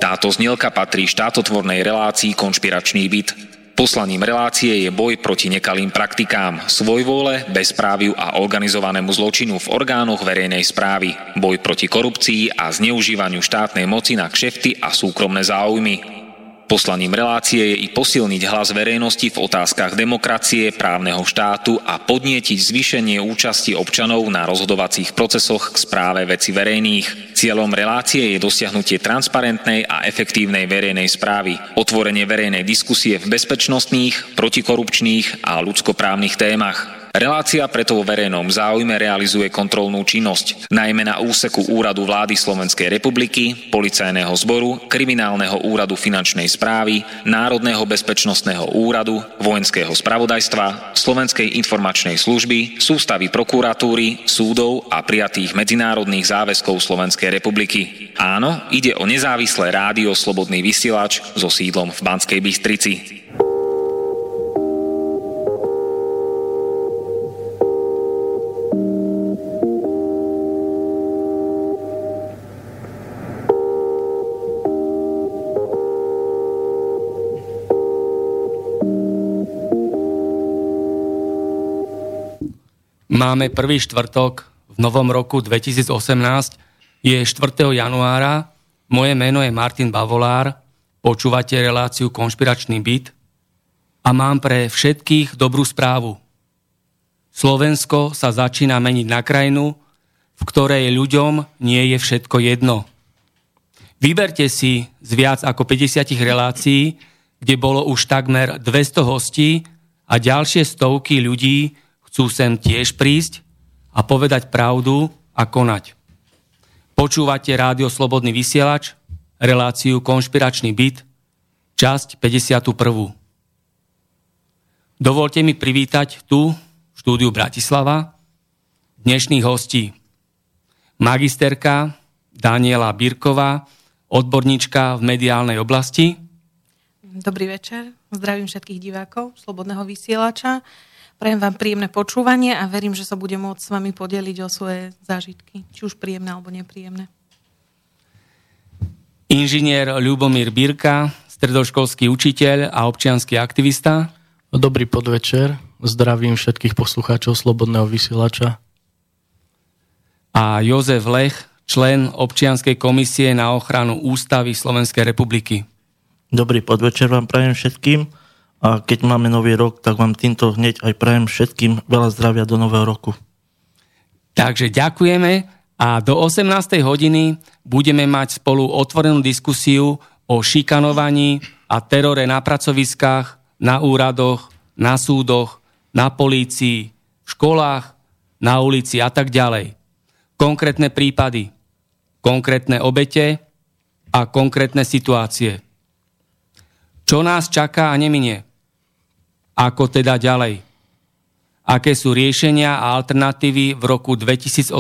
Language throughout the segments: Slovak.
Táto znielka patrí štátotvornej relácii Konšpiračný byt. Poslaním relácie je boj proti nekalým praktikám, svojvôle, bezpráviu a organizovanému zločinu v orgánoch verejnej správy, boj proti korupcii a zneužívaniu štátnej moci na kšefty a súkromné záujmy. Poslaním relácie je i posilniť hlas verejnosti v otázkach demokracie, právneho štátu a podnietiť zvýšenie účasti občanov na rozhodovacích procesoch k správe veci verejných. Cieľom relácie je dosiahnutie transparentnej a efektívnej verejnej správy, otvorenie verejnej diskusie v bezpečnostných, protikorupčných a ľudskoprávnych témach. Relácia preto vo verejnom záujme realizuje kontrolnú činnosť, najmä na úseku Úradu vlády Slovenskej republiky, Policajného zboru, Kriminálneho úradu finančnej správy, Národného bezpečnostného úradu, Vojenského spravodajstva, Slovenskej informačnej služby, sústavy prokuratúry, súdov a prijatých medzinárodných záväzkov Slovenskej republiky. Áno, ide o nezávislé rádio Slobodný vysielač so sídlom v Banskej Bystrici. Máme prvý štvrtok v novom roku 2018, je 4. januára, moje meno je Martin Bavolár, počúvate reláciu Konšpiračný byt a mám pre všetkých dobrú správu. Slovensko sa začína meniť na krajinu, v ktorej ľuďom nie je všetko jedno. Vyberte si z viac ako 50 relácií, kde bolo už takmer 200 hostí a ďalšie stovky ľudí chcú sem tiež prísť a povedať pravdu a konať. Počúvate rádio Slobodný vysielač, reláciu Konšpiračný byt, časť 51. Dovolte mi privítať tu, v štúdiu Bratislava, dnešných hostí. Magisterka Daniela Birková, odborníčka v mediálnej oblasti. Dobrý večer, zdravím všetkých divákov Slobodného vysielača. Prajem vám príjemné počúvanie a verím, že sa budem môcť s vami podeliť o svoje zážitky, či už príjemné alebo nepríjemné. Inžinier Ľubomír Birka, stredoškolský učiteľ a občiansky aktivista. Dobrý podvečer, zdravím všetkých poslucháčov Slobodného vysielača. A Jozef Lech, člen občianskej komisie na ochranu ústavy Slovenskej republiky. Dobrý podvečer vám prajem všetkým. A keď máme nový rok, tak vám týmto hneď aj prajem všetkým veľa zdravia do nového roku. Takže ďakujeme a do 18. hodiny budeme mať spolu otvorenú diskusiu o šikanovaní a terore na pracoviskách, na úradoch, na súdoch, na polícii, v školách, na ulici a tak ďalej. Konkrétne prípady, konkrétne obete a konkrétne situácie. Čo nás čaká a neminie? Ako teda ďalej? Aké sú riešenia a alternatívy v roku 2018?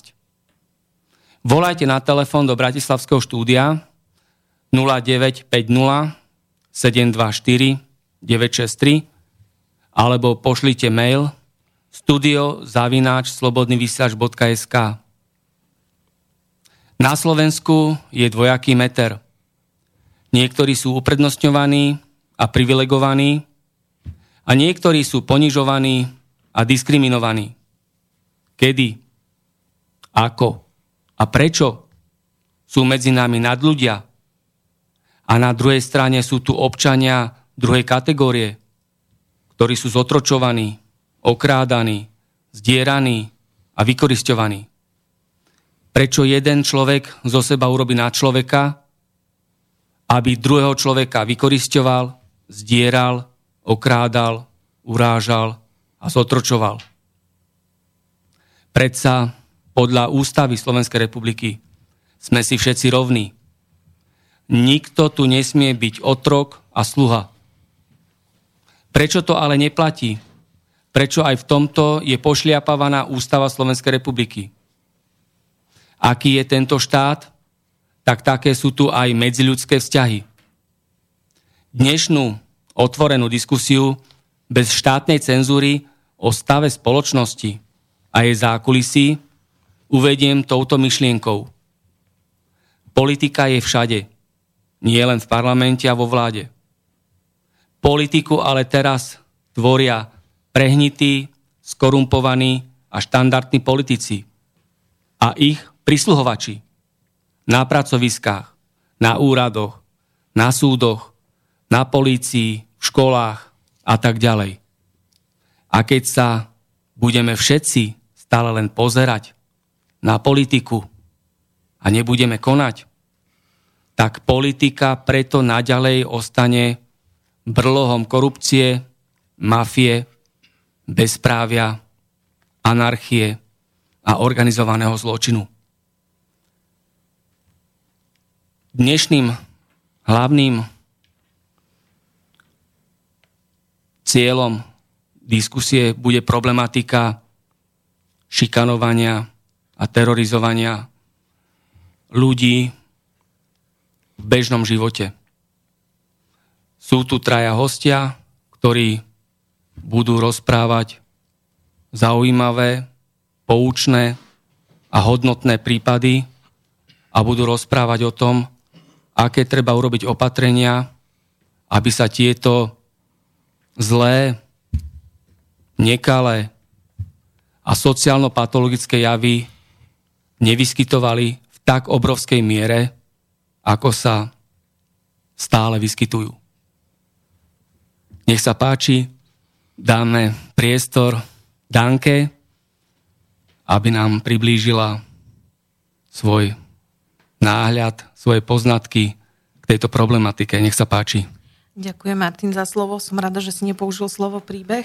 Volajte na telefón do Bratislavského štúdia 0950 724 963 alebo pošlite mail studio@slobodnyvysielac.sk. Na Slovensku je dvojaký meter. Niektorí sú uprednostňovaní a privilegovaní a niektorí sú ponižovaní a diskriminovaní. Kedy? Ako? A prečo sú medzi nami nadľudia? A na druhej strane sú tu občania druhej kategórie, ktorí sú zotročovaní, okrádaní, zdieraní a vykorisťovaní. Prečo jeden človek zo seba urobí na človeka, aby druhého človeka vykorisťoval, zdieral, okrádal, urážal a zotročoval. Predsa podľa ústavy Slovenskej republiky sme si všetci rovní. Nikto tu nesmie byť otrok a sluha. Prečo to ale neplatí? Prečo aj v tomto je pošliapávaná ústava Slovenskej republiky? Aký je tento štát? Tak také sú tu aj medziľudské vzťahy. Dnešnú otvorenú diskusiu bez štátnej cenzúry o stave spoločnosti a jej zákulisí uvediem touto myšlienkou. Politika je všade. Nie len v parlamente a vo vláde. Politiku ale teraz tvoria prehnití, skorumpovaní a štandardní politici a ich prisluhovači na pracoviskách, na úradoch, na súdoch, na polícii, v školách a tak ďalej. A keď sa budeme všetci stále len pozerať na politiku a nebudeme konať, tak politika preto naďalej ostane brlohom korupcie, mafie, bezprávia, anarchie a organizovaného zločinu. Dnešným hlavným cieľom diskusie bude problematika šikanovania a terorizovania ľudí v bežnom živote. Sú tu traja hostia, ktorí budú rozprávať zaujímavé, poučné a hodnotné prípady a budú rozprávať o tom, aké treba urobiť opatrenia, aby sa tieto zlé, nekalé a sociálno-patologické javy nevyskytovali v tak obrovskej miere, ako sa stále vyskytujú. Nech sa páči, dáme priestor Danke, aby nám priblížila svoj náhľad, svoje poznatky k tejto problematike. Nech sa páči. Ďakujem, Martin, za slovo. Som rada, že si nepoužil slovo príbeh.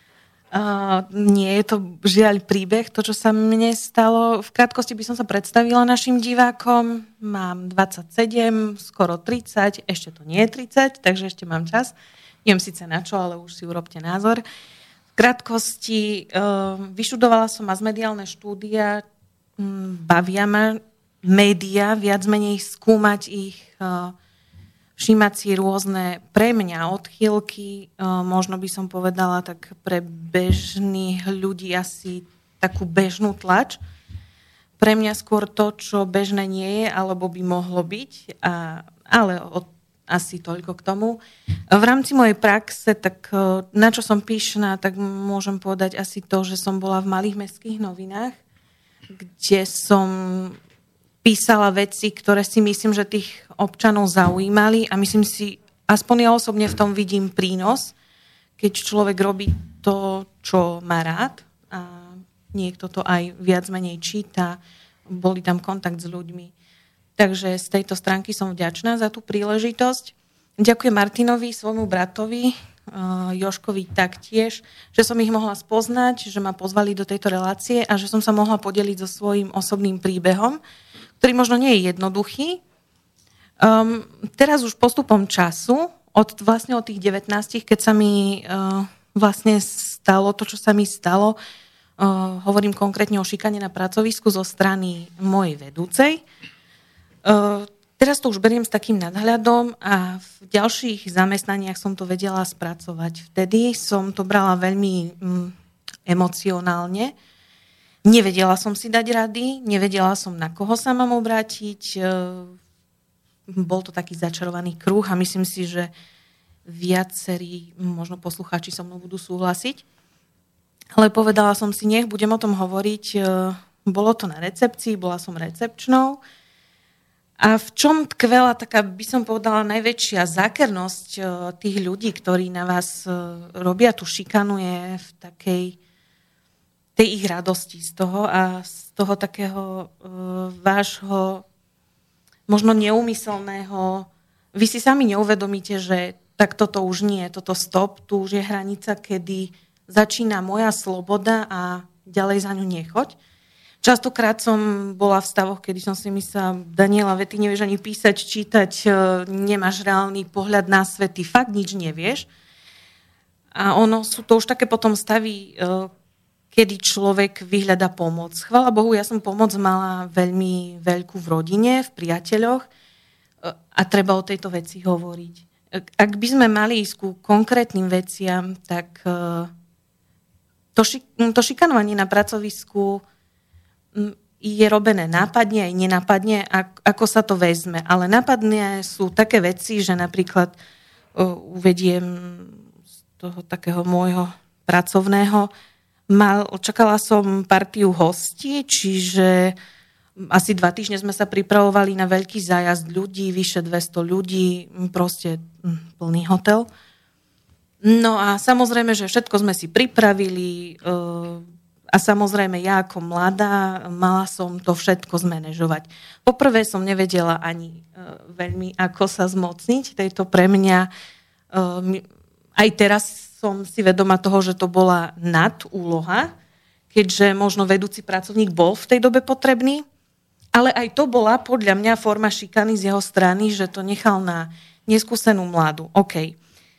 Nie je to žiaľ príbeh, to, čo sa mne stalo. V krátkosti by som sa predstavila našim divákom. Mám 27, skoro 30, ešte to nie je 30, takže ešte mám čas. Neviem síce na čo, ale už si urobte názor. V krátkosti vyštudovala som masmediálne štúdia, bavia ma média, viac menej skúmať ich, všímať si rôzne pre mňa odchýlky, možno by som povedala tak pre bežných ľudí asi takú bežnú tlač. Pre mňa skôr to, čo bežné nie je, alebo by mohlo byť, ale asi toľko k tomu. V rámci mojej praxe, tak na čo som pyšná, tak môžem povedať asi to, že som bola v malých mestských novinách, kde som písala veci, ktoré si myslím, že tých občanov zaujímali a myslím si, aspoň ja osobne v tom vidím prínos, keď človek robí to, čo má rád a niekto to aj viac menej číta, boli tam kontakt s ľuďmi. Takže z tejto stránky som vďačná za tú príležitosť. Ďakujem Martinovi, svojmu bratovi, Joškovi taktiež, že som ich mohla spoznať, že ma pozvali do tejto relácie a že som sa mohla podeliť so svojím osobným príbehom, ktorý možno nie je jednoduchý. Teraz už postupom času, od tých 19, keď sa mi vlastne stalo to, čo sa mi stalo, hovorím konkrétne o šikane na pracovisku zo strany mojej vedúcej. Teraz to už beriem s takým nadhľadom a v ďalších zamestnaniach som to vedela spracovať. Vtedy som to brala veľmi emocionálne. Nevedela som si dať rady, nevedela som, na koho sa mám obrátiť. Bol to taký začarovaný kruh a myslím si, že viacerí, možno poslucháči so mnou budú súhlasiť. Ale povedala som si, nech budem o tom hovoriť. Bolo to na recepcii, bola som recepčnou. A v čom tkvela taká, by som povedala, najväčšia zákernosť tých ľudí, ktorí na vás robia tú šikanu, je v takej tej ich radosti z toho a z toho takého vášho možno neúmyselného. Vy si sami neuvedomíte, že tak toto už nie, toto stop, tu už je hranica, kedy začína moja sloboda a ďalej za ňu nechoď. Častokrát som bola v stavoch, kedy som si myslela, Daniela, ty nevieš ani písať, čítať, nemáš reálny pohľad na svet, ty fakt nič nevieš. A sú to už také potom stavy, kedy človek vyhľadá pomoc. Chvála Bohu, ja som pomoc mala veľmi veľkú v rodine, v priateľoch a treba o tejto veci hovoriť. Ak by sme mali ísť ku konkrétnym veciam, tak to šikanovanie na pracovisku je robené nápadne aj nenápadne, ako sa to vezme. Ale nápadne sú také veci, že napríklad uvediem z toho takého môjho pracovného, čakala som partiu hostí, čiže asi 2 týždne sme sa pripravovali na veľký zájazd ľudí, vyše 200 ľudí, proste plný hotel. No a samozrejme, že všetko sme si pripravili a samozrejme ja ako mladá mala som to všetko zmanéžovať. Poprvé som nevedela ani veľmi, ako sa zmocniť tejto pre mňa. Aj teraz som si vedoma toho, že to bola nadúloha, keďže možno vedúci pracovník bol v tej dobe potrebný, ale aj to bola podľa mňa forma šikany z jeho strany, že to nechal na neskúsenú mladú. OK.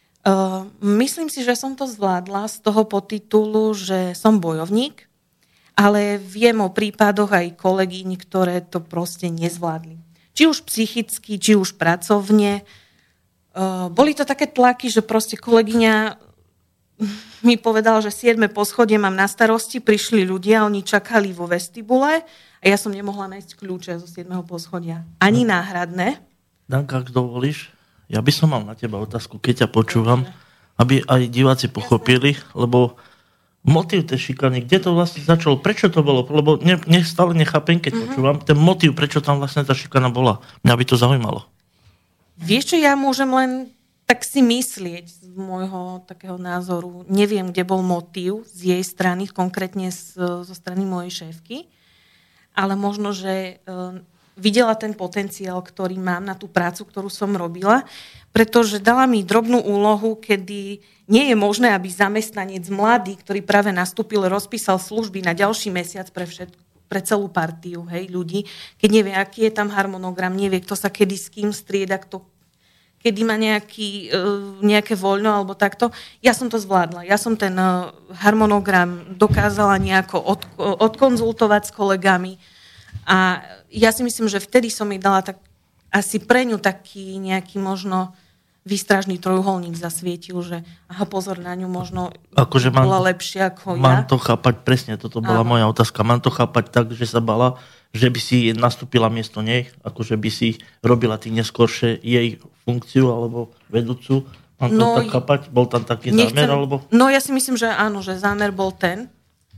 Myslím si, že som to zvládla z toho podtitulu, že som bojovník, ale viem o prípadoch aj kolegyň, ktoré to proste nezvládli. Či už psychicky, či už pracovne. Boli to také tlaky, že proste kolegyňa mi povedala, že 7. poschodie mám na starosti, prišli ľudia, oni čakali vo vestibule a ja som nemohla nájsť kľúče zo 7. poschodia. Ani náhradné. Danka, ak dovolíš, ja by som mal na teba otázku, keď ťa počúvam, aby aj diváci pochopili, lebo motív tej šikany, kde to vlastne začalo, prečo to bolo, lebo stále nechápem, keď počúvam, ten motív, prečo tam vlastne tá šikana bola. Mňa by to zaujímalo. Vieš čo, ja môžem len tak si myslieť z môjho takého názoru. Neviem, kde bol motív z jej strany, konkrétne zo strany mojej šéfky, ale možno, že videla ten potenciál, ktorý mám na tú prácu, ktorú som robila, pretože dala mi drobnú úlohu, kedy nie je možné, aby zamestnanec mladý, ktorý práve nastúpil, rozpísal služby na ďalší mesiac pre celú partiu, hej, ľudí, keď nevie, aký je tam harmonogram, nevie, kto sa kedy s kým strieda, kedy má nejaké voľno alebo takto. Ja som to zvládla. Ja som ten harmonogram dokázala nejako odkonzultovať s kolegami a ja si myslím, že vtedy som jej dala tak asi pre ňu taký nejaký možno výstražný trojuholník zasvietil, že aha, pozor na ňu, možno akože bola lepšia ako ja. Mám to chápať presne, toto bola moja otázka. Mám to chápať tak, že sa bala, že by si nastúpila miesto nej, akože by si robila tým neskôršie jej funkciu alebo vedúcu. Mám to tak chápať? Bol tam taký zámer? Alebo... No ja si myslím, že áno, že zámer bol ten.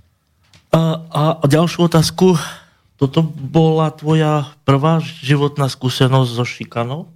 A ďalšiu otázku. Toto bola tvoja prvá životná skúsenosť so šikanou?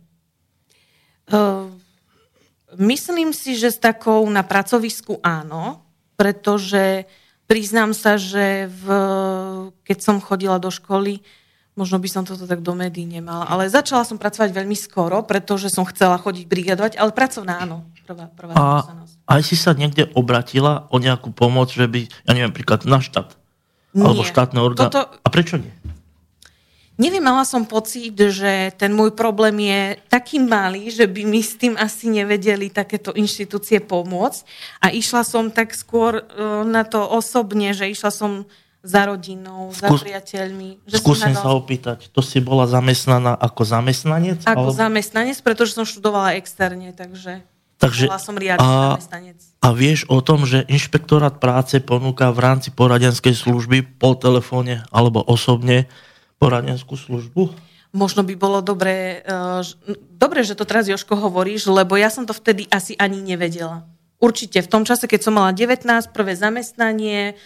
Myslím si, že s takou na pracovisku áno, pretože priznám sa, že keď som chodila do školy, možno by som toto tak do médií nemala, ale začala som pracovať veľmi skoro, pretože som chcela chodiť brigadovať, ale pracovná áno, prvá skúsenosť. A aj si sa niekde obratila o nejakú pomoc, že by, ja neviem, príklad na štát? Alebo štátne orgány? A prečo nie? Neviem, mala som pocit, že ten môj problém je taký malý, že by mi s tým asi nevedeli takéto inštitúcie pomôcť. A išla som tak skôr na to osobne, že išla som za rodinou, za priateľmi. Skúsim sa opýtať, to si bola zamestnaná ako zamestnanec? Ako zamestnanec, pretože som študovala externe, takže bola som riadny zamestnanec. A vieš o tom, že inšpektorát práce ponúka v rámci poradenskej služby po telefóne alebo osobne poradenskú službu? Možno by bolo dobré, že to teraz, Jožko, hovoríš, lebo ja som to vtedy asi ani nevedela. Určite v tom čase, keď som mala 19, prvé zamestnanie,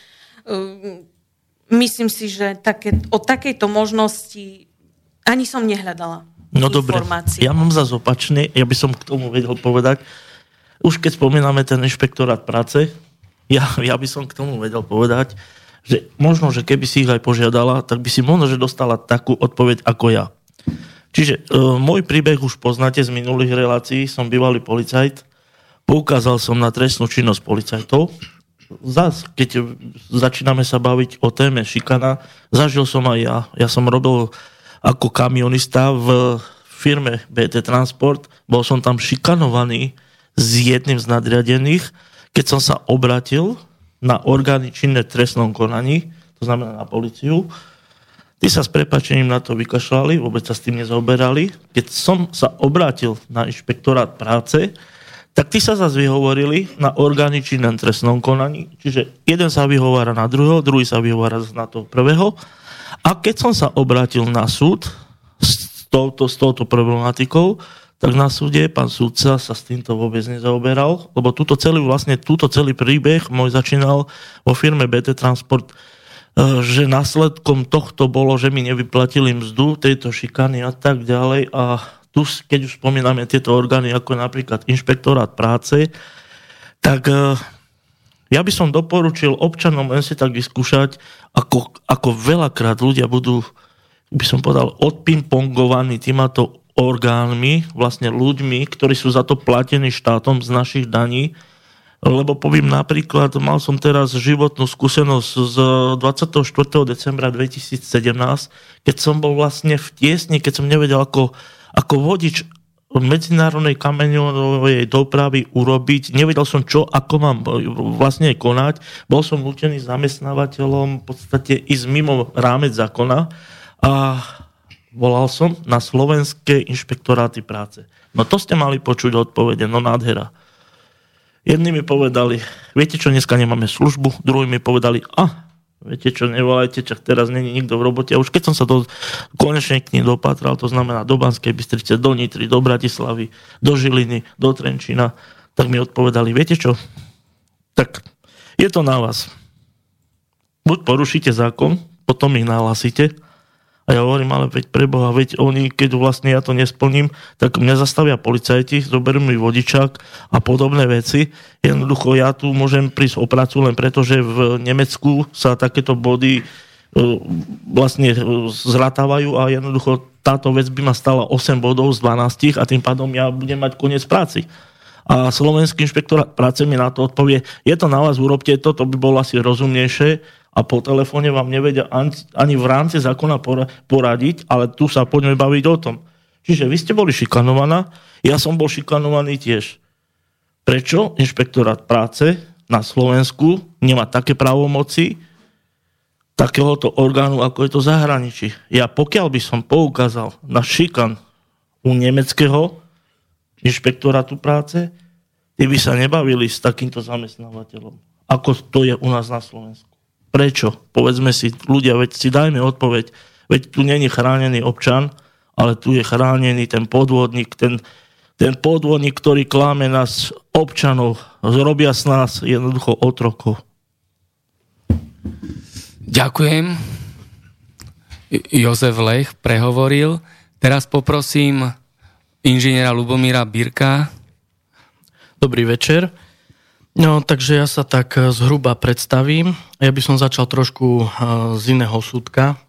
myslím si, že o takejto možnosti ani som nehľadala informácie. Dobre, ja mám zase opačne, ja by som k tomu vedel povedať, už keď spomíname ten inšpektorát práce, ja by som k tomu vedel povedať, že možno, že keby si ich aj požiadala, tak by si možno, že dostala takú odpoveď ako ja. Čiže môj príbeh už poznáte z minulých relácií, som bývalý policajt, poukázal som na trestnú činnosť policajtov. Zas, keď začíname sa baviť o téme šikana, zažil som aj ja. Ja som robil ako kamionista v firme BT Transport, bol som tam šikanovaný s jedným z nadriadených, keď som sa obratil na orgány činné v trestnom konaní, to znamená na políciu. Tí sa s prepáčením na to vykašľali, vôbec sa s tým nezaoberali. Keď som sa obrátil na inšpektorát práce, tak tí sa zase vyhovorili na orgány činné v trestnom konaní. Čiže jeden sa vyhovára na druhého, druhý sa vyhovára na toho prvého. A keď som sa obrátil na súd s touto problematikou, tak na súde pán súdca sa s týmto vôbec nezaoberal, lebo túto celý príbeh môj začínal vo firme BT Transport, že následkom tohto bolo, že mi nevyplatili mzdu, tejto šikany a tak ďalej. A tu, keď už spomíname tieto orgány, ako napríklad Inšpektorát práce, tak ja by som doporučil občanom len si tak vyskúšať, ako veľakrát ľudia budú, by som povedal, odpingpongovaní týmato orgánmi, vlastne ľuďmi, ktorí sú za to platení štátom z našich daní. Lebo poviem napríklad, mal som teraz životnú skúsenosť z 24. decembra 2017, keď som bol vlastne v tiesni, keď som nevedel, ako vodič medzinárodnej kameňovej dopravy urobiť. Nevedel som ako mám vlastne konať. Bol som nútený zamestnávateľom v podstate ísť mimo rámec zákona a volal som na slovenské inšpektoráty práce. No to ste mali počuť odpovede, no nádhera. Jedni mi povedali, viete čo, dneska nemáme službu, druhí mi povedali, viete čo, nevolajte, čak teraz není nikto v robote. A už keď som sa konečne k ním dopatral, to znamená do Banskej Bystrice, do Nitry, do Bratislavy, do Žiliny, do Trenčína, tak mi odpovedali, viete čo, tak je to na vás. Buď porušíte zákon, potom ich nahlásite. A ja hovorím, ale veď preboha, veď oni, keď vlastne ja to nesplním, tak mňa zastavia policajti, zoberú mi vodičák a podobné veci. Jednoducho ja tu môžem prísť o prácu len preto, že v Nemecku sa takéto body vlastne zratávajú a jednoducho táto vec by ma stala 8 bodov z 12 a tým pádom ja budem mať koniec práci. A Slovenský inšpektorát práce mi na to odpovie, je to na vás, urobte to by bolo asi rozumnejšie, a po telefóne vám nevedia ani v rámci zákona poradiť, ale tu sa poďme baviť o tom. Čiže vy ste boli šikanovaná, ja som bol šikanovaný tiež. Prečo Inšpektorát práce na Slovensku nemá také právomoci takéhoto orgánu, ako je to v zahraničí? Ja pokiaľ by som poukázal na šikan u nemeckého Inšpektorátu práce, tí by sa nebavili s takýmto zamestnávateľom, ako to je u nás na Slovensku. Prečo? Povedzme si, ľudia, veď si dajme odpoveď, veď tu není chránený občan, ale tu je chránený ten podvodník, ten podvodník, ktorý kláme nás občanov, zrobia z nás jednoducho otrokov. Ďakujem. Jozef Lech prehovoril. Teraz poprosím inžiniera Lubomíra Birka. Dobrý večer. No, takže ja sa tak zhruba predstavím. Ja by som začal trošku z iného súdka.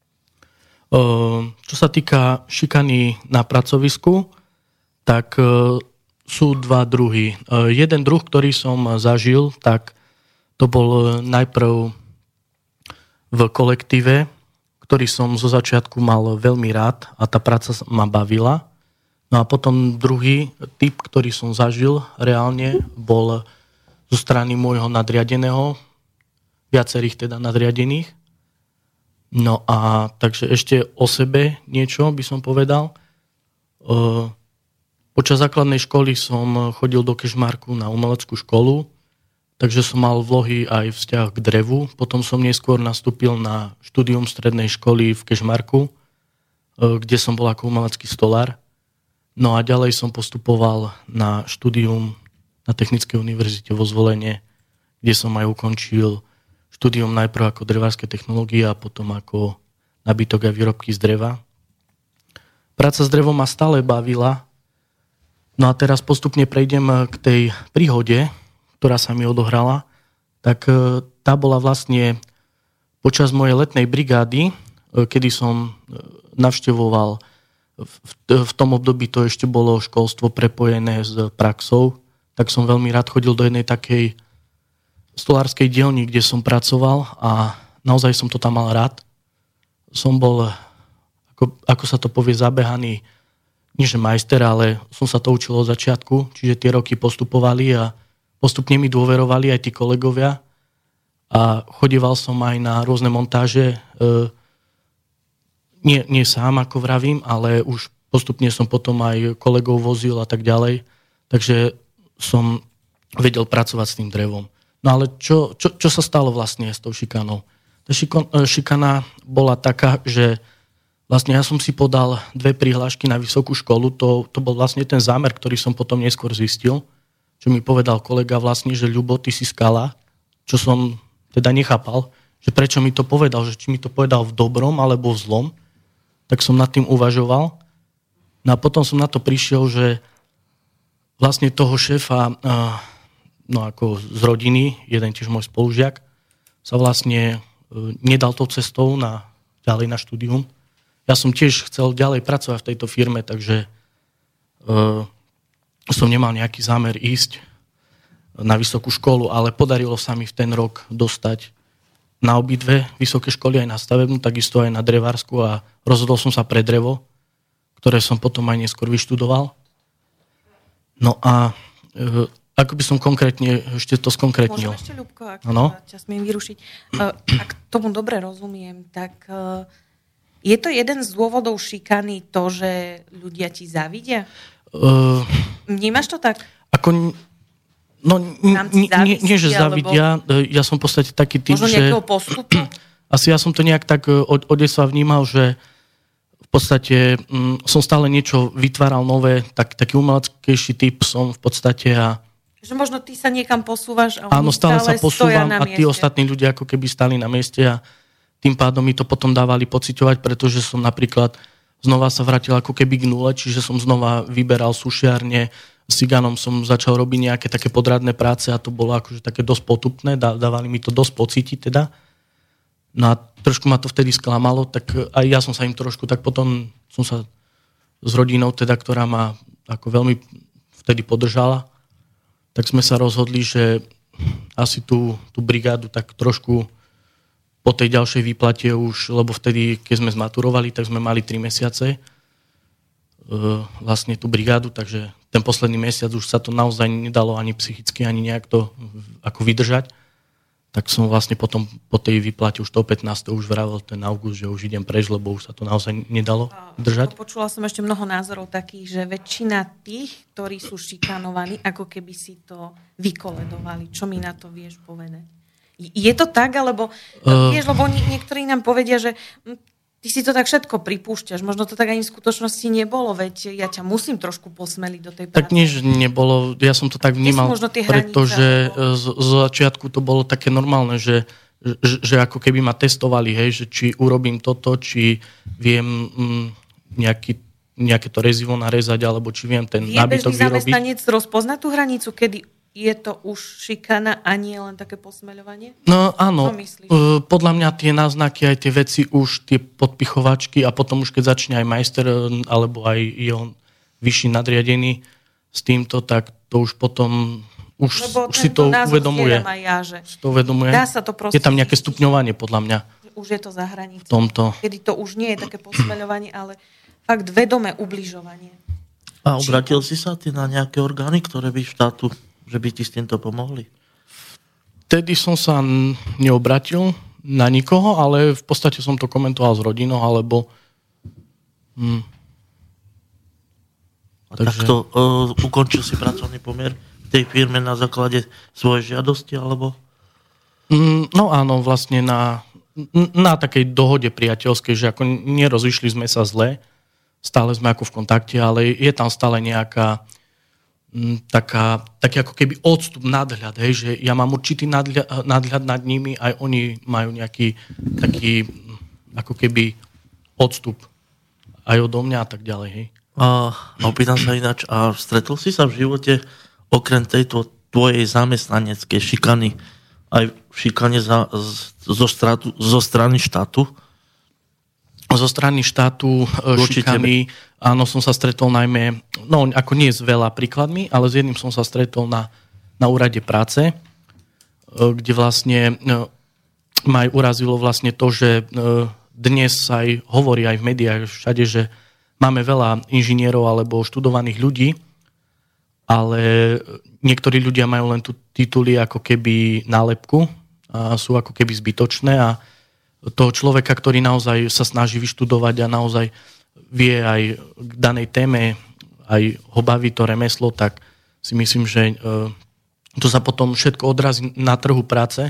Čo sa týka šikany na pracovisku, tak sú dva druhy. Jeden druh, ktorý som zažil, tak to bol najprv v kolektíve, ktorý som zo začiatku mal veľmi rád a tá práca ma bavila. No a potom druhý typ, ktorý som zažil reálne, bol zo strany môjho nadriadeného, viacerých teda nadriadených. No a takže ešte o sebe niečo by som povedal. Počas základnej školy som chodil do Kežmarku na umeleckú školu, takže som mal vlohy aj vzťah k drevu. Potom som neskôr nastúpil na štúdium strednej školy v Kežmarku, kde som bol ako umelecký stolár. No a ďalej som postupoval na štúdium na Technickej univerzite vo Zvolene, kde som aj ukončil štúdium najprv ako drevárske technológie a potom ako nabytok a výrobky z dreva. Práca s drevom ma stále bavila. No a teraz postupne prejdem k tej príhode, ktorá sa mi odohrala. Tak tá bola vlastne počas mojej letnej brigády, kedy som navštevoval, v tom období to ešte bolo školstvo prepojené s praxou, tak som veľmi rád chodil do jednej takej stolárskej dielni, kde som pracoval a naozaj som to tam mal rád. Som bol, ako sa to povie, zabehaný, nie že majster, ale som sa to učil od začiatku, čiže tie roky postupovali a postupne mi dôverovali aj tí kolegovia a chodieval som aj na rôzne montáže, nie sám, ako vravím, ale už postupne som potom aj kolegov vozil a tak ďalej, takže som vedel pracovať s tým drevom. No ale čo sa stalo vlastne s tou šikanou? Tá šikana bola taká, že vlastne ja som si podal 2 prihlášky na vysokú školu, to bol vlastne ten zámer, ktorý som potom neskôr zistil, čo mi povedal kolega vlastne, že Ľubo, ty si skala, čo som teda nechápal, že prečo mi to povedal, že či mi to povedal v dobrom alebo v zlom, tak som nad tým uvažoval. No a potom som na to prišiel, že vlastne toho šéfa, no ako z rodiny, jeden tiež môj spolužiak, sa vlastne nedal tou cestou ďalej na štúdium. Ja som tiež chcel ďalej pracovať v tejto firme, takže som nemal nejaký zámer ísť na vysokú školu, ale podarilo sa mi v ten rok dostať na obidve vysoké školy, aj na stavebnú, takisto aj na drevársku a rozhodol som sa pre drevo, ktoré som potom aj neskôr vyštudoval. No a ako by som konkrétne ešte to skonkrétnil. Môžem ešte, Ľubko, ak ťa smiem vyrušiť. Ak tomu dobre rozumiem, tak je to jeden z dôvodov šikany to, že ľudia ti závidia? Vnímaš to tak? Nie, že závidia. Ja som v podstate taký typ, možno nejakého postupu? Asi ja som to nejak tak od detstva vnímal, že v podstate som stále niečo vytváral nové, taký umeleckejší typ som v podstate a že možno ty sa niekam posúvaš a áno, stále sa posúvam a tí mieste. ostatní ľudia ako keby stáli na mieste a tým pádom mi to potom dávali pociťovať, pretože som napríklad znova sa vrátil ako keby k nule, čiže som znova vyberal sušiarne, s cigánom som začal robiť nejaké také podradné práce a to bolo akože také dosť potupné, dávali mi to dosť pocítiť teda. No a trošku ma to vtedy sklamalo, tak aj ja som sa im trošku, tak potom som sa s rodinou teda, ktorá ma ako veľmi vtedy podržala, tak sme sa rozhodli, že asi tú brigádu tak trošku po tej ďalšej výplate už, lebo vtedy, keď sme zmaturovali, tak sme mali 3 mesiace vlastne tú brigádu, takže ten posledný mesiac už sa to naozaj nedalo ani psychicky, ani nejak to ako vydržať. Tak som vlastne potom po tej výplate už to 15. už vravel ten august, že už idem preč, lebo už sa to naozaj nedalo držať. Počula som ešte mnoho názorov takých, že väčšina tých, ktorí sú šikanovaní, ako keby si to vykoledovali. Čo mi na to vieš povedať? Je to tak, alebo vieš, lebo niektorí nám povedia, že ty si to tak všetko pripúšťaš. Možno to tak ani v skutočnosti nebolo, veď ja ťa musím trošku posmeliť do tej práce. Tak nič nebolo, ja som to tak vnímal, pretože z začiatku to bolo také normálne, že ako keby ma testovali, hej, že či urobím toto, či viem nejaké to rezivo narezať, alebo či viem ten nábytok vyrobiť. Je bežný zamestnanec rozpoznať tú hranicu, kedy je to už šikana a nie len také posmeľovanie? No áno, podľa mňa tie náznaky, aj tie veci už, tie podpichovačky a potom už keď začne aj majster alebo aj jeho vyšší nadriadený s týmto, tak to už potom už si to uvedomuje. Dá sa to proste je tam nejaké stupňovanie podľa mňa. Už je to za hranicou. Tomto. Kedy to už nie je také posmeľovanie, ale fakt vedomé ubližovanie. A obratil si sa ty na nejaké orgány, ktoré by štátu, že by ti s týmto pomohli? Vtedy som sa neobratil na nikoho, ale v podstate som to komentoval s rodinou, alebo takže... takto ukončil si pracovný pomer v tej firme na základe svojej žiadosti, alebo? No áno, vlastne na takej dohode priateľskej, že ako nerozišli sme sa zle, stále sme ako v kontakte, ale je tam stále nejaká taký ako keby odstup, nadhľad, hej, že ja mám určitý nadhľad nad nimi, aj oni majú nejaký taký ako keby odstup aj odo mňa a tak ďalej, hej. A opýtam sa ináč, a stretol si sa v živote okrem tejto tvojej zamestnaneckej šikany aj v šikane zo strany štátu? Zo strany štátu šikany, áno, som sa stretol najmä, no ako nie s veľa príkladmi, ale s jedným som sa stretol na úrade práce, kde vlastne ma aj urazilo vlastne to, že dnes sa aj hovorí aj v médiách všade, že máme veľa inžinierov alebo študovaných ľudí, ale niektorí ľudia majú len tu tituly ako keby nálepku a sú ako keby zbytočné a toho človeka, ktorý naozaj sa snaží vyštudovať a naozaj vie aj k danej téme, aj ho baví to remeslo, tak si myslím, že to sa potom všetko odrazí na trhu práce,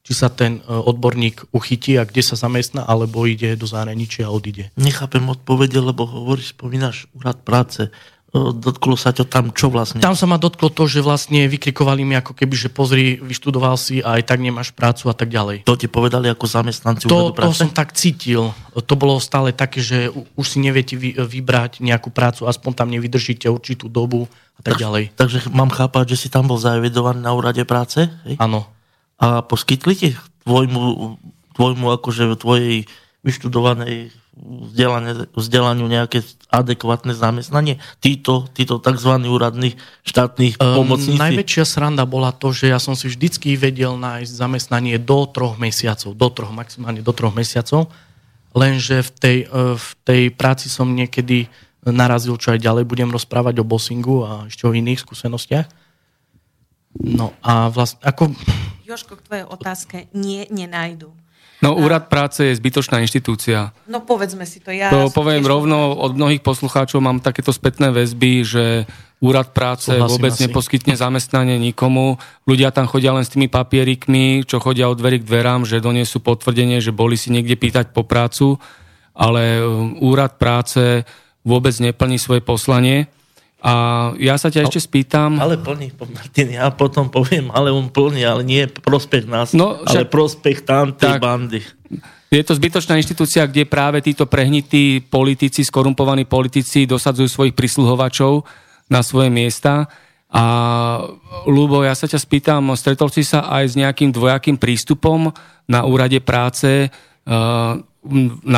či sa ten odborník uchytí a kde sa zamestná, alebo ide do zahraničia a odíde. Nechápem odpovede, lebo spomínaš úrad práce. Dotklo sa ťa tam čo vlastne? Tam sa ma dotklo to, že vlastne vykrikovali mi ako keby, že pozri, vyštudoval si a aj tak nemáš prácu a tak ďalej. To ti povedali ako zamestnanci úradu práce? To som tak cítil. To bolo stále také, že už si neviete vybrať nejakú prácu, aspoň tam nevydržíte určitú dobu a tak ďalej. Takže mám chápať, že si tam bol zaevidovaný na úrade práce? Hej? Áno. A poskytli ti tvojmu akože tvojej vyštudovanej vzdelaniu nejaké adekvátne zamestnanie? Títo tzv. Úradných štátnych pomocníci? Najväčšia sranda bola to, že ja som si vždycky vedel nájsť zamestnanie do 3 mesiacov. Maximálne do 3 mesiacov. Lenže v tej práci som niekedy narazil, čo aj ďalej budem rozprávať o bossingu a ešte o iných skúsenostiach. No a vlastne ako... Jožko, k tvojej otázke nenájdu. No, úrad práce je zbytočná inštitúcia. No, povedzme si to. To poviem rovno, od mnohých poslucháčov mám takéto spätné väzby, že úrad práce vôbec neposkytne zamestnanie nikomu. Ľudia tam chodia len s tými papierikmi, čo chodia od dverí k dverám, že donesú potvrdenie, že boli si niekde pýtať po prácu, ale úrad práce vôbec neplní svoje poslanie. A ja sa ťa ešte spýtam... Ale plní, Martin, ja potom poviem, ale on plní, ale nie prospech nás, ale prospech tamtej bandy. Je to zbytočná inštitúcia, kde práve títo prehnití politici, skorumpovaní politici dosadzujú svojich prisluhovačov na svoje miesta. A Ľubo, ja sa ťa spýtam, stretol si sa aj s nejakým dvojakým prístupom na úrade práce na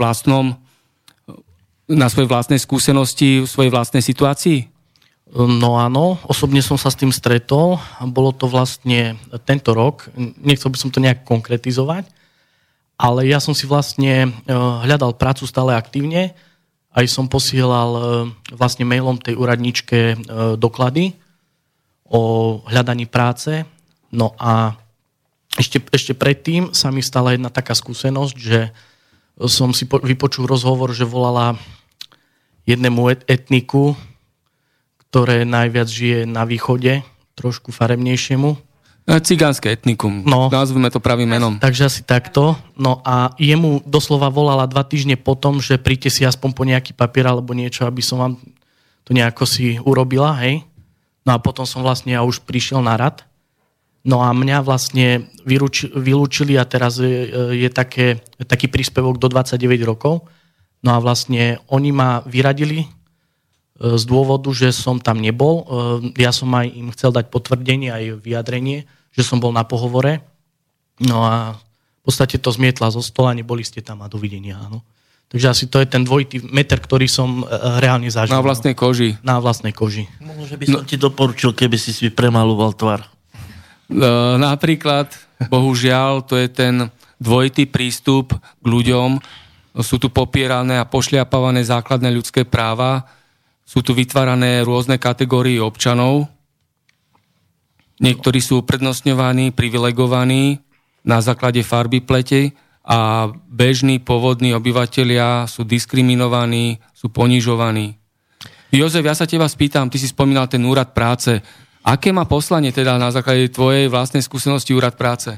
svojej vlastnej skúsenosti, v svojej vlastnej situácii? No áno, osobne som sa s tým stretol. Bolo to vlastne tento rok. Nechcel by som to nejak konkretizovať, ale ja som si vlastne hľadal prácu stále aktívne. Aj som posielal vlastne mailom tej úradničke doklady o hľadaní práce. No a ešte predtým sa mi stala jedna taká skúsenosť, že som si vypočul rozhovor, že volala jednému etniku, ktoré najviac žije na východe, trošku farebnejšiemu. Cigánske etnikum, nazvime to pravým menom. Takže asi takto. No a jemu doslova volala 2 týždne potom, že príďte si aspoň po nejaký papier alebo niečo, aby som vám to nejako si urobila, hej. No a potom som vlastne ja už prišiel na rad. No a mňa vlastne vylúčili a teraz je taký príspevok do 29 rokov. No a vlastne oni ma vyradili z dôvodu, že som tam nebol. Ja som aj im chcel dať potvrdenie, aj vyjadrenie, že som bol na pohovore. No a v podstate to zmietla zo stola, neboli ste tam a dovidenia. Áno. Takže asi to je ten dvojitý meter, ktorý som reálne zažil. Na vlastnej koži. Na vlastnej koži. Možno, že by som ti doporučil, keby si premaloval tvár. Napríklad, bohužiaľ, to je ten dvojitý prístup k ľuďom. Sú tu popierané a pošliapávané základné ľudské práva. Sú tu vytvárané rôzne kategórie občanov. Niektorí sú uprednostňovaní, privilegovaní na základe farby plete a bežní pôvodní obyvatelia sú diskriminovaní, sú ponižovaní. Jozef, ja sa teba spýtam, ty si spomínal ten úrad práce. Aké má poslanie teda na základe tvojej vlastnej skúsenosti úrad práce?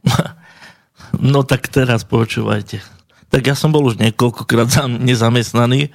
No tak teraz počúvajte. Tak ja som bol už niekoľkokrát nezamestnaný.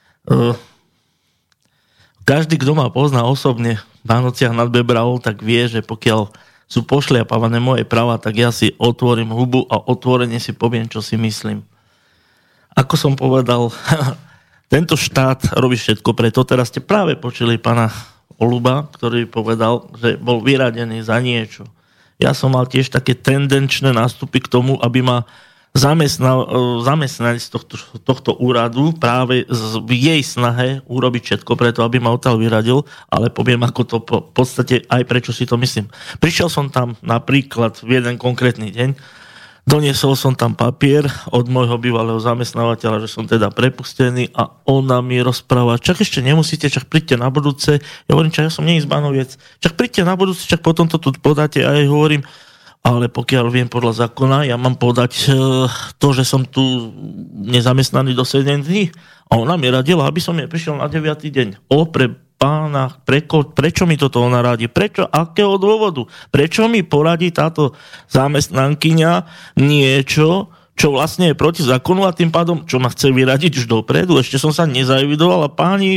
Každý, kto ma pozná osobne na nociach nad Bebravou, tak vie, že pokiaľ sú pošliapávané moje práva, tak ja si otvorím hubu a otvorene si poviem, čo si myslím. Ako som povedal, tento štát robí všetko preto. Teraz ste práve počuli pána Oluba, ktorý povedal, že bol vyradený za niečo. Ja som mal tiež také tendenčné nástupy k tomu, aby ma zamestnali z tohto úradu práve v jej snahe urobiť všetko preto, aby ma odtiaľ vyradil, ale poviem, ako to v podstate aj prečo si to myslím. Prišiel som tam napríklad v jeden konkrétny deň, doniesol som tam papier od môjho bývalého zamestnávateľa, že som teda prepustený a ona mi rozpráva, čak ešte nemusíte, čak príďte na budúce. Ja hovorím, čak ja som nie Zbanoviec, čak príďte na budúce, čak potom to tu podáte a ja hovorím, ale pokiaľ viem podľa zákona, ja mám podať to, že som tu nezamestnaný do 7 dní. A ona mi radila, aby som jej prišiel na 9. deň. pána, prečo mi toto ona radí? Prečo? Akého dôvodu? Prečo mi poradí táto zamestnankyňa niečo, čo vlastne je proti zákonu a tým pádom, čo ma chce vyradiť už dopredu? Ešte som sa nezaevidoval a pani...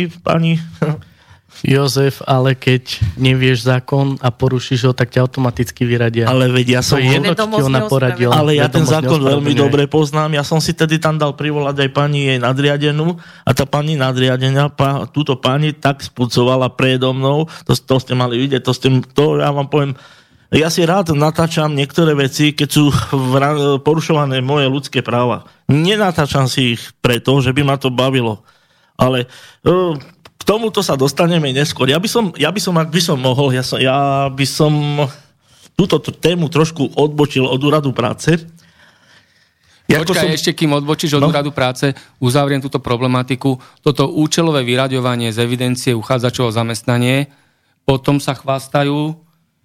Jozef, ale keď nevieš zákon a porušíš ho, tak ťa automaticky vyradia. Ale veď ja som... Ale ja ten zákon veľmi dobre poznám. Ja som si tedy tam dal privolať aj pani jej nadriadenú a tá pani nadriadená túto pani tak spucovala predo mnou. To ste mali vidieť, to ja vám poviem. Ja si rád natáčam niektoré veci, keď sú porušované moje ľudské práva. Nenatáčam si ich preto, že by ma to bavilo. Ale... K tomuto sa dostaneme neskôr. Ja by som, ak by som mohol, ja by som túto tému trošku odbočil od úradu práce. Počkaj, ešte kým odbočíš od úradu práce, uzavriem túto problematiku. Toto účelové vyraďovanie z evidencie uchádzačov o zamestnanie, potom sa chvastajú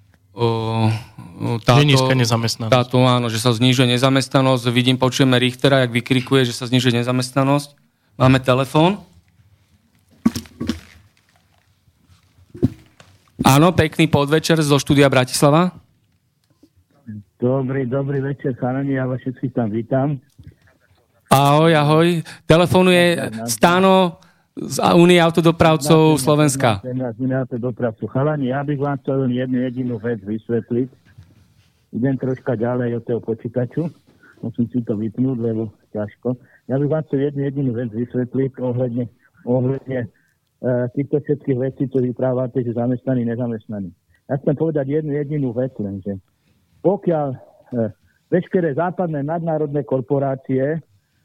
že nízka nezamestnanosť. Áno, že sa znižuje nezamestnanosť. Počujeme Richtera, jak vykrikuje, že sa znižuje nezamestnanosť. Máme telefón. Áno, pekný podvečer zo štúdia Bratislava. Dobrý večer, chalani, ja vás všetkých tam vítam. Ahoj. Telefonuje Stano z Únie autodopravcov Slovenska. Chalani, ja bych vám chcel jednu jedinú vec vysvetliť. Idem troška ďalej od toho počítaču. Musím si to vypnúť, lebo ťažko. Ja bych vám chcel jednu jedinú vec vysvetliť ohľadne týchto všetkých vecí, čo vyprávate, že zamestnaní, nezamestnaní. Ja chcem povedať jednu jedinú vec, lenže pokiaľ veškeré západné nadnárodné korporácie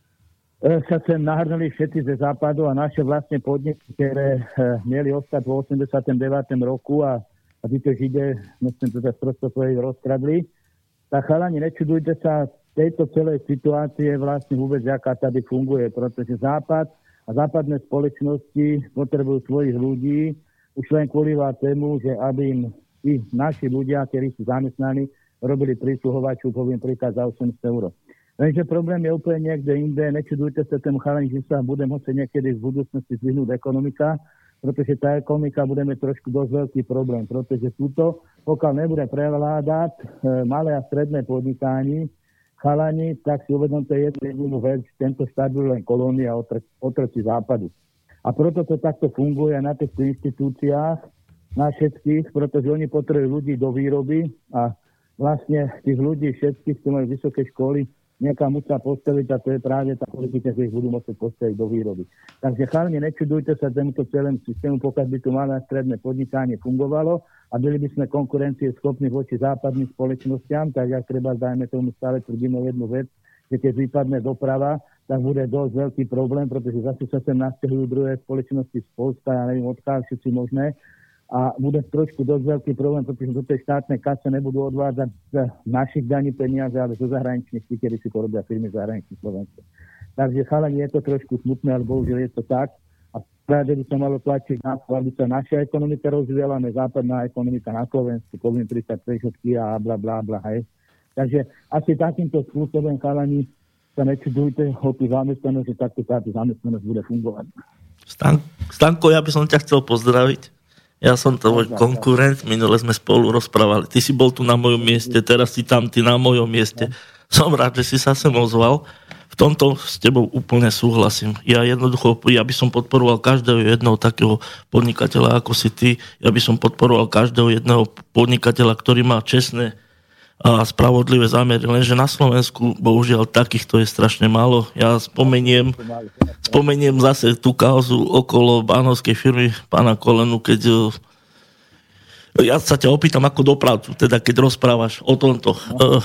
sa sem nahrnuli všetci ze západu a naše vlastne podniky, ktoré mieli ostať v 89. roku a títo Žide, myslím, to sa sprosto rozkradli, tak chalani, nečudujte sa tejto celej situácie vlastne vôbec, aká tady funguje, pretože Západ a západné spoločnosti potrebujú svojich ľudí už len kvôli tému, že aby im tí naši ľudia, ktorí sú zamestnaní, robili prísluhovaču, poviem príklad za 800 eur. Lenže problém je úplne niekde inde. Nečudujte sa tomu chalani, že sa bude musieť niekedy v budúcnosti zvyhnúť ekonomika, pretože tá ekonomika bude mať trošku dosť veľký problém, pretože túto, pokiaľ nebude prevládať malé a stredné podnikanie, chalani, tak si uvedomte jednu vec, tento štát bude len kolónia otroci západu. A proto to takto funguje na týchto inštitúciách, na všetkých, pretože oni potrebujú ľudí do výroby a vlastne tých ľudí všetkých, ktorí majú vysoké školy, niekam musia postaviť a to je práve tá politika, že ich budú musieť postaviť do výroby. Takže chalani, nečudujte sa tomuto celému systému, pokiaľ by tu malé a stredné podnikanie fungovalo a byli by sme konkurencie schopní voči západným spoločnostiam, tak jak treba, dajme tomu, stále tvrdíme jednu vec, že keď vypadne doprava, tak bude dosť veľký problém, pretože zase sa sem nasťahujú druhé spoločnosti z Polska, ja neviem, odkiaľ všetci možné, a bude trošku dosť veľký problém, pretože do tej štátnej kase nebudú odvádzať z našich daní peniaze, ale zo zahraničných, ktorí si porobia firmy zahraničných Slovenska. Takže chalani, je to trošku smutné, ale bohužiaľ je to tak. A práve by sa malo tlačiť na to, aby sa naša ekonomika rozvíjala, západná ekonomika na Slovensku, poviem príklad prešotky a bla bla bla, hej. Takže asi takýmto spôsobom, chalani, sa nečudujte o tú zamestnanosť, že takto táto zamestnanosť bude fungovať. Stanko, ja by som ťa chcel pozdraviť. Ja som tvoj konkurent, minule sme spolu rozprávali. Ty si bol tu na mojom mieste, teraz si tam, ty na mojom mieste. Som rád, že si sa sem ozval. V tomto s tebou úplne súhlasím. Ja by som podporoval každého jedného takého podnikateľa, ako si ty. Ja by som podporoval každého jedného podnikateľa, ktorý má čestné a spravodlivé zámery. Lenže na Slovensku, bohužiaľ, takýchto je strašne málo. Ja spomeniem zase tú kauzu okolo bánovskej firmy pána Kolenu, keď ja sa ťa opýtam ako dopravcu, teda keď rozprávaš o tomto.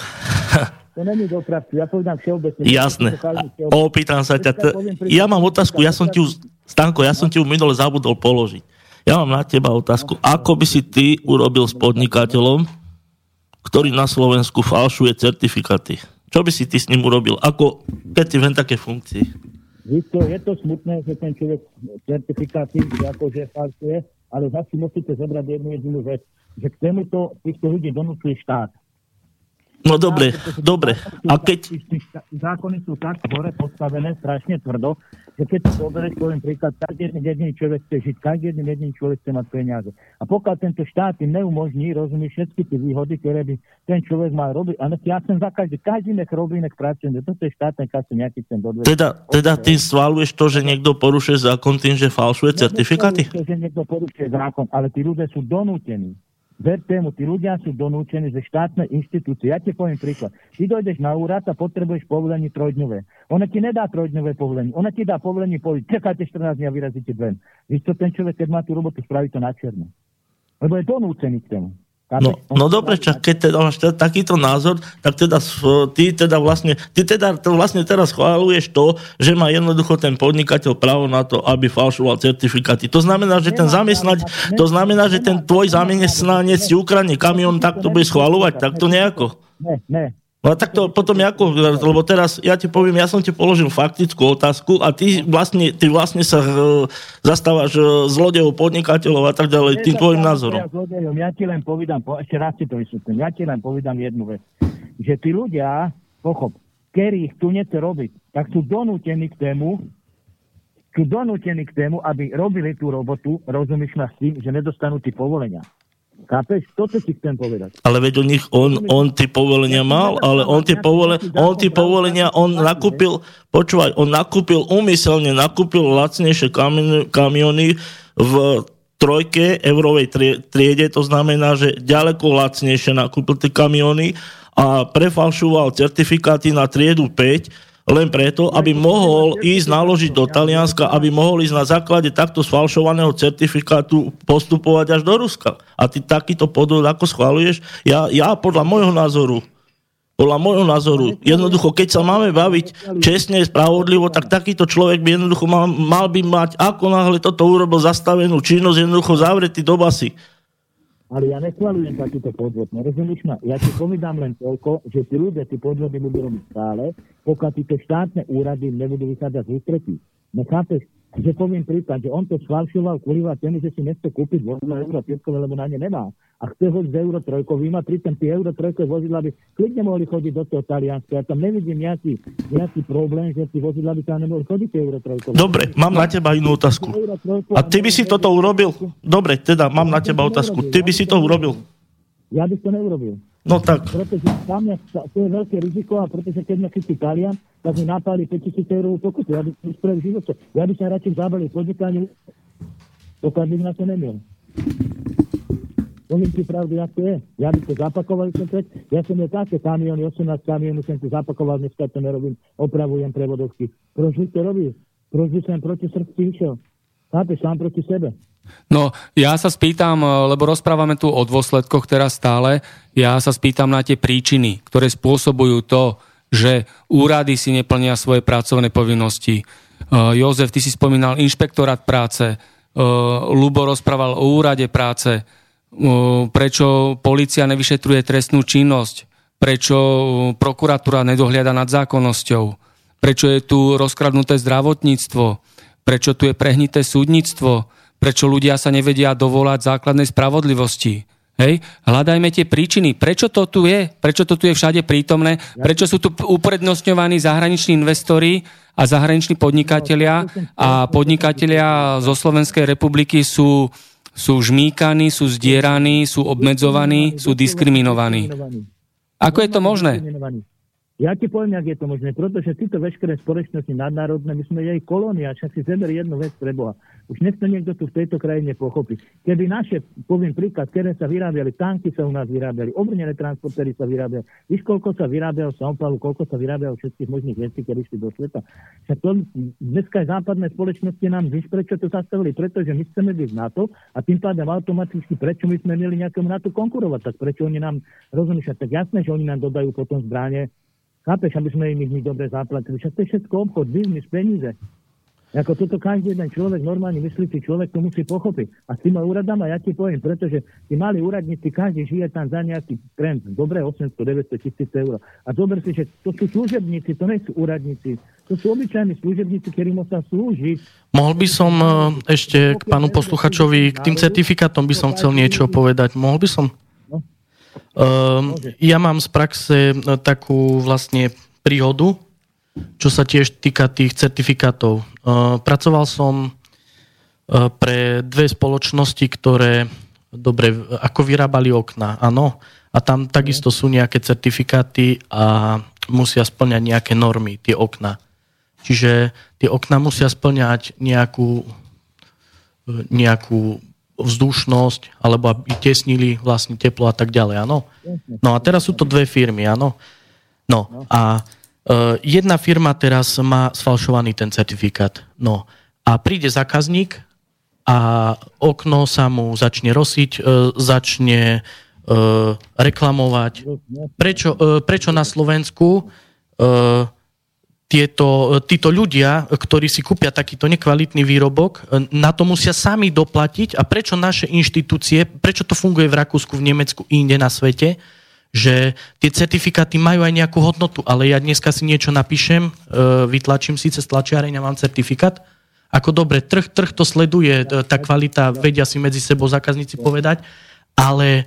To není dopravcu, ja povedám všeobecne. Jasné. Opýtam sa ťa. Ja mám otázku, Stanko, ja som ti ju minule zabudol položiť. Ja mám na teba otázku. Ako by si ty urobil s podnikateľom, ktorý na Slovensku falšuje certifikáty? Čo by si ty s ním urobil? Ako, keď si ven také funkcii? Je to smutné, že ten človek certifikáty akože falšuje, ale zase musíte zobrať jednu vec, že k tomuto týchto ľudí donúcuje štát. No dobre. A keď... Zákony sú tak hore postavené, strašne tvrdo, že keď si zoberieš, poviem príklad, každý jeden jediný človek chce žiť, každý jeden jediný človek chce mať peniaze. A pokiaľ tento štát im neumožní, rozumieš všetky tie výhody, ktoré by ten človek mal robiť, ale ja chcem za každý nech robí, nech pracuje, toto je štátne kasy, nejaký ten dodvedť. Teda ty schvaľuješ to, že niekto porušuje zákon tým, že falšuje certifikáty? To, že niekto porušuje zákon, ale tí ľudia sú donútení. Verte mu, tí ľudia sú donútení ze štátnej inštitúcie. Ja ti poviem príklad. Ty dojdeš na úrad a potrebuješ povolenie 3-dňové. Ona ti nedá 3-dňové povolenie. Ona ti dá povolenie povedať, čakajte 14 dní a vyrazíte ven. Víš to, ten človek, keď má tú robotu, spraví to na černo. Lebo je donútený k tomu. No dobre, keď teda máš takýto názor, tak teda ty vlastne teraz schvaľuješ to, že má jednoducho ten podnikateľ právo na to, aby falšoval certifikáty. To znamená, že ten tvoj zamestnanec si ukradne kamión, tak to bude schvaľovať, tak to nejako. Ne. No a tak to potom ako, lebo teraz ja ti poviem, ja som ti položil faktickú otázku a ty vlastne sa zastávaš zlodejov, podnikateľov a tak ďalej tým tvojim názorom. Ja ti len povídam, ešte raz ti to vysvetlím, ja ti len povídam jednu vec, že tí ľudia, pochop, ktorí chcú niečo robiť, tak sú donútení k tému, aby robili tú robotu, rozumieš ma s tým, že nedostanú tí povolenia. Chápeš? Toto si chcem povedať. Ale veď on tie povolenia mal, ale on tie povolenia, on úmyselne nakúpil lacnejšie kamiony v trojke eurovej triede, to znamená, že ďaleko lacnejšie nakúpil tie kamiony a prefalšoval certifikáty na triedu 5, len preto, aby mohol ísť naložiť do Talianska, aby mohol ísť na základe takto sfalšovaného certifikátu postupovať až do Ruska. A ty takýto podvod ako schvaľuješ? Ja podľa môjho názoru, jednoducho, keď sa máme baviť čestne, spravodlivo, tak takýto človek by jednoducho mal by mať, ako náhle toto urobil zastavenú činnosť, jednoducho zavretý do basy. Ale ja nechvaľujem takýto podvod. Nerozumíš ma? Ja ti povídam len toľko, že tí ľudia, tí podvody budú robiť stále, pokiaľ títo štátne úrady nebudú vychádzať z ústretí. No chápeš, že poviem príklad, že on to sfalšoval kvôli tým, že si nechce kúpiť vozidla Euro 5, lebo na ne nemá. A chce hoď z Euro 3, má pritom tie Euro 3 vozidla by klidne mohli chodiť do toho Talianska. Ja tam nevidím nejaký problém, že tí vozidla by tam nemohli chodiť Euro 3. Dobre, mám na teba inú otázku. A ty by si toto urobil? Dobre, teda mám na teba otázku. Ty by si to urobil? Ja by to neurobil. No tak. Pretože tam to je veľké riziko a pretože keď ma chytí Talian, tak mi napáli 5 000 eurovú pokutu. Ja by som spravil živote. Ja by sa radšej zabalil podnikanie, pokiaľ by na to nemiel. Poviem ti pravdu, jak to je. Ja by to zapakoval som ja som je také kamiony, 18 kamiónov som to zapakoval, dneska to nerobím, opravujem prevodovky. Proč by to robil? Proč by som proti srdci išiel? Chápeš, sám proti sebe. No, ja sa spýtam, lebo rozprávame tu o dôsledkoch teraz stále, ja sa spýtam na tie príčiny, ktoré spôsobujú to, že úrady si neplnia svoje pracovné povinnosti. Jozef, ty si spomínal inšpektorát práce, Ľubo rozprával o úrade práce, prečo polícia nevyšetruje trestnú činnosť, prečo prokuratúra nedohliada nad zákonnosťou, prečo je tu rozkradnuté zdravotníctvo, prečo tu je prehnité súdnictvo, prečo ľudia sa nevedia dovolať základnej spravodlivosti. Hej? Hľadajme tie príčiny. Prečo to tu je? Prečo to tu je všade prítomné? Prečo sú tu uprednostňovaní zahraniční investori a zahraniční podnikatelia a podnikatelia zo Slovenskej republiky sú žmýkaní, sú zdieraní, sú obmedzovaní, sú diskriminovaní. Ako je to možné? Ja ti poviem, jak je to možné, pretože títo veškeré spoločnosti nadnárodné, my sme jej kolónia, však si zeber jednu vec pre Boha. Už nech to niekto tu v tejto krajine pochopí. Keby naše, poviem príklad, ktoré sa vyrábali, tanky sa u nás vyrábali, obrnené transportéry sa vyrábali, víš, koľko sa vyrábalo v São Paulo, koľko sa vyrábalo všetkých možných vecí, ktoré išli do sveta. Však to dneska aj západné spoločnosti nám, víš, prečo to zastavili? Pretože my chceme byť NATO a tým pádem automaticky, prečo my sme mieli nejakému NATO konkurovať, tak prečo oni nám, rozumieš, tak jasné, že oni nám dodajú potom zbrane. Chápeš, aby sme im ich dobre zaplatili. Však to je všetko obchod, biznis, peníze. Ako toto každý jeden človek, normálne myslíci človek, to musí pochopiť. A s tými úradami ja ti poviem, pretože tí mali úradníci, každý žije tam za nejaký trend. Dobre, 800-900 tisíc eur. A zober si, že to sú služebníci, to nie sú úradníci. To sú obyčajní služebníci, ktorým sa slúžiť. Mohol by som ešte k pánu posluchačovi, k tým certifikátom by som chcel niečo povedať. Mohol by som? Ja mám z praxe takú vlastne príhodu, čo sa tiež týka tých certifikátov. Pracoval som pre dve spoločnosti, ktoré ako vyrábali okná, áno. A tam takisto sú nejaké certifikáty a musia spĺňať nejaké normy, tie okná. Čiže tie okná musia spĺňať nejakú vzdušnosť, alebo aby tesnili vlastne teplo a tak ďalej, áno. No a teraz sú to dve firmy, áno. No a jedna firma teraz má sfalšovaný ten certifikát. No a príde zákazník a okno sa mu začne rosiť, začne reklamovať. Prečo na Slovensku títo ľudia, ktorí si kúpia takýto nekvalitný výrobok, na to musia sami doplatiť a prečo naše inštitúcie, prečo to funguje v Rakúsku, v Nemecku, inde na svete, že tie certifikáty majú aj nejakú hodnotu, ale ja dneska si niečo napíšem, vytlačím si cez tlačiareň a mám certifikát. Ako dobre, trh to sleduje, tá kvalita, vedia si medzi sebou zákazníci povedať, ale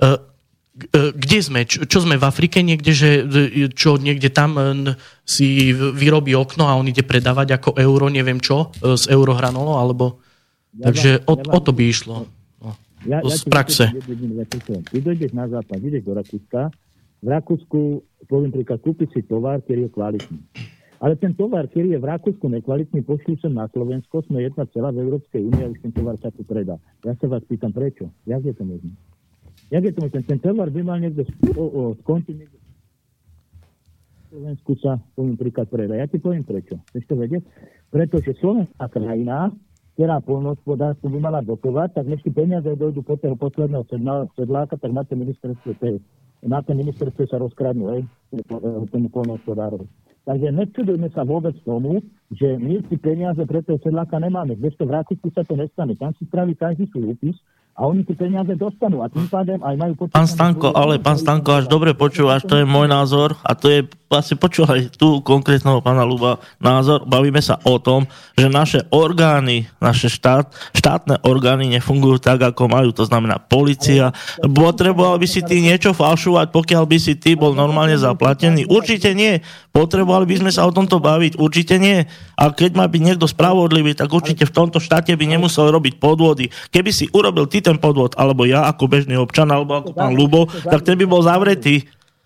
kde sme? Čo sme v Afrike niekde, že čo niekde tam si vyrobí okno a on ide predávať ako euro, neviem čo, z eurohranolo, alebo... Takže o to by išlo. Z praxe. Ty dojdeš na západ, ideš do Rakúska, v Rakúsku, poviem príklad, kúpiš si tovar, ktorý je kvalitný. Ale ten tovar, ktorý je v Rakúsku nekvalitný, pošli sem na Slovensko, sme jedna celá v Európskej únii a už ten tovar sa tu predá. Ja sa vás pýtam, prečo? Jak je to možné? Jak je to možné? Ten tovar by mal niekto skončiť niekde v Slovensku sa, poviem príklad, predá. Ja ti poviem prečo. Chceš to vedieť? Pretože slovenská krajina, ktorá poľnohospodárstvo by mala dotovať, tak než tie peniaze dojdú po toho posledného sedláka, tak na tom ministerstve sa rozkradnú, tomu poľnohospodárovi. Takže nečudujme sa vôbec tomu, že my si peniaze pre toho sedláka nemáme. Kdežto v Rakúsku sa to nestane. Tam si spraví každý súpis a oni si peniaze dostanú. A tým pádem aj majú... Pán Stanko, až dobre počúvaš, to je môj názor a to je, asi počúvaj tu konkrétneho pána Ľuba názor. Bavíme sa o tom, že naše orgány, naše štátne orgány nefungujú tak, ako majú. To znamená polícia. Potreboval by si ty niečo falšovať, pokiaľ by si ty bol normálne zaplatený? Určite nie. Potrebovali by sme sa o tomto baviť? Určite nie. A keď má byť niekto spravodlivý, tak určite v tomto štáte by nemusel robiť podvody. Keby si urobil ty ten podvod, alebo ja ako bežný občan, alebo ako pán Ľubo, tak ten by bol zavretý.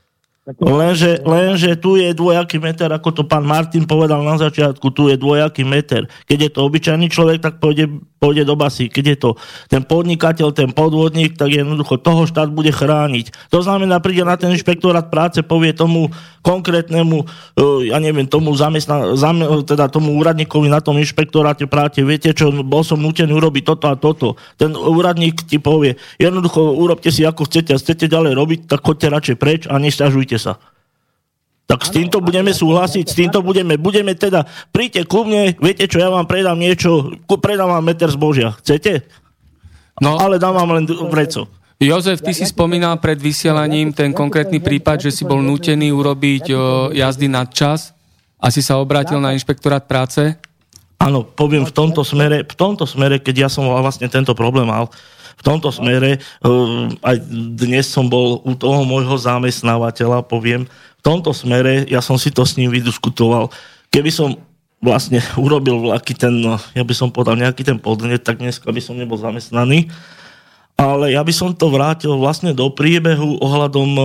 Lenže tu je dvojaký meter, ako to pán Martin povedal na začiatku, tu je dvojaký meter. Keď je to obyčajný človek, tak pôjde do basy. Keď je to ten podnikateľ, ten podvodník, tak jednoducho toho štát bude chrániť. To znamená, príde na ten inšpektorát práce, povie tomu konkrétnemu, tomu tomu úradníkovi na tom inšpektoráte práce, viete čo, bol som nútený urobiť toto a toto. Ten úradník ti povie, jednoducho urobte si ako chcete a chcete ďalej robiť, tak choďte radšej preč a nesťažujte sa. Tak s týmto budeme súhlasiť, s týmto budeme teda, príďte ku mne, viete čo, ja vám predám niečo, predám vám meter zbožia, chcete? No, ale dám vám len vreco. Jozef, ty si spomínal pred vysielaním ten konkrétny prípad, že si bol nútený urobiť jazdy nad čas a si sa obrátil na inšpektorát práce? Áno, poviem v tomto smere, keď ja som vlastne tento problém mal, v tomto smere, aj dnes som bol u toho môjho zamestnávateľa, poviem, v tomto smere, ja som si to s ním vydiskutoval. Keby som vlastne urobil ja by som podal nejaký ten podnet, tak dneska by som nebol zamestnaný. Ale ja by som to vrátil vlastne do príbehu ohľadom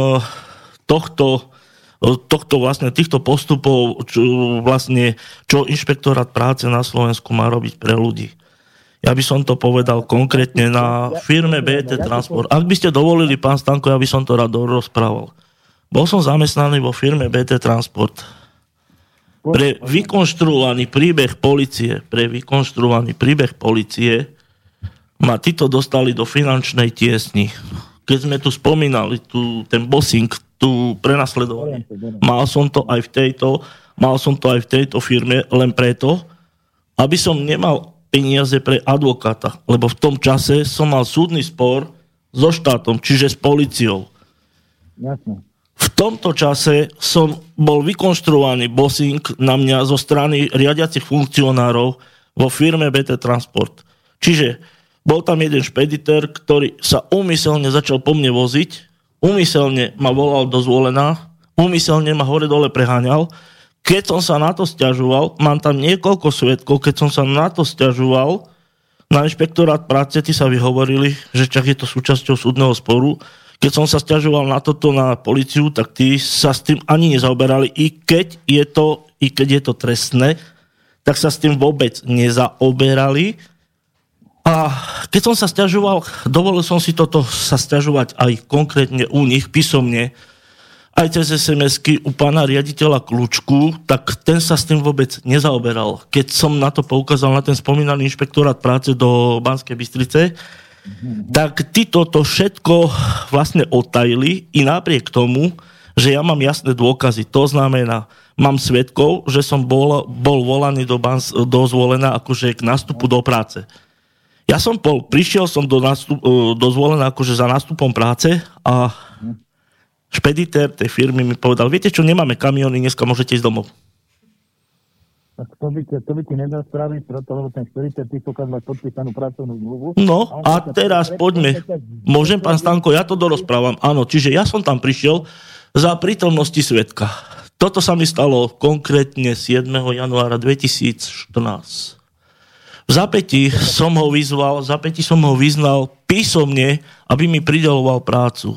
týchto postupov, čo inšpektorát práce na Slovensku má robiť pre ľudí. Ja by som to povedal konkrétne na firme BT Transport. Ak by ste dovolili, pán Stanko, ja by som to rád rozprával. Bol som zamestnaný vo firme BT Transport. Pre vykonštruovaný príbeh polície ma títo dostali do finančnej tiesni. Keď sme tu spomínali ten bossing, tu prenasledovanie, mal som to aj v tejto firme len preto, aby som nemal peniaze pre advokáta, lebo v tom čase som mal súdny spor so štátom, čiže s políciou. Jasne. V tomto čase som bol vykonštruovaný bossing na mňa zo strany riadiacich funkcionárov vo firme BT Transport. Čiže bol tam jeden špeditér, ktorý sa úmyselne začal po mne voziť úmyselne ma volal do Zvolená, úmyselne ma hore-dole preháňal. Keď som sa na to sťažoval, mám tam niekoľko svedkov, keď som sa na to sťažoval, na inšpektorát práce, tí sa vyhovorili, že čak je to súčasťou súdneho sporu. Keď som sa sťažoval na toto na políciu, tak tí sa s tým ani nezaoberali, i keď je to trestné, tak sa s tým vôbec nezaoberali. A keď som sa sťažoval, dovolil som si toto sa sťažovať aj konkrétne u nich písomne, aj cez SMS-ky u pána riaditeľa Kľúčku, tak ten sa s tým vôbec nezaoberal. Keď som na to poukázal na ten spomínaný inšpektorát práce do Banskej Bystrice, tak títo to všetko vlastne odtajili i napriek tomu, že ja mám jasné dôkazy. To znamená, mám svedkov, že som bol volaný do Zvolená akože k nástupu do práce. Ja prišiel som do Zvolená akože za nástupom práce a špeditér tej firmy mi povedal, viete čo, nemáme kamióny, dneska môžete ísť domov. Tak to by ti nedal spraviť, lebo ten špeditér týkoľko mať podpísanú pracovnú zmluvu. No a teraz poďme. Môžem, pán Stanko, ja to dorozprávam. Áno, čiže ja som tam prišiel za prítomnosti svedka. Toto sa mi stalo konkrétne 7. januára 2014. V zapätí som ho vyznal písomne, aby mi prideľoval prácu.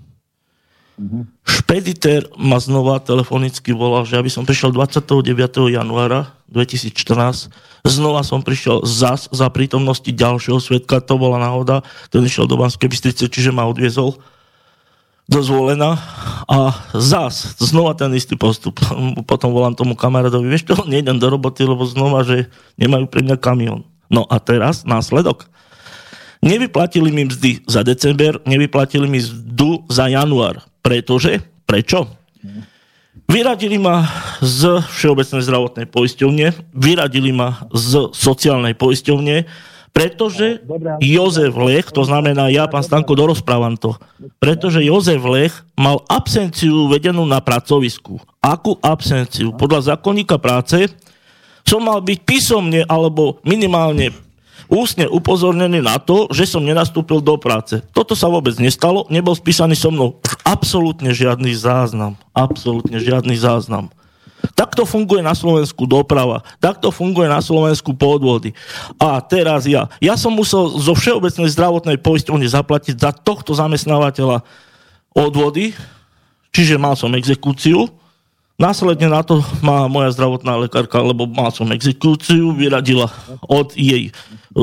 Špeditér ma znova telefonicky volal, že aby som prišiel 29. januára 2014. Znova som prišiel zas za prítomnosti ďalšieho svedka, to bola náhoda, ten išiel do Banskej Bystrice, čiže ma odviezol do Zvolena a zas znova ten istý postup. Potom volám tomu kamarádovi, vieš čo, nejdem do roboty, lebo znova, že nemajú pre mňa kamión. No a teraz následok. Nevyplatili mi mzdy za december, nevyplatili mi mzdu za január. Prečo? Vyradili ma z Všeobecnej zdravotnej poisťovne, vyradili ma z sociálnej poisťovne, pretože Jozef Lech, to znamená ja, pán Stanko, dorozprávam to, pretože Jozef Lech mal absenciu vedenú na pracovisku. Akú absenciu? Podľa zákonníka práce som mal byť písomne alebo minimálne ústne upozornený na to, že som nenastúpil do práce. Toto sa vôbec nestalo, nebol spísaný so mnou absolútne žiadny záznam. Absolútne žiadny záznam. Takto funguje na Slovensku doprava, takto funguje na Slovensku podvody. A teraz ja som musel zo Všeobecnej zdravotnej poisťovne zaplatiť za tohto zamestnávateľa odvody, čiže mal som exekúciu. Následne na to má moja zdravotná lekárka, lebo mal som exekúciu, vyradila od jej,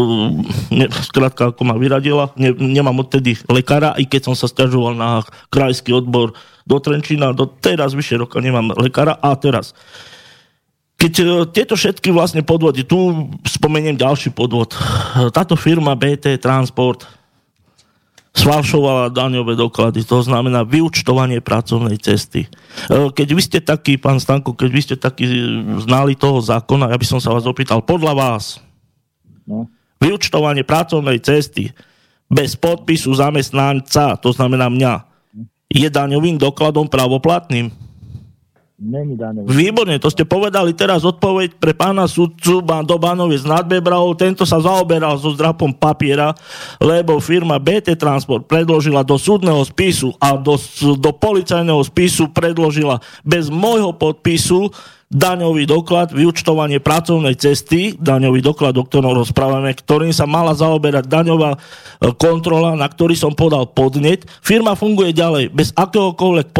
skrátka ako ma vyradila, nemám odtedy lekára, i keď som sa sťažoval na krajský odbor do Trenčína, do teraz vyše roka nemám lekára. A teraz, keď tieto všetky vlastne podvody, tu spomeniem ďalší podvod. Táto firma BT Transport sfalšovala daňové doklady, to znamená vyúčtovanie pracovnej cesty. Keď vy ste taký, pán Stanko, keď vy ste taký znali toho zákona, ja by som sa vás opýtal, podľa vás, vyúčtovanie pracovnej cesty bez podpisu zamestnanca, to znamená mňa, je daňovým dokladom právoplatným? Není daňový. Výborne, to ste povedali teraz odpoveď pre pána sudcu do Bánoviec nad Bebravou. Tento sa zaoberal so zdrapom papiera, lebo firma BT Transport predložila do súdneho spisu a do policajného spisu predložila bez môjho podpisu daňový doklad, vyúčtovanie pracovnej cesty, daňový doklad, o ktorom rozprávame, ktorým sa mala zaoberať daňová kontrola, na ktorý som podal podnet. Firma funguje ďalej, bez akéhokoľvek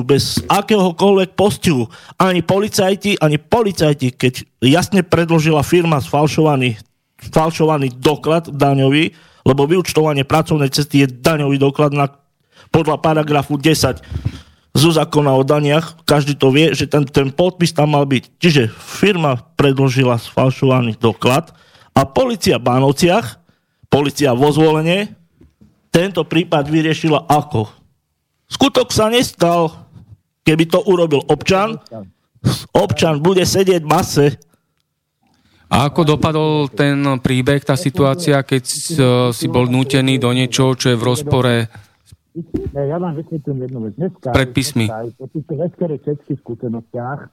postihu. Ani policajti, keď jasne predložila firma sfalšovaný doklad daňový, lebo vyúčtovanie pracovnej cesty je daňový doklad podľa paragrafu 10 zo zákona o daniach, každý to vie, že ten podpis tam mal byť. Čiže firma predložila sfalšovaný doklad a polícia v Bánovciach, polícia vo Zvolene, tento prípad vyriešila ako? Skutok sa nestal. Keby to urobil občan bude sedieť v mase. A ako dopadol ten príbeh, tá situácia, keď si bol nútený do niečoho, čo je v rozpore Ja vám vysvetlím jednu vec. Dneska predpismi. Po týchto veškerých všetkých skúsenostiach,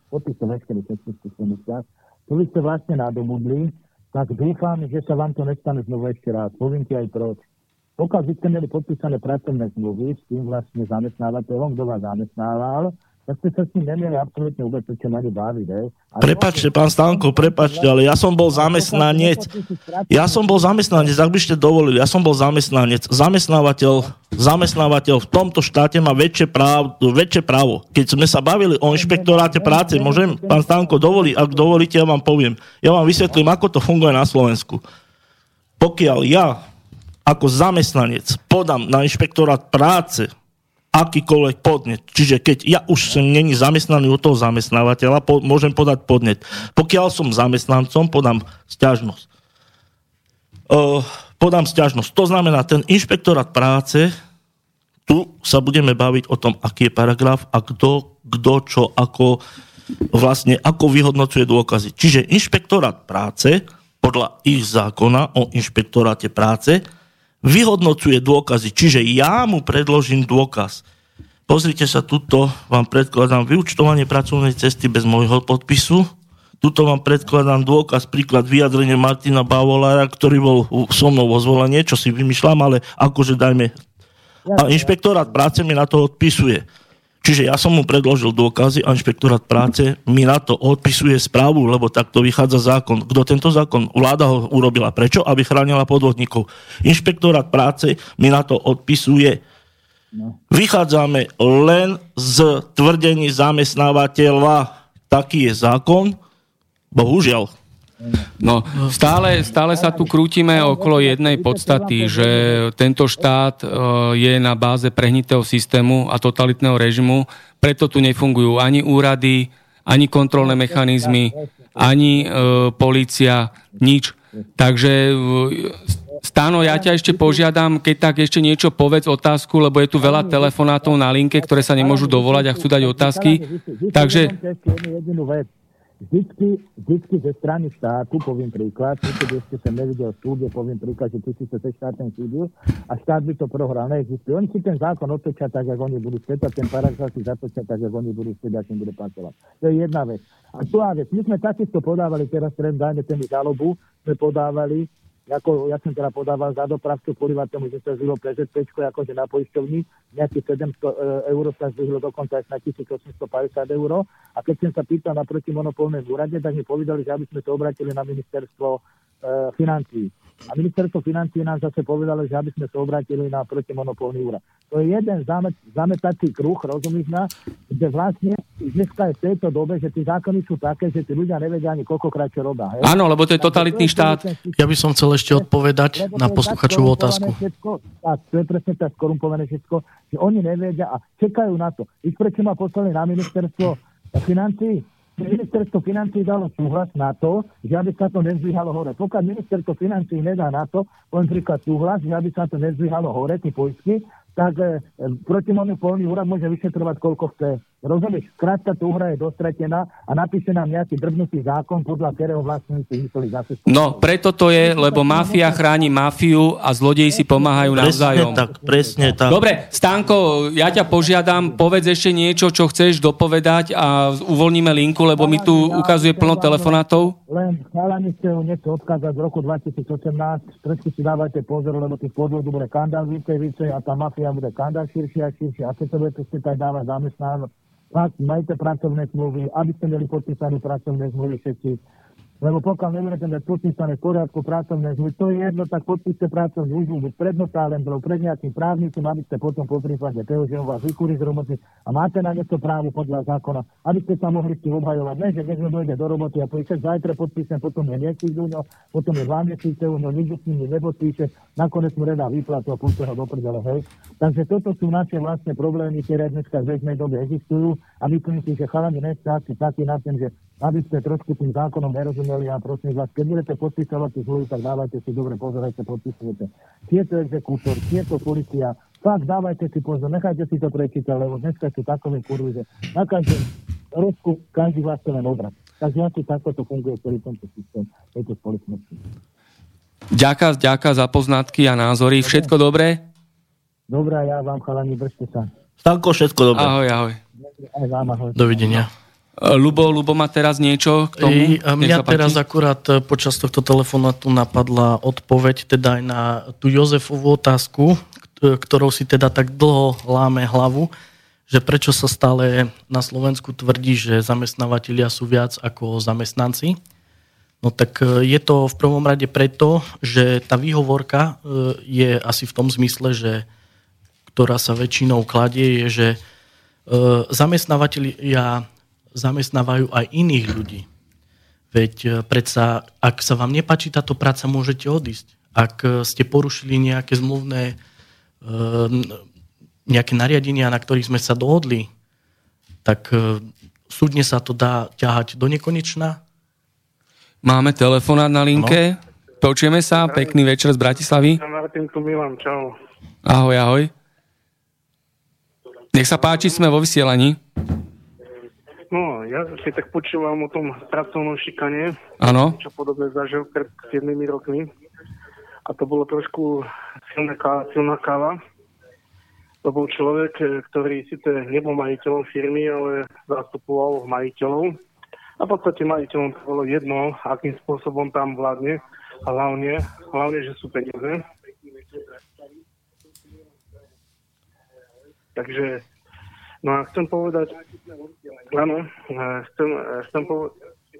to vy ste vlastne nadobudli, tak dúfam, že sa vám to nestane znovu ešte raz. Poviem ti aj proč. Pokiaľ by ste mali podpísané pracovné zmluvy s tým vlastne zamestnávateľom, kto vás zamestnával, tak ste sa s tým nemieli absolútne vôbec, čo mali baviť. Prepáčte, pán Stanko, ale ja som bol zamestnanec. Ak by ste dovolili, ja som bol zamestnanec. Zamestnávateľ v tomto štáte má väčšie právo. Keď sme sa bavili o inšpektoráte práce, môžem, pán Stanko, ak dovolíte, ja vám poviem. Ja vám vysvetlím, ako to funguje na Slovensku. Pokiaľ ja ako zamestnanec podám na inšpektorát práce akýkoľvek podnet. Čiže keď ja už som není zamestnaný u toho zamestnávateľa, môžem podať podnet. Pokiaľ som zamestnancom, podám sťažnosť. To znamená, ten inšpektorát práce, tu sa budeme baviť o tom, aký je paragraf a kto čo, ako vyhodnocuje dôkazy. Čiže inšpektorát práce, podľa ich zákona o inšpektoráte práce, vyhodnocuje dôkazy. Čiže ja mu predložím dôkaz. Pozrite sa, tuto vám predkladám vyúčtovanie pracovnej cesty bez môjho podpisu. Tuto vám predkladám dôkaz, príklad vyjadrenie Martina Bavolára, ktorý bol so mnou vo zvolenie, čo si vymýšľam, ale akože dajme. A inšpektorát práce mi na to odpisuje. Čiže ja som mu predložil dôkazy a inšpektorát práce mi na to odpisuje správu, lebo takto vychádza zákon. Kto tento zákon? Vláda ho urobila. Prečo? Aby chránila podvodníkov. Inšpektorát práce mi na to odpisuje. Vychádzame len z tvrdení zamestnávateľa. Taký je zákon. Bohužiaľ. No, stále sa tu krútime okolo jednej podstaty, že tento štát je na báze prehnitého systému a totalitného režimu, preto tu nefungujú ani úrady, ani kontrolné mechanizmy, ani polícia, nič. Takže Stano, ja ťa ešte požiadam, keď tak ešte niečo povedz, otázku, lebo je tu veľa telefonátov na linke, ktoré sa nemôžu dovolať a chcú dať otázky. Takže Vždycky ze strany štátu, poviem príklad, keď ešte som nevidel súde, poviem príklad, že ty si sa štátnym súdil a štát by to prohral, neexistuje. Oni si ten zákon otočia tak, ako oni budú chcieť a ten paragraf si zatočia tak, ako oni budú chcieť, akým bude pracovať. To je jedna vec. A druhá vec, my sme takisto podávali teraz, dajme ten žalobu, sme podávali, ako ja som teda podával za dopravcu kvôli tomu, že sa zvýhlo PZPčko akože na poisťovni, nejakých 700 eur sa zvýhlo dokonca až na 1850 eur. A keď som sa pýtal na protimonopolné úrade, tak mi povedali, že aby sme to obratili na ministerstvo financií. A ministerstvo financií nám zase povedalo, že aby sme sa obratili na protimonopolný úrad. To je jeden zametací kruh, rozumíš ma, že vlastne dneska je v tejto dobe, že tí zákony sú také, že tí ľudia nevedia ani koľkokrát čo robia. Hej? Áno, lebo to je totalitný štát. Ja by som chcel ešte odpovedať na posluchačovú otázku. Tak, to je presne tak skorumpované všetko, že oni nevedia a čakajú na to. Ich prečo ma poslali na ministerstvo financií? Ministerstvo financií dalo súhlas na to, že aby sa to nezdvíhalo hore. Pokiaľ ministerstvo financií nedá na to, napríklad súhlas, že aby sa to nezdvíhalo hore, tí poistky, tak protimonopolný úrad môže vyšetrovať, koľko chce. Rozumieš? Skrátka, tá hra je dostratená a napíše nám nejaký drbnutý zákon, podľa ktorého vlastne si mysleli zase. No, preto to je, lebo mafia chráni mafiu a zlodeji si pomáhajú navzájom. Presne tak. Dobre, Stanko, ja ťa požiadam, povedz ešte niečo, čo chceš dopovedať a uvoľníme linku, lebo mi tu ukazuje plno telefonátov. Len chalani ste ho niečo odkázať v roku 2018. Trošku si dávajte pozor, lebo tých podvodov bude kandál vícej a tá mafia bude kandál širšie a širšie. A keď sa budete si tak dávať zamestnávať, fakt, majte pracovné zmluvy, aby ste mali podpísané pracovné zmluvy všetci. Lebo pokiaľ nebudete mať podpísané v poriadku pracovné zmluvy, to je jedno, tak podpíšte pracovnú zmluvu pred notárem, pred nejakým právnikom, aby ste potom po prípade toho, že on vás vykúri z roboty a máte na niečo právo podľa zákona, aby ste sa mohli s tým obhajovať. Ne, že keď dojde do roboty a povie, zajtra podpíšem, potom je niekým dúňo, potom je 2 mesiace, nikto s ním nepodpíše, nakoniec mu redá výplatu a púšte ho do prdele, hej. Takže toto sú naše vlastné problémy, ktoré dneska v bežnej dobe existujú a myslím si, že chalani dneska asi taký na tým, že aby ste trošku tým zákonom nerozumeli a prosím vás, keď budete podpísavať tú zmluvu, tak dávajte si dobre pozor, aj sa podpisujete. Či je to exekútor, či je to policia, fakt dávajte si pozor, nechajte si to prečítať, lebo dneska sú takové kurvy, že na každom rozku každý vás chce len obrať. Takže asi takto to funguje celý tento systém tejto spoločnosti. Ďakujem za poznatky a názory. Všetko dobré? Dobré, ja vám chalani, držte sa. Stanko, všetko dobré. Ahoj. Dovidenia. Ľubo má teraz niečo k tomu? Mňa teraz akurát počas tohto telefonátu napadla odpoveď teda aj na tú Jozefovú otázku, ktorou si teda tak dlho láme hlavu, že prečo sa stále na Slovensku tvrdí, že zamestnávateľia sú viac ako zamestnanci. No tak je to v prvom rade preto, že tá výhovorka je asi v tom zmysle, že ktorá sa väčšinou kladie, je, že zamestnávateľia zamestnávajú aj iných ľudí. Veď predsa, ak sa vám nepáči táto práca, môžete odísť. Ak ste porušili nejaké zmluvné nejaké nariadenia, na ktorých sme sa dohodli, tak súdne sa to dá ťahať do nekonečna. Máme telefonát na linke. No. Počujeme sa. Pekný večer z Bratislavy. Martin, tu Milan, čau. Ahoj, ahoj. Nech sa páči, sme vo vysielaní. No, ja si tak počúvam o tom pracovnom šikane. Áno. Čo podobne zažil pred 7 rokmi. A to bolo trošku silná káva. To bol človek, ktorý síce nebol majiteľom firmy, ale zastupoval majiteľov. A v podstate majiteľom to bolo jedno, akým spôsobom tam vládne. A hlavne, že sú peniaze. Takže, no a chcem povedať, áno, chcem povedať.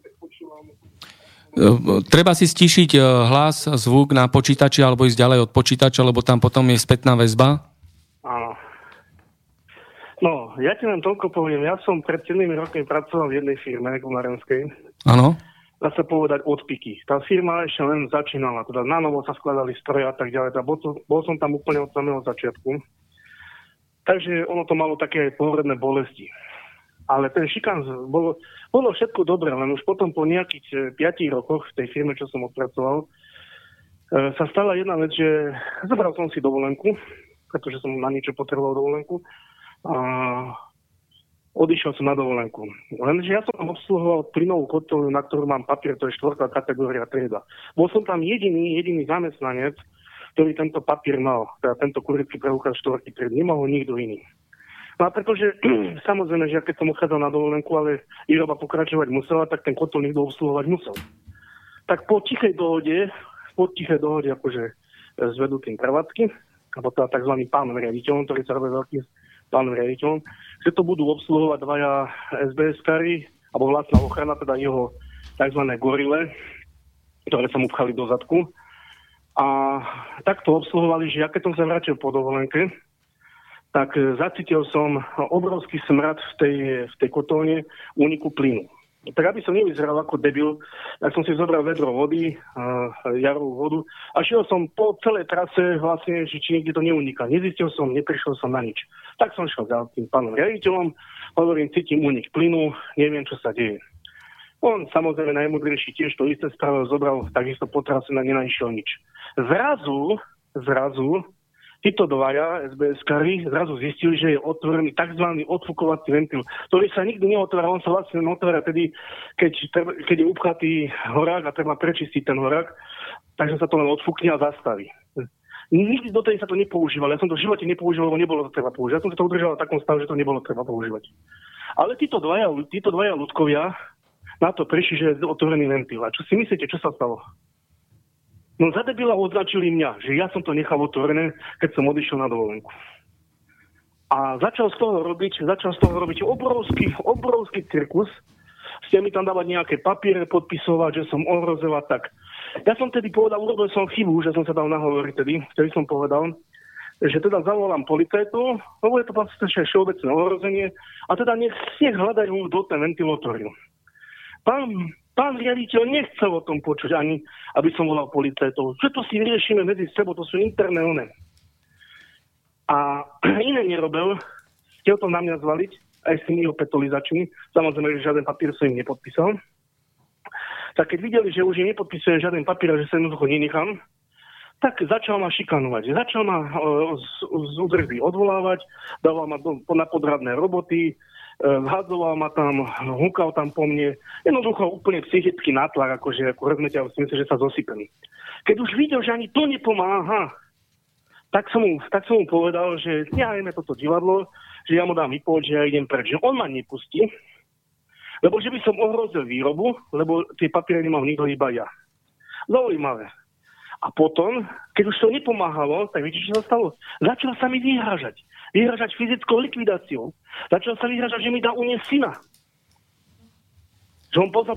Treba si stíšiť hlas, zvuk na počítači alebo ísť ďalej od počítača, lebo tam potom je spätná väzba. Áno. No, ja ti len toľko poviem. Ja som pred 7 rokmi pracoval v jednej firme gulárenskej. Áno. Dá sa povedať odpiky. Tá firma ešte len začínala. Teda na novo sa skladali stroje a tak ďalej. Bol som tam úplne od samého začiatku. Takže ono to malo také pohľadné bolesti. Ale ten šikán, bolo všetko dobré, len už potom po nejakých 5 rokoch v tej firme, čo som odpracoval, sa stala jedna vec, že zobral som si dovolenku, pretože som na niečo potreboval dovolenku, a odišiel som na dovolenku. Lenže ja som tam obsluhoval plynovú kotolňu, na ktorú mám papier, to je 4. kategória trieda. Bol som tam jediný zamestnanec, ktorý tento papier mal, teda tento kurický preukaz 4. triedy. Nemal ho nikto iný. No a pretože, samozrejme, že ja keď som odchádzal na dovolenku, ale výroba pokračovať musela, tak ten kotol niekto obsluhovať musel. Tak po tichej dohode, akože s vedúcim prevádzky, alebo teda tzv. Pánom riaditeľom, ktorý sa robí veľkým pánom riaditeľom, že to budú obsluhovať dvaja SBS-kari, alebo vlastná ochrana, teda jeho tzv. Gorile, ktoré sa mu pchali do zadku. A takto obsluhovali, že ja keď som sa vrátil po dovolenke, tak zacítil som obrovský smrad v tej kotolne úniku plynu. Tak aby som nevyzeral ako debil, tak som si zobral vedro vody, jarovú vodu a šiel som po celej trase vlastne, že či niekde to neuniká. Nezistil som, neprišiel som na nič. Tak som šiel za tým pánom riaditeľom, hovorím, cítim únik plynu, neviem, čo sa deje. On samozrejme najmudrejší tiež to isté spravil, zobral takisto po trase a nenašiel nič. Zrazu títo dvaja SBS-kari zrazu zistili, že je otvorený tzv. Odfukovací ventil, ktorý sa nikdy neotvára. On sa vlastne otvára tedy, keď je upchatý horák a treba prečistiť ten horák, takže sa to len odfúkne a zastaví. Nikdy do tej sa to nepoužívalo. Ja som to v živote nepoužíval, lebo nebolo to treba používať. Ja som to udržal v takom stave, že to nebolo treba používať. Ale títo dvaja ľudkovia na to prišli, že je otvorený ventil. A čo si myslíte, čo sa stalo? No za debila označili mňa, že ja som to nechal otvorené, keď som odišiel na dovolenku. A začal z toho robiť obrovský cirkus. Ste mi tam dávať nejaké papiere, podpisovať, že som ohrozoval tak. Ja som tedy povedal, urobil som chybu, že som sa dal nahovoriť vtedy som povedal, že teda zavolám policajtu, lebo je to vlastne všeobecné ohrozenie, a teda nech hľadajú do ten ventilátoriu. Pán riaditeľ nechcel o tom počuť ani, aby som volal policajtov. Čo to si vyriešime medzi sebou, to sú interné one. A iné nerobil, chcel to na mňa zvaliť, aj s tými opetolizačmi. Samozrejme, že žiaden papier som im nepodpísal. Tak keď videli, že už im nepodpísujem žiaden papier, že sa jednoducho nenechám, tak začal ma šikanovať. Začal ma z údržby odvolávať, dával ma na podradné roboty, zhadzoval ma tam, húkal tam po mne. Jednoducho úplne psychický nátlak, ako rozmetia v smysle, že sa zosypem. Keď už videl, že ani to nepomáha, tak som mu povedal, že nehajme toto divadlo, že ja mu dám vypoveď, že ja idem preč. Že on ma nepustí. Lebo že by som ohrozil výrobu, lebo tie papiere nemám nikto, iba ja. Zaujímavé. A potom, keď už to nepomáhalo, tak viete, čo sa stalo? Začal sa mi vyhrážať. Vyhrážať fyzickou likvidáciou. Začal sa vyhrážať, že mi dá uniesť syna. Že on poznal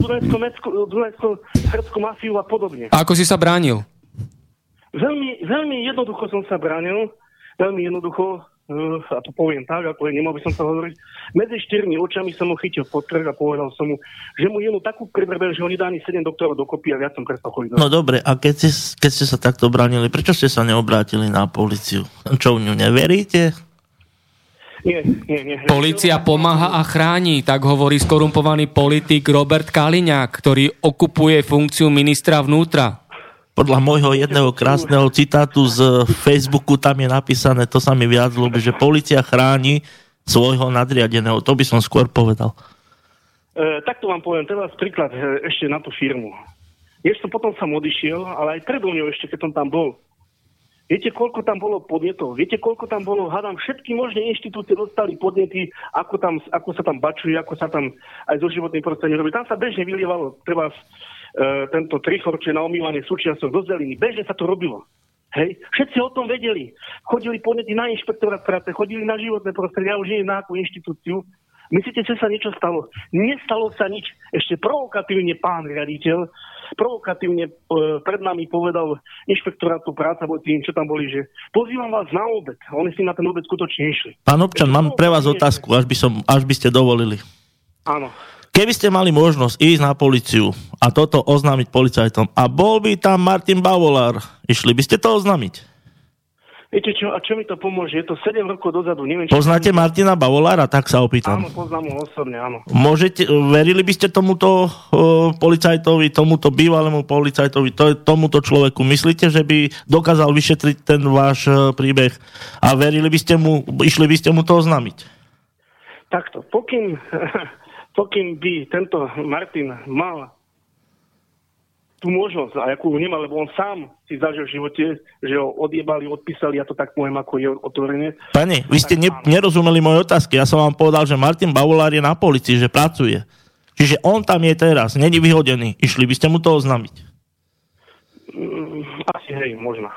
dunajskú mafiu a podobne. A ako si sa bránil? Veľmi, veľmi jednoducho som sa bránil. Veľmi jednoducho, a to poviem tak, ako nemal by som sa hovoriť. Medzi 4 očami som ho chytil pod krk a povedal som mu, že mu jednu takú pridrbel, že ho nedá ani 7 doktorov dokopy a viac som prestal chodiť. No dobre, a keď ste sa takto bránili, prečo ste sa neobrátili na políciu? Čo, v ňu neveríte? Nie. Polícia pomáha a chráni, tak hovorí skorumpovaný politik Robert Kaliňák, ktorý okupuje funkciu ministra vnútra. Podľa môjho jedného krásneho citátu z Facebooku tam je napísané, to sa mi viac ľúbi, že polícia chráni svojho nadriadeného. To by som skôr povedal. Takto vám poviem teraz príklad ešte na tú firmu. Ešte potom som odišiel, ale aj predo mňou ešte, keď som tam bol. Viete, koľko tam bolo podnetov? Viete, koľko tam bolo, hádam, všetky možné inštitúcie dostali podnety, ako sa tam bačuje, ako sa tam aj zo životných prostredí robí. Tam sa bežne vylievalo, treba tento trichorče na omývanie súčiastok do zeliny. Bežne sa to robilo. Hej? Všetci o tom vedeli. Chodili podnety na inšpektorát práce, chodili na životné prostredie, už nie na akú inštitúciu. Myslíte, že sa niečo stalo? Nestalo sa nič. Ešte provokatívne pán riaditeľ pred nami povedal inšpektorátu práca, bo tým, čo tam boli, že pozývam vás na obed. Oni si na ten obed skutočne išli. Pán občan, mám pre vás otázku, až by ste dovolili. Áno. Keby ste mali možnosť ísť na políciu a toto oznámiť policajtom a bol by tam Martin Bavolár, išli by ste to oznámiť? Viete čo, a čo mi to pomôže? Je to 7 rokov dozadu. Neviem, poznáte Martina Bavolára? Tak sa opýtam. Áno, poznám ho osobne, áno. Verili by ste tomuto policajtovi, tomuto bývalému policajtovi, tomuto človeku? Myslíte, že by dokázal vyšetriť ten váš príbeh a verili by ste mu, išli by ste mu to oznámiť? Takto, pokým by tento Martin mal tú možnosť, a akú nemal, lebo on sám si zažil v živote, že ho odjebali, odpísali, ja to tak poviem, ako je otvorené. Pane, vy ste nerozumeli moje otázky. Ja som vám povedal, že Martin Bavolár je na polícii, že pracuje. Čiže on tam je teraz, není vyhodený. Išli by ste mu to oznámiť? Asi hej, možno.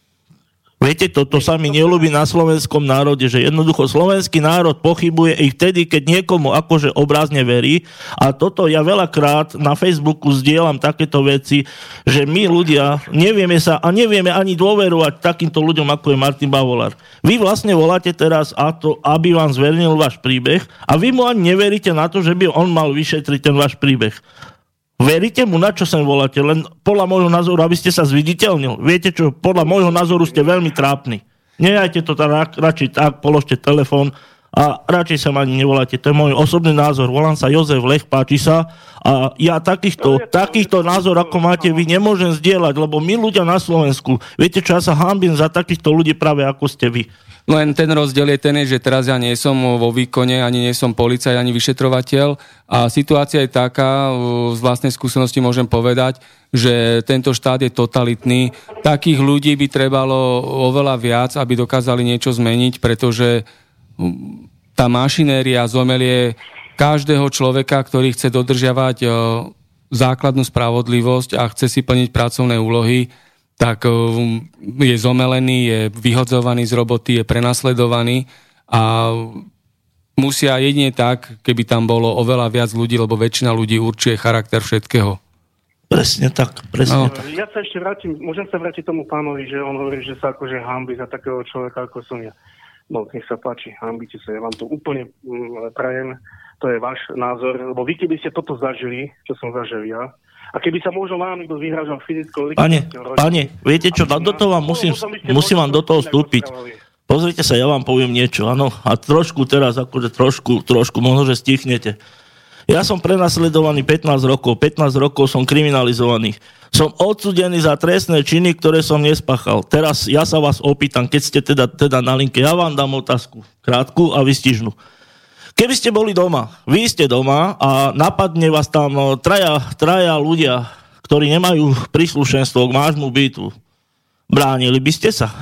Viete, toto sa mi neľúbi na slovenskom národe, že jednoducho slovenský národ pochybuje i vtedy, keď niekomu akože obrazne verí. A toto ja veľakrát na Facebooku zdieľam takéto veci, že my ľudia nevieme ani dôverovať takýmto ľuďom, ako je Martin Bavolár. Vy vlastne voláte teraz, aby vám zvernil váš príbeh a vy mu ani neveríte na to, že by on mal vyšetriť ten váš príbeh. Veríte mu, na čo sem voláte? Len podľa môjho názoru, aby ste sa zviditeľnil. Viete čo, podľa môjho názoru ste veľmi trápni. Nejajte to radšej tak, položte telefón a radšej sa ma ani nevoláte. To je môj osobný názor. Volám sa Jozef Lech, páči sa. A ja takýchto názor, ako máte, vy nemôžem zdieľať, lebo my ľudia na Slovensku, viete čo, ja sa hanbím za takýchto ľudí práve ako ste vy. Len ten rozdiel je ten, že teraz ja nie som vo výkone, ani nie som policajt, ani vyšetrovateľ a situácia je taká, z vlastnej skúsenosti môžem povedať, že tento štát je totalitný. Takých ľudí by trebalo oveľa viac, aby dokázali niečo zmeniť, pretože tá mašinéria zomelie každého človeka, ktorý chce dodržiavať základnú spravodlivosť a chce si plniť pracovné úlohy, tak je zomelený, je vyhodzovaný z roboty, je prenasledovaný a musia jedine tak, keby tam bolo oveľa viac ľudí, lebo väčšina ľudí určuje charakter všetkého. Presne tak, presne tak. Ja sa ešte môžem sa vrátiť tomu pánovi, že on hovorí, že sa akože hanbí za takého človeka, ako som ja. No, nech sa páči, hanbíte sa, ja vám to úplne prajem, to je váš názor, lebo vy keby ste toto zažili, čo som zažil ja, a keby sa možno vám niekto vyhrážal fyzickou likvidáciou... Pane, viete čo, do toho vám musím vám do toho vstúpiť. Pozrite sa, ja vám poviem niečo, áno, a trošku teraz, akože trošku, možno, že stichnete. Ja som prenasledovaný 15 rokov som kriminalizovaný. Som odsúdený za trestné činy, ktoré som nespáchal. Teraz ja sa vás opýtam, keď ste teda na linke, ja vám dám otázku, krátku a vystižnú. Keby ste boli doma, vy ste doma a napadne vás tam traja ľudia, ktorí nemajú príslušenstvo k vášmu bytu, bránili by ste sa?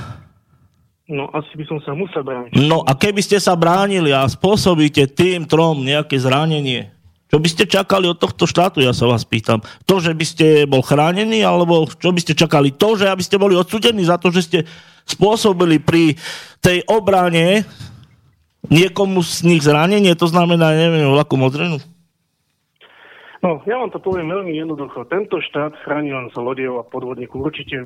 No, asi by som sa musel brániť. No, a keby ste sa bránili a spôsobíte tým trom nejaké zranenie, Čo by ste čakali od tohto štátu, ja sa vás pýtam? To, že by ste bol chránený, alebo čo by ste čakali? To, že aby ste boli odsúdení za to, že ste spôsobili pri tej obrane niekomu z nich zranenie, to znamená, neviem, vlaku modrenu? No, ja vám to poviem veľmi jednoducho. Tento štát chráni len zlodejov a podvodníkov. Určite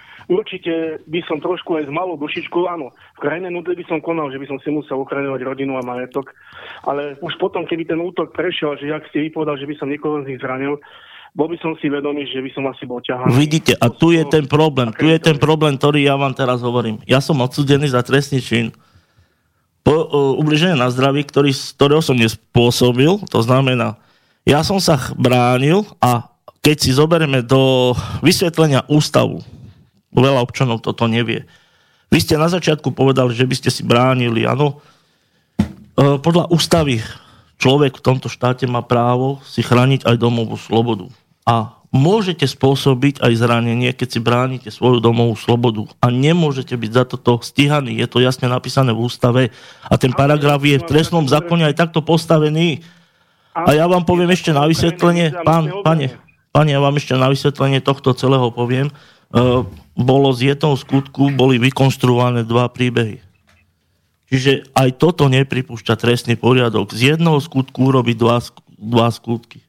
by som trošku aj s malou dušičkou, áno, v krajnej núdzi by som konal, že by som si musel ochraňovať rodinu a majetok, ale už potom, keby ten útok prešiel, že jak ste vypovedal, že by som niekoho z nich zranil, bol by som si vedomý, že by som asi bol ťahaný. Vidíte, a tu je ten problém. Tu je ten problém, ktorý ja vám teraz hovorím. Ja som odsúdený za trestný čin ubliženie na zdraví, ktorého som nespôsobil, to znamená, ja som sa bránil a keď si zoberieme do vysvetlenia ústavu, veľa občanov toto nevie. Vy ste na začiatku povedali, že by ste si bránili, áno. Podľa ústavy človek v tomto štáte má právo si chrániť aj domovú slobodu. A môžete spôsobiť aj zranenie, keď si bránite svoju domovú slobodu. A nemôžete byť za toto stíhaní. Je to jasne napísané v ústave a ten paragraf je v trestnom zákone aj takto postavený. A ja vám poviem ešte na vysvetlenie, pane, ja vám ešte na vysvetlenie tohto celého poviem, bolo z jedného skutku, boli vykonštruované 2 príbehy. Čiže aj toto nepripúšťa trestný poriadok. Z jedného skutku urobiť 2 skutky.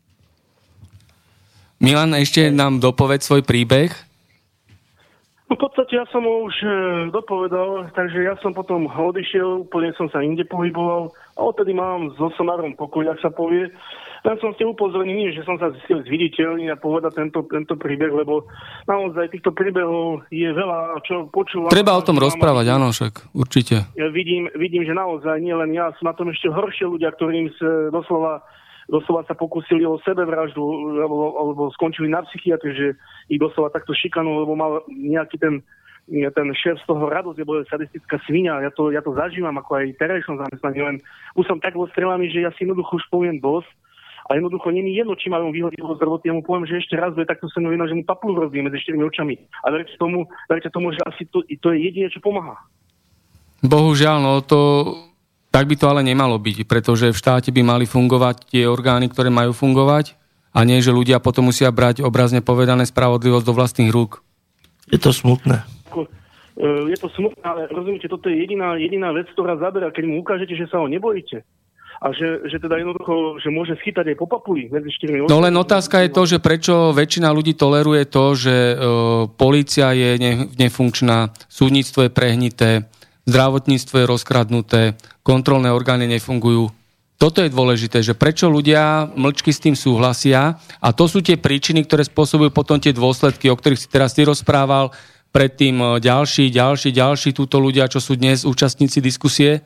Milan, ešte nám dopoveď svoj príbeh. V podstate ja som ho už dopovedal, takže ja som potom odišiel, úplne som sa inde pohyboval a odtedy mám so somárom pokoj, ak sa povie. Len som ste upozornení, že som sa zistil zviditeľný a povedať tento príbeh, lebo naozaj týchto príbehov je veľa, čo počúvam. Treba o tom rozprávať, áno, však, určite. Ja vidím, že naozaj nie len ja, sú na tom ešte horšie ľudia, ktorým sa doslova sa pokúsili o sebevraždu alebo skončili na psychiatrii, že ich doslova takto šikanujú, lebo mal nejaký ten šéf z toho radosť, lebo je sadistická svinia. Ja to zažívam ako aj terajšom zamestnaní, len už som tak odstrelaný, že ja si jednoducho už poviem dosť a jednoducho nie je jedno, či mám vyhodiť z roboty, ja mu poviem, že ešte raz bude takto sa že mu papulu rozbije medzi 4 očami. A verte tomu, že asi to je jediné, čo pomáha. Bohužiaľ, no tak by to ale nemalo byť, pretože v štáte by mali fungovať tie orgány, ktoré majú fungovať a nie, že ľudia potom musia brať obrazne povedané spravodlivosť do vlastných rúk. Je to smutné. Je to smutné, ale rozumiete, toto je jediná vec, ktorá zabera, keď mu ukážete, že sa ho nebojíte. A že teda jednoducho, že môže schytať aj po papuli medzi 4 očami. No len otázka je to, že prečo väčšina ľudí toleruje to, že polícia je nefunkčná, súdnictvo je prehnité, zdravotníctvo je rozkradnuté, kontrolné orgány nefungujú. Toto je dôležité, že prečo ľudia mlčky s tým súhlasia a to sú tie príčiny, ktoré spôsobujú potom tie dôsledky, o ktorých si teraz ty rozprával, predtým ďalší túto ľudia, čo sú dnes účastníci diskusie?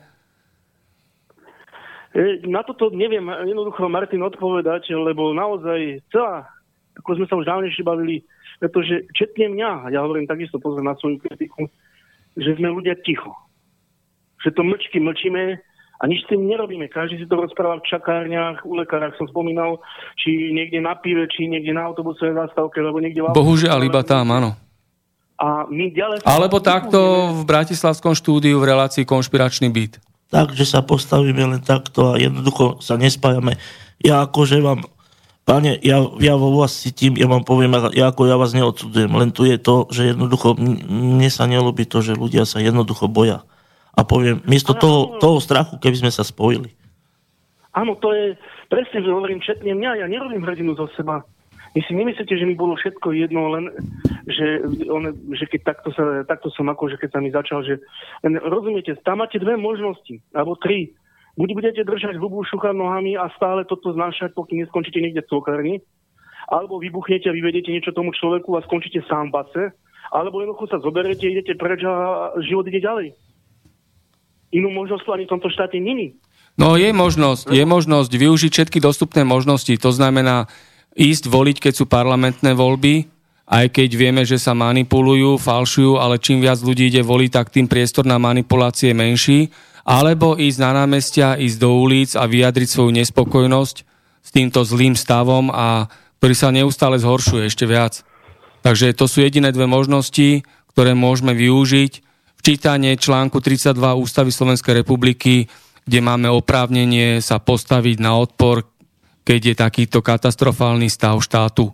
Na toto neviem jednoducho, Martin, odpovedať, lebo naozaj ako sme sa už dávnejšie bavili, pretože četne mňa, ja hovorím takisto pozor na svoju kritiku, že sme ľudia ticho. Že to mlčíme a nič s tým nerobíme. Každý si to rozpráva v čakárniach, u lekárach som spomínal, či niekde na pive, či niekde na autobusovej zástavke, alebo niekde v Bohužiaľ, iba tam, áno. A my ďalej... Alebo takto v Bratislavskom štúdiu v relácii Konšpiračný byt. Takže sa postavíme len takto a jednoducho sa nespájame. Ja akože vám, pane, ja vo vás cítim, ja vám poviem, ja vás neodsudzujem, len tu je to, že jednoducho mne sa neľúbi to, že ľudia sa jednoducho boja. A poviem, miesto toho strachu, keby sme sa spojili. Áno, to je presne, že hovorím četne mňa, ja nerobím hrdinu zo seba. Vy si nemyslíte, že mi bolo všetko jedno, len že keď takto som akože keď sa mi začal, že rozumiete, tam máte 2 možnosti, alebo 3. Buď budete držať hubu, šúchať nohami a stále toto znášať, pokým neskončíte niekde v cukárni, alebo vybuchnete a vyvedete niečo tomu človeku a skončíte sám v base, alebo jednoducho sa zoberiete, idete preč a život ide ďalej. Inú možnosť ani v tomto štáte není. No je možnosť využiť všetky dostupné možnosti, to znamená ísť voliť, keď sú parlamentné voľby, aj keď vieme, že sa manipulujú, falšujú, ale čím viac ľudí ide voliť, tak tým priestor na manipulácie je menší, alebo ísť na námestia, ísť do ulic a vyjadriť svoju nespokojnosť s týmto zlým stavom, a ktorý sa neustále zhoršuje ešte viac. Takže to sú jediné 2 možnosti, ktoré môžeme využiť. Včítanie článku 32 Ústavy Slovenskej republiky, kde máme oprávnenie sa postaviť na odpor keď je takýto katastrofálny stav štátu?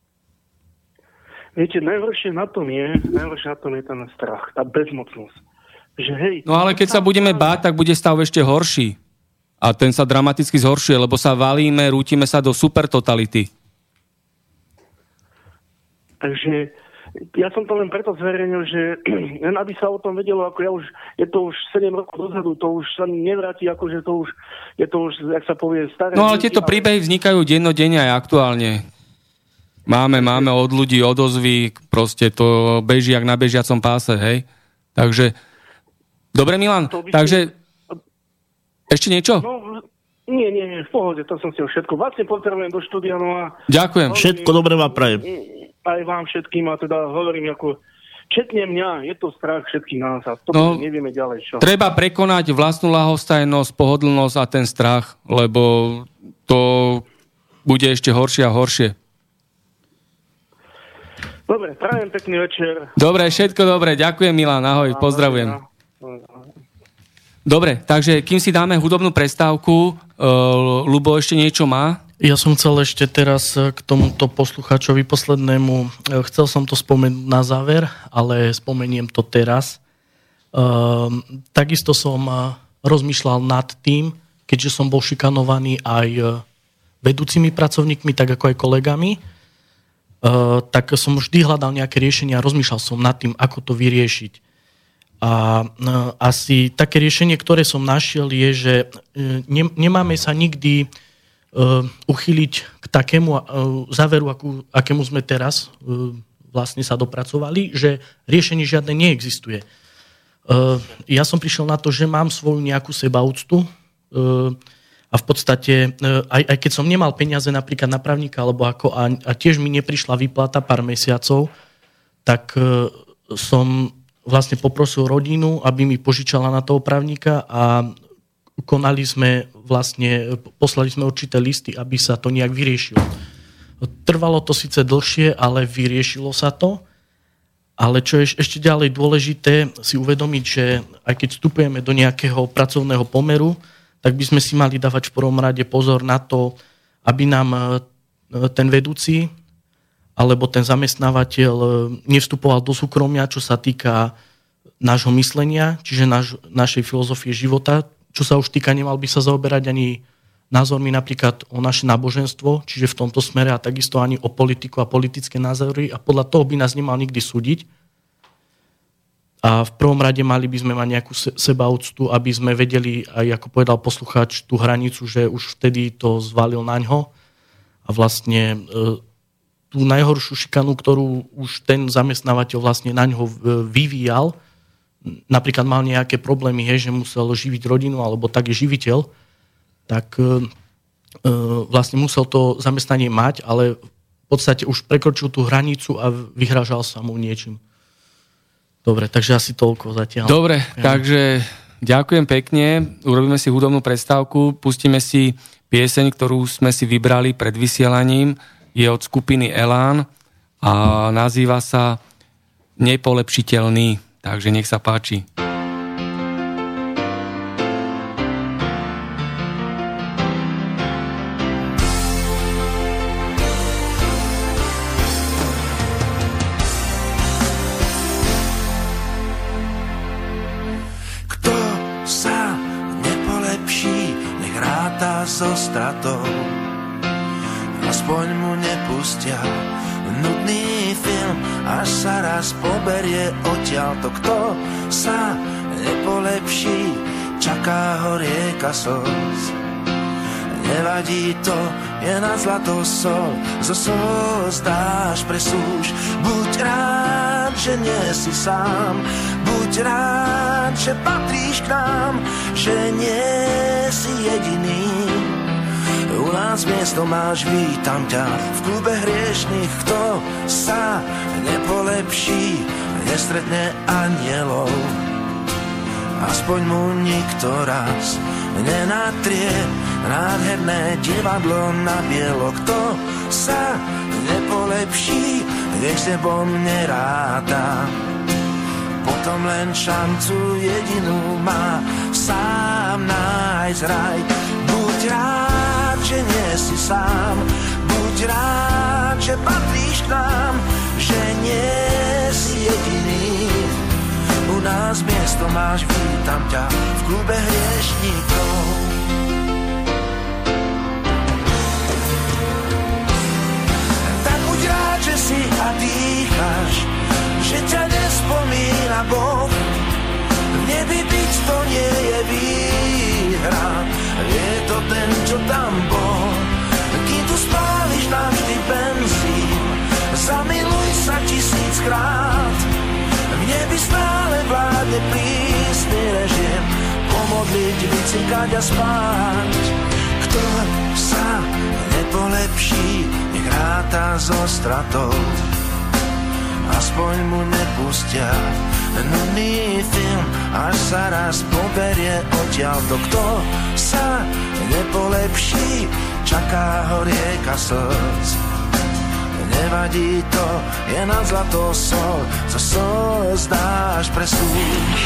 Viete, najhoršie na tom je ten strach, tá bezmocnosť. Že hej, No ale keď sa budeme báť, tak bude stav ešte horší. A ten sa dramaticky zhoršuje, lebo sa valíme, rútime sa do supertotality. Takže ja som to len preto zverejnil, že len aby sa o tom vedelo, ako je to už 7 rokov dozadu, to už sa nevráti, akože je to už, jak sa povie, staré. No ale tieto príbehy vznikajú dennodenne aj aktuálne. Máme od ľudí odozvy, proste to beží jak na bežiacom páse, hej. Takže, dobre Milan, takže ešte niečo? No, nie, v pohode, to som si všetko. Vlastne pozdravujem do štúdia, no a... Ďakujem. Všetko dobré vám prajem. Aj vám všetkým, a teda hovorím, ako četne mňa, je to strach všetkých nás a to nevieme ďalej, čo. Treba prekonať vlastnú ľahostajnosť, pohodlnosť a ten strach, lebo to bude ešte horšie a horšie. Dobre, prajem pekný večer. Dobre, všetko dobre, ďakujem Milan, ahoj, pozdravujem. Dobre, takže kým si dáme hudobnú prestávku, Ľubo ešte niečo má? Ja som chcel ešte teraz k tomuto poslucháčovi poslednému, chcel som to spomenúť na záver, ale spomeniem to teraz. Takisto som rozmýšľal nad tým, keďže som bol šikanovaný aj vedúcimi pracovníkmi, tak ako aj kolegami, tak som vždy hľadal nejaké riešenia a rozmýšľal som nad tým, ako to vyriešiť. A asi také riešenie, ktoré som našiel, je, že nemáme sa nikdy uchyliť k takému záveru, akému sme teraz vlastne sa dopracovali, že riešenie žiadne neexistuje. Ja som prišiel na to, že mám svoju nejakú sebaúctu a v podstate, aj keď som nemal peniaze napríklad na právnika, alebo ako, a tiež mi neprišla výplata pár mesiacov, tak som vlastne poprosil rodinu, aby mi požičala na toho právnika a poslali sme určité listy, aby sa to nejak vyriešilo. Trvalo to síce dlhšie, ale vyriešilo sa to. Ale čo je ešte ďalej dôležité si uvedomiť, že aj keď vstupujeme do nejakého pracovného pomeru, tak by sme si mali dávať v prvom rade pozor na to, aby nám ten vedúci alebo ten zamestnávateľ nevstupoval do súkromia, čo sa týka nášho myslenia, čiže našej filozofie života, čo sa už týka, nemal by sa zaoberať ani názormi napríklad o naše náboženstvo, čiže v tomto smere, a takisto ani o politiku a politické názory, a podľa toho by nás nemal nikdy súdiť. A v prvom rade mali by sme mať nejakú sebaúctu, aby sme vedeli, aj ako povedal poslucháč, tú hranicu, že už vtedy to zvalil naňho a vlastne tú najhoršiu šikanu, ktorú už ten zamestnávateľ vlastne na ňo vyvíjal, napríklad mal nejaké problémy, že musel živiť rodinu, alebo tak je živiteľ, tak vlastne musel to zamestnanie mať, ale v podstate už prekročil tú hranicu a vyhrážal sa mu niečím. Dobre, takže asi toľko zatiaľ. Dobre, takže ďakujem pekne, urobíme si hudobnú prestávku, pustíme si pieseň, ktorú sme si vybrali pred vysielaním, je od skupiny Elán a nazýva sa Nepolepšiteľný. Takže nech sa páči. Kto sa nepolepší, nech ráta so stratou. Aspoň mu nepustia nudný film, až sa raz poberie odtiaľto. Kto sa nepolepší, čaká ho rieka slz. Nevadí to, je na zlato sol, zo slz dáš presúš. Buď rád, že nie si sám, buď rád, že patríš k nám, že nie si jediný. U nás miesto máš, vítam ťa v klube hriešných. Kto sa nepolepší, nestretne anielov. Aspoň mu nikto raz nenatrie nádherné divadlo na bielo. Kto sa nepolepší, nech s nebom neráta. Potom len šancu jedinú má sám nájsť raj. Buď rád, že nie si sám. Buď rád, že patríš k nám, že nie si jediný. U nás miesto máš, vítam ťa v klube hriešníkov. Tak buď rád, že si a dýcháš, že ťa nespomína Boh. V nebi byť to nie je výhra, je to ten, čo tam bol. Kým tu spáliš navždy benzín, zamiluj sa 1000-krát. V nebi stále vládne prísny režim, pomodliť, vycikať a spáť. Kto sa nepolepší, nech ráta so stratou. Aspoň mu nepustia nudný film, až sa raz poberie odtiaľto. Kto sa nepolepší, čaká ho rieka slz. Nevadí to, je nad zlatou sol, co slz dáš presúš.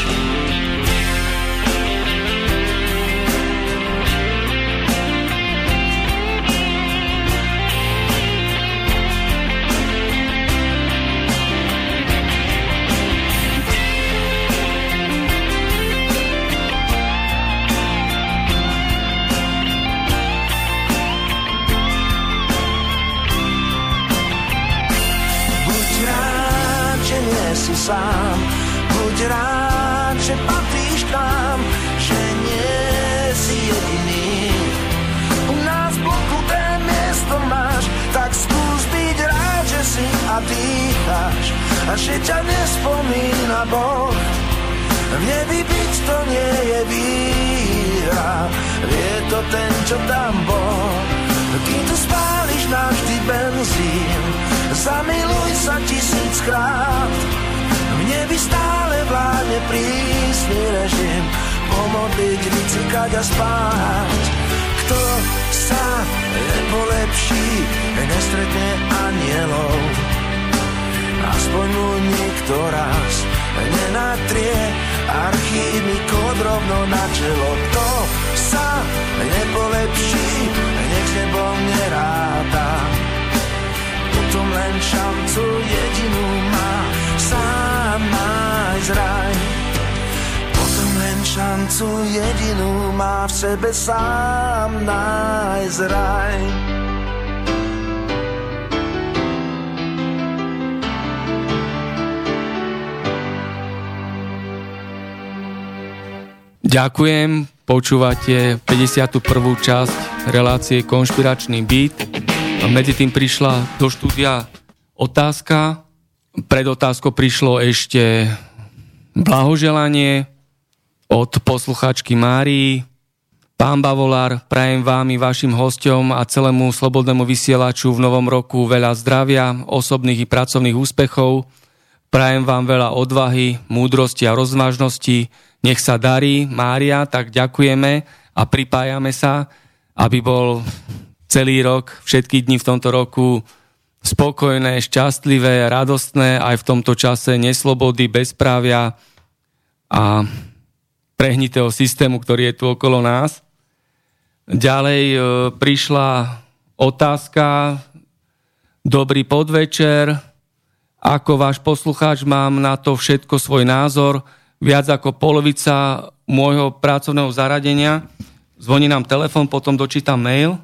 Sám. Buď rád, že patríš k nám, že nie si jediný. U nás v bloku té miesto máš, tak skús byť rád, že si a dýcháš a že ťa nespomína Boh. V nebi byť to nie je výhra, je to ten, čo tam bol. Kým tu spáliš navždy benzín, zamiluj sa 1000-krát. V nebi stále vládne prísny režim, pomodliť, vycikať a spáť. Kto sa nepolepší, nestretne anielov. Aspoň mu nikto raz nenatrie archívny kód rovno na čelo. Kto sa nepolepší, nech s nebom neráta. Potom len šancu jedinú má, sám nájsť raj. Potom len šancu jedinú má, v sebe sám nájsť raj. Ďakujem, počúvate 51. časť relácie Konšpiračný byt. Medzi tým prišla do štúdia otázka. Pred otázkou prišlo ešte blahoželanie od poslucháčky Márii. Pán Bavolár, prajem vám i vašim hosťom a celému slobodnému vysielaču v novom roku veľa zdravia, osobných i pracovných úspechov. Prajem vám veľa odvahy, múdrosti a rozvážnosti. Nech sa darí, Mária, tak ďakujeme a pripájame sa, aby bol celý rok, všetky dni v tomto roku spokojné, šťastlivé, radostné, aj v tomto čase neslobody, bezprávia a prehnitého systému, ktorý je tu okolo nás. Ďalej prišla otázka. Dobrý podvečer. Ako váš poslucháč mám na to všetko svoj názor. Viac ako polovica môjho pracovného zaradenia. Zvoní nám telefon, potom dočítam mail.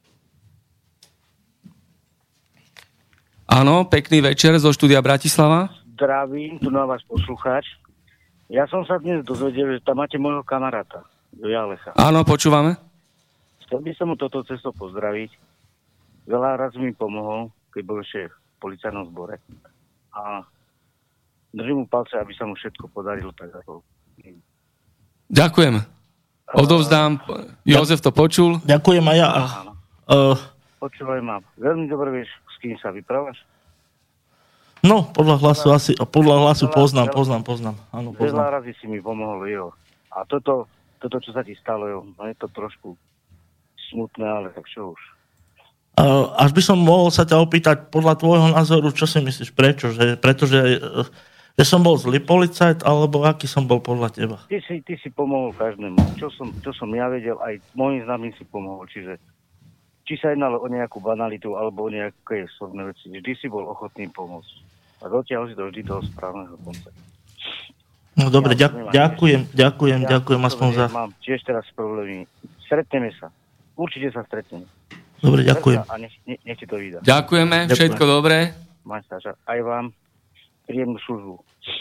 Áno, pekný večer zo štúdia Bratislava. Zdravím, tu na vás poslucháč. Ja som sa dnes dozvedel, že tam máte môjho kamaráta, Jalecha. Áno, počúvame. Chcel by som mu toto cesto pozdraviť. Veľa raz mi pomohol, keď bol ešte v policajnom zbore. A držím mu palce, aby sa mu všetko podarilo tak ako. Ďakujem. Odovzdám. Jozef to počul. Ďakujem aj ja. Počúvaj ma. Veľmi dobre vieš, s kým sa vyprávaš? No, podľa hlasu poznám. Áno, poznám. Veľa razy si mi pomohol, jo. A toto, čo sa ti stalo, jo, no je to trošku smutné, ale tak čo už. Až by som mohol sa ťa opýtať, podľa tvojho názoru, čo si myslíš, prečo? Pretože som bol zlý policajt, alebo aký som bol podľa teba? Ty si pomohol každému. Čo som ja vedel, aj mojim známym si pomohol, čiže či sa jednalo o nejakú banalitu alebo o nejaké slovné veci, vždy si bol ochotný pomôcť. A dotiaľ si to vždy toho správneho konca. No dobre, ďakujem aspoň za... Mám tiež teraz problémy. Stretneme sa. Určite sa stretneme. Dobre, ďakujem. A nech ti to vydá. Ďakujeme, všetko dobré. Maj sa, aj vám príjemnú službu.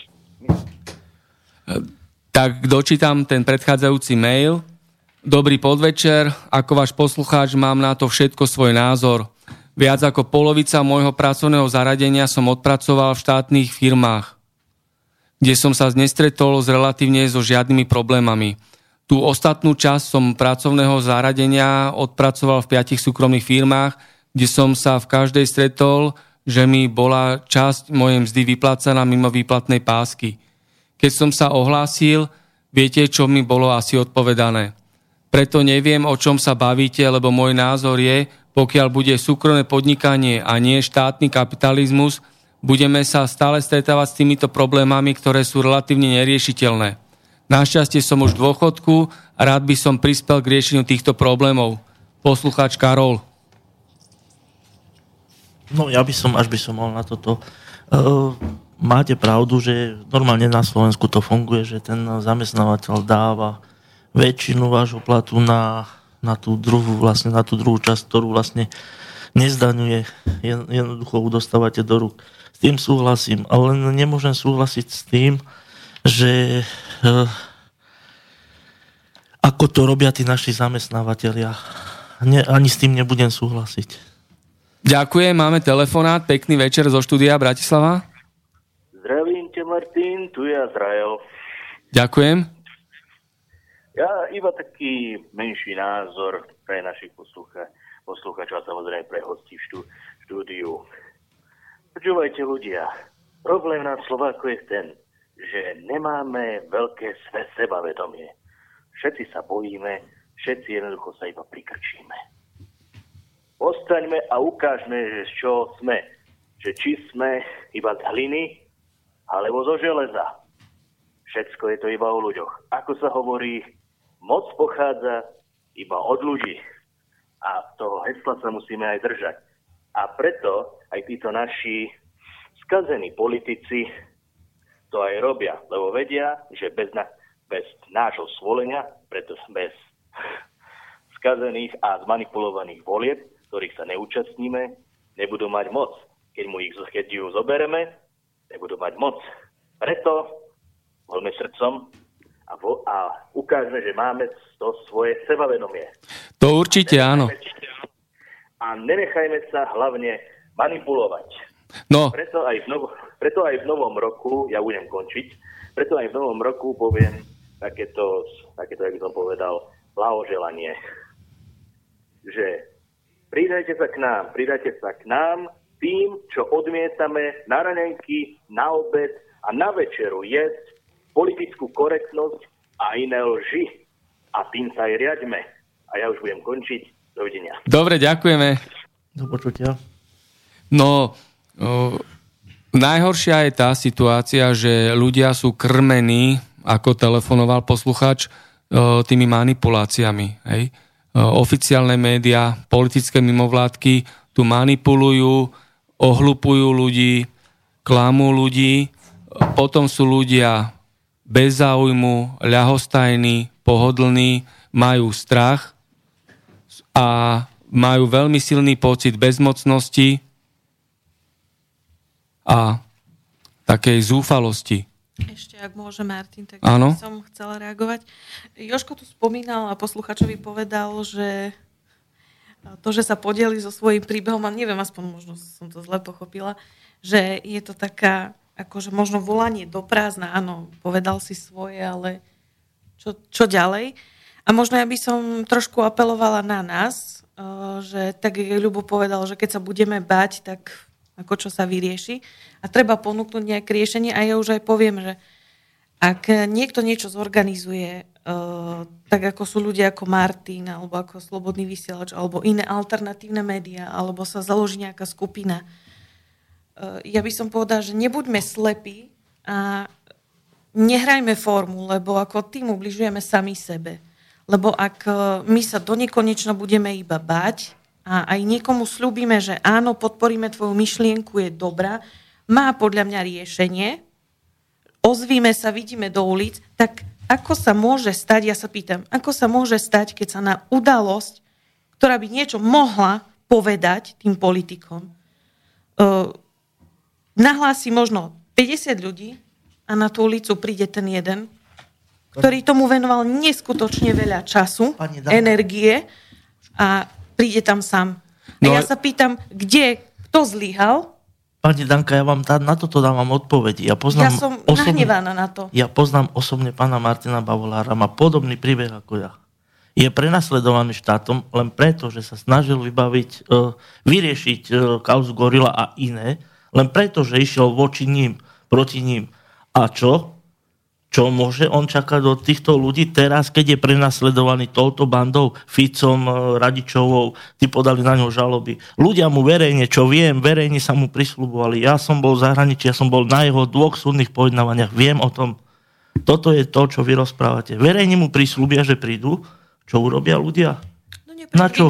Tak dočítam ten predchádzajúci mail. Dobrý podvečer, ako váš poslucháč mám na to všetko svoj názor. Viac ako polovica môjho pracovného zaradenia som odpracoval v štátnych firmách, kde som sa nestretol relatívne so žiadnymi problémami. Tú ostatnú časť som pracovného zaradenia odpracoval v 5 súkromných firmách, kde som sa v každej stretol, že mi bola časť mojej mzdy vyplácaná mimo výplatnej pásky. Keď som sa ohlásil, viete, čo mi bolo asi odpovedané. Preto neviem, o čom sa bavíte, lebo môj názor je, pokiaľ bude súkromné podnikanie a nie štátny kapitalizmus, budeme sa stále stretávať s týmito problémami, ktoré sú relatívne neriešiteľné. Našťastie som už v dôchodku a rád by som prispel k riešeniu týchto problémov. Poslucháč Karol. No ja by som mal na toto. Máte pravdu, že normálne na Slovensku to funguje, že ten zamestnávateľ dáva väčšinu vášho platu na tú druhú časť, ktorú vlastne nezdaňuje. Jednoducho dostávate do rúk. S tým súhlasím, ale nemôžem súhlasiť s tým, že ako to robia tí naši zamestnávateľia. Ani s tým nebudem súhlasiť. Ďakujem, máme telefonát. Pekný večer zo štúdia Bratislava. Zdravím ťa, Martin, tu je Azrael. Ďakujem. Ja iba taký menší názor pre našich poslucháčov a samozrejme pre hostí v štúdiu. Počúvajte ľudia, problém nás Slovákov je ten, že nemáme veľké sebavedomie. Všetci sa bojíme, všetci jednoducho sa iba prikrčíme. Postaňme a ukážme, že z čoho sme. Že či sme iba z hliny, alebo zo železa. Všetko je to iba o ľuďoch. Ako sa hovorí, moc pochádza iba od ľudí. A toho hesla sa musíme aj držať. A preto aj títo naši skazení politici to aj robia, lebo vedia, že bez nášho svolenia, preto bez skazených a zmanipulovaných volieb, ktorých sa neúčastníme, nebudú mať moc. Keď ju zobereme, nebudú mať moc. Preto voľme srdcom a ukážeme, že máme to svoje sebavedomie. To určite áno. A nenechajme sa hlavne manipulovať. No. Preto aj v novom roku, ja budem končiť, preto aj v novom roku poviem takéto, jak by som povedal, blahoželanie. Že pridajte sa k nám tým, čo odmietame na raňajky, na obed a na večeru jesť politickú korektnosť a iné lži. A tým sa aj riaďme. A ja už budem končiť. Dovidenia. Dobre, ďakujeme. Do počutia. No, najhoršia je tá situácia, že ľudia sú krmení, ako telefonoval posluchač, tými manipuláciami. Hej? Oficiálne médiá, politické mimovládky tu manipulujú, ohlupujú ľudí, klamú ľudí, potom sú ľudia bez záujmu, ľahostajní, pohodlní, majú strach a majú veľmi silný pocit bezmocnosti a takej zúfalosti. Ešte, ak môže, Martin, tak by som chcela reagovať. Jožko tu spomínal a posluchačovi povedal, že to, že sa podeli so svojím príbehom, a neviem, aspoň možno som to zle pochopila, že je to taká, akože možno volanie do prázdna, áno, povedal si svoje, ale čo ďalej? A možno ja by som trošku apelovala na nás, že tak Ľubo povedal, že keď sa budeme bať, tak ako čo sa vyrieši. A treba ponúknuť nejaké riešenie. A ja už aj poviem, že ak niekto niečo zorganizuje, tak ako sú ľudia ako Martin, alebo ako Slobodný vysielač, alebo iné alternatívne médiá, alebo sa založí nejaká skupina, ja by som povedala, že nebuďme slepí a nehrajme formu, lebo ako tým ubližujeme sami sebe. Lebo ak my sa do nekonečna budeme iba báť a aj niekomu sľúbime, že áno, podporíme tvoju myšlienku, je dobrá, má podľa mňa riešenie, ozvíme sa, vidíme do ulic, tak ako sa môže stať, ja sa pýtam, ako sa môže stať, keď sa na udalosť, ktorá by niečo mohla povedať tým politikom, nahlási možno 50 ľudí a na tú ulicu príde ten jeden, ktorý tomu venoval neskutočne veľa času, energie a príde tam sám. A ja sa pýtam, kto zlyhal? Pani Danka, ja vám na toto dávam odpoveď. Ja som nahnevaná na to. Ja poznám osobne pána Martina Bavolára, má podobný príbeh ako ja. Je prenasledovaný štátom len preto, že sa snažil vyriešiť kauzu Gorila a iné, len preto, že išiel voči ním, proti ním. A čo? Čo môže on čakať od týchto ľudí teraz, keď je prenasledovaný touto bandou, Ficom, Radičovou, tí podali na ňo žaloby. Ľudia mu verejne, čo viem, verejne sa mu prisľubovali. Ja som bol v zahraničí, ja som bol na jeho 2 súdnych pojednávaniach, viem o tom. Toto je to, čo vy rozprávate. Verejne mu prisľubia, že prídu. Čo urobia ľudia? Na čo?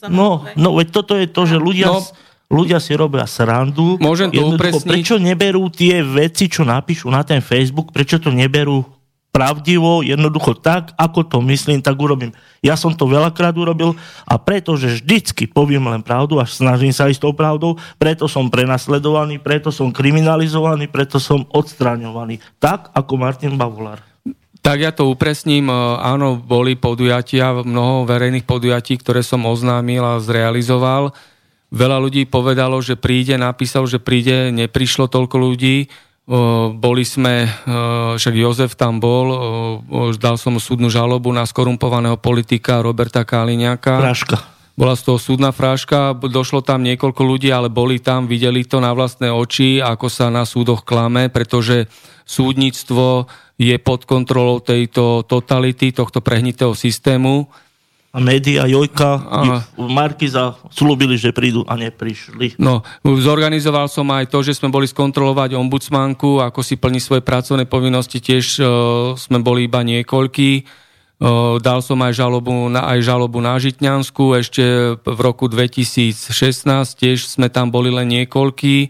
Veď toto je to, že ľudia si robia srandu. Môžem to upresniť. Prečo neberú tie veci, čo napíšu na ten Facebook, prečo to neberú pravdivo, jednoducho tak, ako to myslím, tak urobím. Ja som to veľakrát urobil a pretože vždycky poviem len pravdu a snažím sa ísť tou pravdou, preto som prenasledovaný, preto som kriminalizovaný, preto som odstraňovaný. Tak, ako Martin Bavolár. Tak ja to upresním. Áno, boli podujatia, mnoho verejných podujatí, ktoré som oznámil a zrealizoval. Veľa ľudí povedalo, že príde, napísal, že príde, neprišlo toľko ľudí. Boli sme, však Jozef tam bol, dal som súdnu žalobu na skorumpovaného politika Roberta Kaliňáka. Fráška. Bola z toho súdna fráška, došlo tam niekoľko ľudí, ale boli tam, videli to na vlastné oči, ako sa na súdoch klame, pretože súdnictvo je pod kontrolou tejto totality, tohto prehnitého systému. A médiá, Jojka, Markiza slúbili, že prídu a neprišli. No, zorganizoval som aj to, že sme boli skontrolovať ombudsmanku, ako si plní svoje pracovné povinnosti, tiež sme boli iba niekoľkí. Dal som aj žalobu na Žitňansku, ešte v roku 2016 tiež sme tam boli len niekoľkí.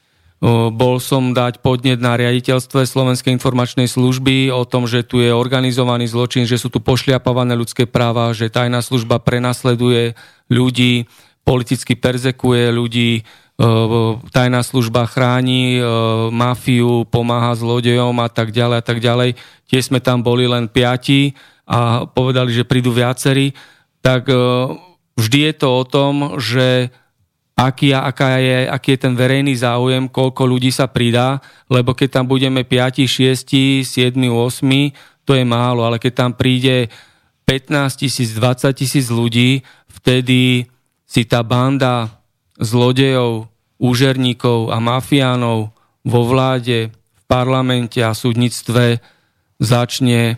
Bol som dať podnet na riaditeľstve Slovenskej informačnej služby o tom, že tu je organizovaný zločin, že sú tu pošliapavané ľudské práva, že tajná služba prenasleduje ľudí, politicky perzekuje ľudí, tajná služba chráni mafiu, pomáha zlodejom a tak ďalej a tak ďalej. Tiež sme tam boli len 5 a povedali, že prídu viacerí. Tak vždy je to o tom, že aký je ten verejný záujem, koľko ľudí sa pridá, lebo keď tam budeme 5, 6, 7, 8, to je málo, ale keď tam príde 15 000, 20 000 ľudí, vtedy si tá banda zlodejov, úžerníkov a mafiánov vo vláde, v parlamente a súdnictve začne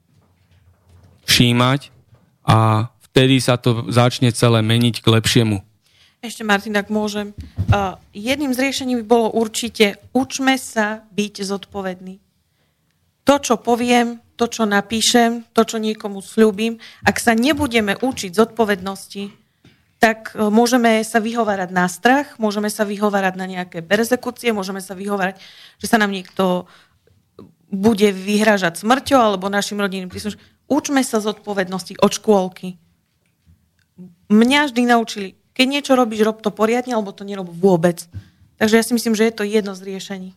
všímať a vtedy sa to začne celé meniť k lepšiemu. Ešte, Martin, ak môžem. Jedným z riešení by bolo určite učme sa byť zodpovední. To, čo poviem, to, čo napíšem, to, čo niekomu sľúbim, ak sa nebudeme učiť zodpovednosti, tak môžeme sa vyhovárať na strach, môžeme sa vyhovárať na nejaké perzekúcie, môžeme sa vyhovárať, že sa nám niekto bude vyhrážať smrťou alebo našim rodinným príslušníkom. Učme sa zodpovednosti od škôlky. Mňa vždy naučili, keď niečo robíš, rob to poriadne, alebo to nerob vôbec. Takže ja si myslím, že je to jedno z riešení.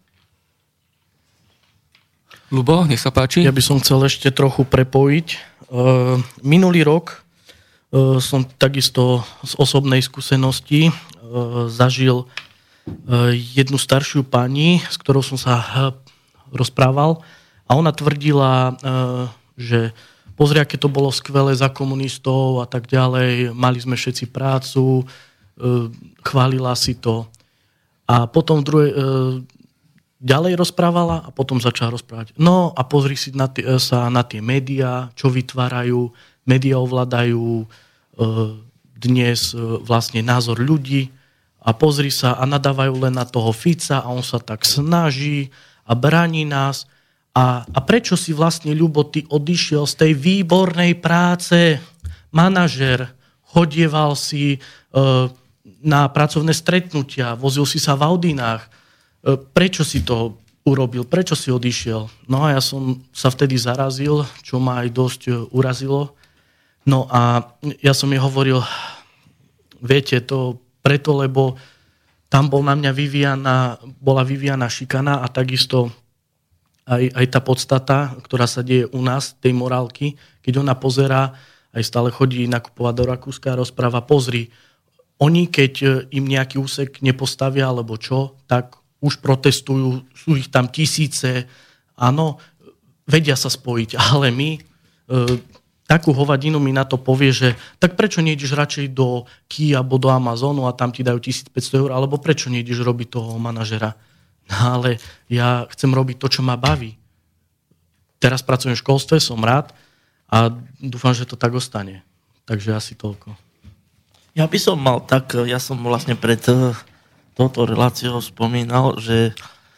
Ľubo, nech sa páči. Ja by som chcel ešte trochu prepojiť. Minulý rok som takisto z osobnej skúsenosti zažil jednu staršiu pani, s ktorou som sa rozprával a ona tvrdila, že pozri, aké to bolo skvelé za komunistov a tak ďalej, mali sme všetci prácu, chválila si to. A potom ďalej rozprávala a potom začala rozprávať. No a pozri si sa na tie médiá, čo vytvárajú, médiá ovládajú dnes vlastne názor ľudí a pozri sa a nadávajú len na toho Fica a on sa tak snaží a bráni nás. A prečo si vlastne, Ľubo, ty odišiel z tej výbornej práce? Manažer, chodieval si, na pracovné stretnutia, vozil si sa v Audinách. Prečo si to urobil? Prečo si odišiel? No a ja som sa vtedy zarazil, čo ma aj dosť urazilo. No a ja som jej hovoril, viete, to preto, lebo tam bola vyvíjana šikana a takisto aj tá podstata, ktorá sa deje u nás, tej morálky, keď ona pozerá, aj stále chodí nakupovať do Rakúska a rozpráva, pozri, oni keď im nejaký úsek nepostavia alebo čo, tak už protestujú, sú ich tam tisíce, áno, vedia sa spojiť, ale my takú hovadinu mi na to povie, že tak prečo nejdeš radšej do Kia alebo do Amazonu a tam ti dajú 1500 eur, alebo prečo nejdeš robiť toho manažera? No, ale ja chcem robiť to, čo ma baví. Teraz pracujem v školstve, som rád a dúfam, že to tak ostane. Takže asi toľko. Ja by som mal tak, ja som vlastne pred touto reláciou spomínal, že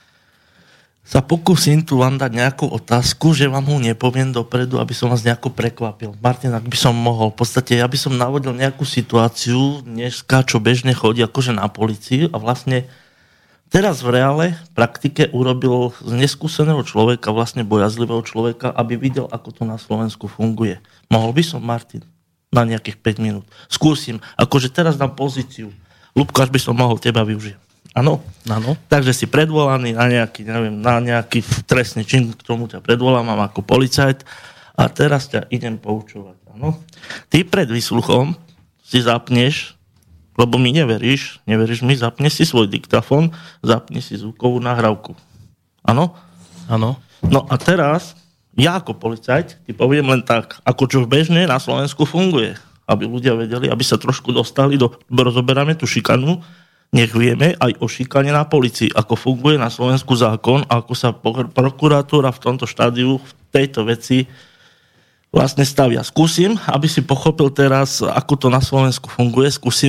sa pokúsim tu vám dať nejakú otázku, že vám ho nepoviem dopredu, aby som vás nejako prekvapil. Martin, ak by som mohol, v podstate ja by som navodil nejakú situáciu dneska, čo bežne chodí akože na polícii a vlastne teraz v reále, v praktike urobil z neskúseného človeka, vlastne bojazlivého človeka, aby videl, ako to na Slovensku funguje. Mohol by som, Martin, na nejakých 5 minút. Skúsim, akože teraz dám pozíciu. Ľubko, až by som mohol, teba využiť. Áno? Áno. Takže si predvolaný na nejaký trestný čin, k tomu ťa predvolám, mám ako policajt a teraz ťa idem poučovať. Áno? Ty pred výsluchom si zapneš, lebo mi neveríš mi, zapneš si svoj diktafón, zapni si zvukovú nahrávku. Áno? Áno. No a teraz ja ako policajt ti poviem len tak, ako čo bežne na Slovensku funguje, aby ľudia vedeli, aby sa trošku dostali rozoberáme tú šikanu, nech vieme aj o šikane na polícii, ako funguje na Slovensku zákon a ako sa prokuratúra v tomto štádiu v tejto veci vlastne stavia. Skúsim, aby si pochopil teraz, ako to na Slovensku funguje.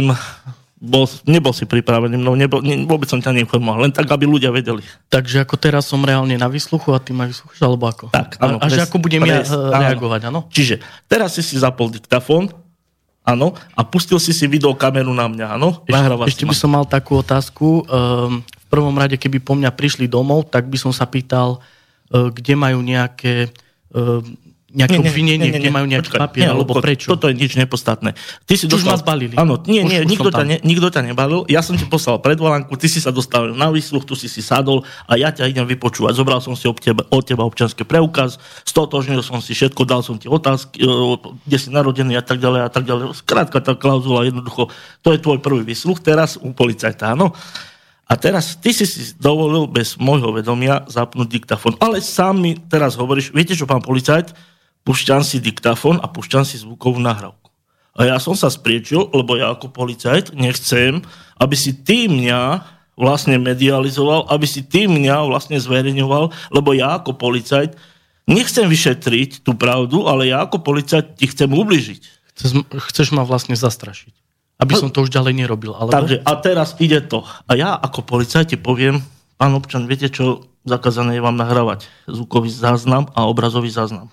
Nebol si pripravený, vôbec som ťa neinformoval, len tak, aby ľudia vedeli. Takže ako teraz som reálne na výsluchu a ty ma vyslúchaš, alebo ako? Tak, áno. A že ako budem reagovať, áno? Čiže teraz si zapol diktafón, áno, a pustil si videokameru na mňa, áno? Ešte by som mal takú otázku. V prvom rade, keby po mňa prišli domov, tak by som sa pýtal, kde majú nejaké obvinenie, kde majú nejaký papier, alebo prečo? Toto je nič nepodstatné. Ty si už ma zbalili. Áno, nikto ťa nebalil. Ja som ti poslal predvolanku, ty si sa dostal na výsluch, tu si sadol a ja ťa idem vypočúvať. Zobral som si od teba občiansky preukaz, stotožnil som si všetko, dal som ti otázky, kde si narodený a tak ďalej a tak ďalej. Skrátka tá klauzula, jednoducho, to je tvoj prvý výsluch, teraz u policajta, áno. A teraz ty si dovolil bez môjho vedomia zapnúť diktafón. Ale sám mi teraz hovoríš, viete čo, pán policajt, púšťam si diktafón a púšťam si zvukovú nahrávku. A ja som sa spriečil, lebo ja ako policajt nechcem, aby si ty mňa vlastne medializoval, aby si ty mňa vlastne zverejňoval, lebo ja ako policajt nechcem vyšetriť tú pravdu, ale ja ako policajt ti chcem ubližiť. Chceš ma vlastne zastrašiť, aby som to už ďalej nerobil. Alebo... Takže a teraz ide to. A ja ako policajt ti poviem, pán občan, viete čo, zakázané je vám nahrávať zvukový záznam a obrazový záznam.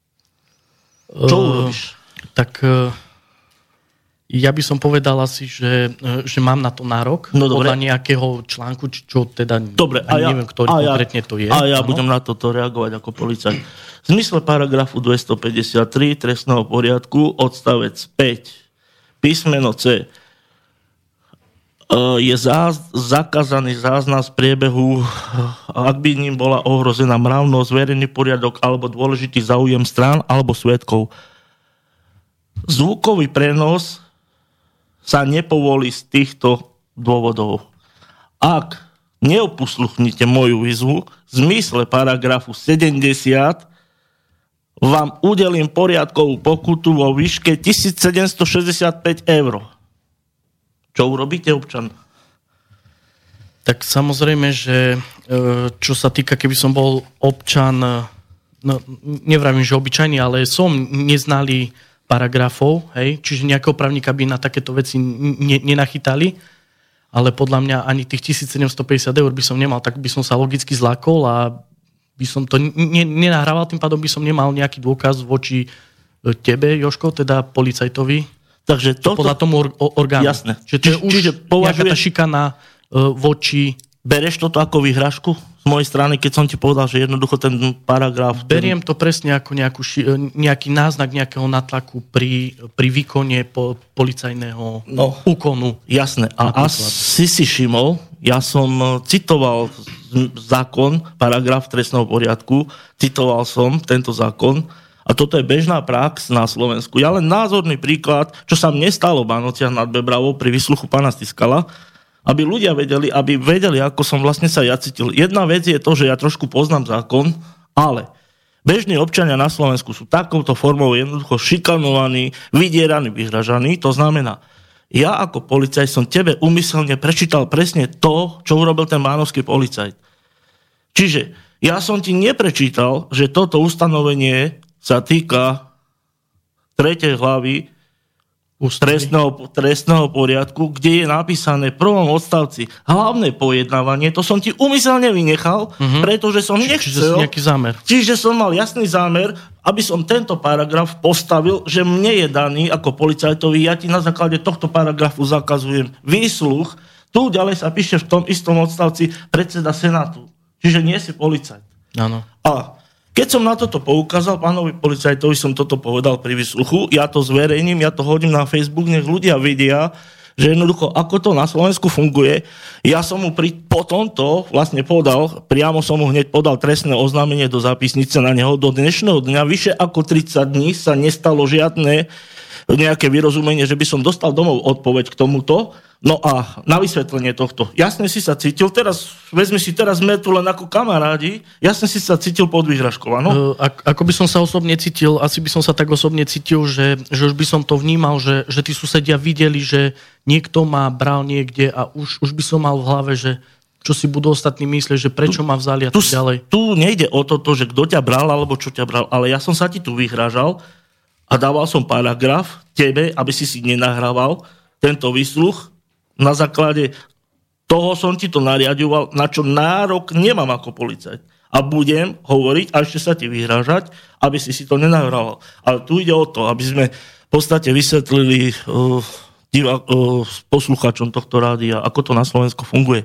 Čo urobíš? Tak ja by som povedal asi, že mám na to nárok. No, podľa nejakého článku, čo teda dobre, neviem, ktorý konkrétne to je. A ja budem na toto reagovať ako policajt. V zmysle paragrafu 253 trestného poriadku odstavec 5 písmeno C je zakázaný záznam z priebehu, ak by ním bola ohrozená mravnosť, verejný poriadok alebo dôležitý záujem strán alebo svedkov. Zvukový prenos sa nepovolí z týchto dôvodov. Ak neoposluchnite moju výzvu, v zmysle paragrafu 70 vám udelím poriadkovú pokutu vo výške 1765 eur. Čo urobíte, občan? Tak samozrejme, že čo sa týka, keby som bol občan, no nevravím, že obyčajný, ale som neznalý paragrafov, hej, čiže nejakého právnika by na takéto veci nenachytali, ale podľa mňa ani tých 1750 eur by som nemal, tak by som sa logicky zlákol a by som to nenahrával, tým pádom by som nemal nejaký dôkaz voči tebe, Jožko, teda policajtovi. Takže toto... Podľa tomu orgánu. Jasné. Čiže nejaká tá šikana voči... Bereš toto ako výhražku z mojej strany, keď som ti povedal, že jednoducho ten paragraf... Beriem to presne ako nejaký náznak nejakého natlaku pri výkone policajného úkonu. Jasné. A si všimol, ja som citoval zákon, paragraf trestného poriadku, citoval som tento zákon a toto je bežná prax na Slovensku. Ja len názorný príklad, čo sa mne stalo v Bánociach nad Bebravou pri výsluchu pána Stiskala, aby ľudia vedeli, ako som vlastne sa ja cítil. Jedna vec je to, že ja trošku poznám zákon, ale bežní občania na Slovensku sú takouto formou jednoducho šikanovaní, vydieraní, vyhražaní. To znamená, ja ako policajt som tebe úmyselne prečítal presne to, čo urobil ten bánovský policajt. Čiže ja som ti neprečítal, že toto ustanovenie sa týka 3. hlavy trestného poriadku, kde je napísané v prvom odstavci hlavné pojednávanie, to som ti úmyselne vynechal, pretože som nechcel. Čiže som mal jasný zámer, aby som tento paragraf postavil, že mne je daný ako policajtovi, ja ti na základe tohto paragrafu zakazujem výsluch. Tu ďalej sa píše v tom istom odstavci predseda Senátu. Čiže nie si policajt. Áno. A keď som na toto poukázal, pánovi policajtovi som toto povedal pri výsluchu, ja to zverejním, ja to hodím na Facebook, nech ľudia vidia, že jednoducho, ako to na Slovensku funguje. Ja som mu po tomto vlastne priamo som mu hneď podal trestné oznámenie do zápisnice na neho. Do dnešného dňa vyše ako 30 dní sa nestalo žiadne nejaké vyrozumenie, že by som dostal domov odpoveď k tomuto. No a na vysvetlenie tohto. Jasne si sa cítil, teraz sme tu len ako kamarádi, jasne si sa cítil pod výhražkou, áno? Ako by som sa osobne cítil, asi by som sa tak osobne cítil, že už by som to vnímal, že tí susedia videli, že niekto ma bral niekde a už by som mal v hlave, že čo si budú ostatní myslieť, že prečo ma vzali a tak ďalej. Tu nejde o to, že kto ťa bral, alebo čo ťa bral, ale ja som sa ti tu vyhrážal a dával som paragraf tebe, aby si nenahrával tento výsluch. Na základe toho som ti to nariadoval, na čo nárok nemám ako policajt. A budem hovoriť a ešte sa ti vyhrážať, aby si to nenahrával. Ale tu ide o to, aby sme v podstate vysvetlili poslucháčom tohto rádia, ako to na Slovensku funguje.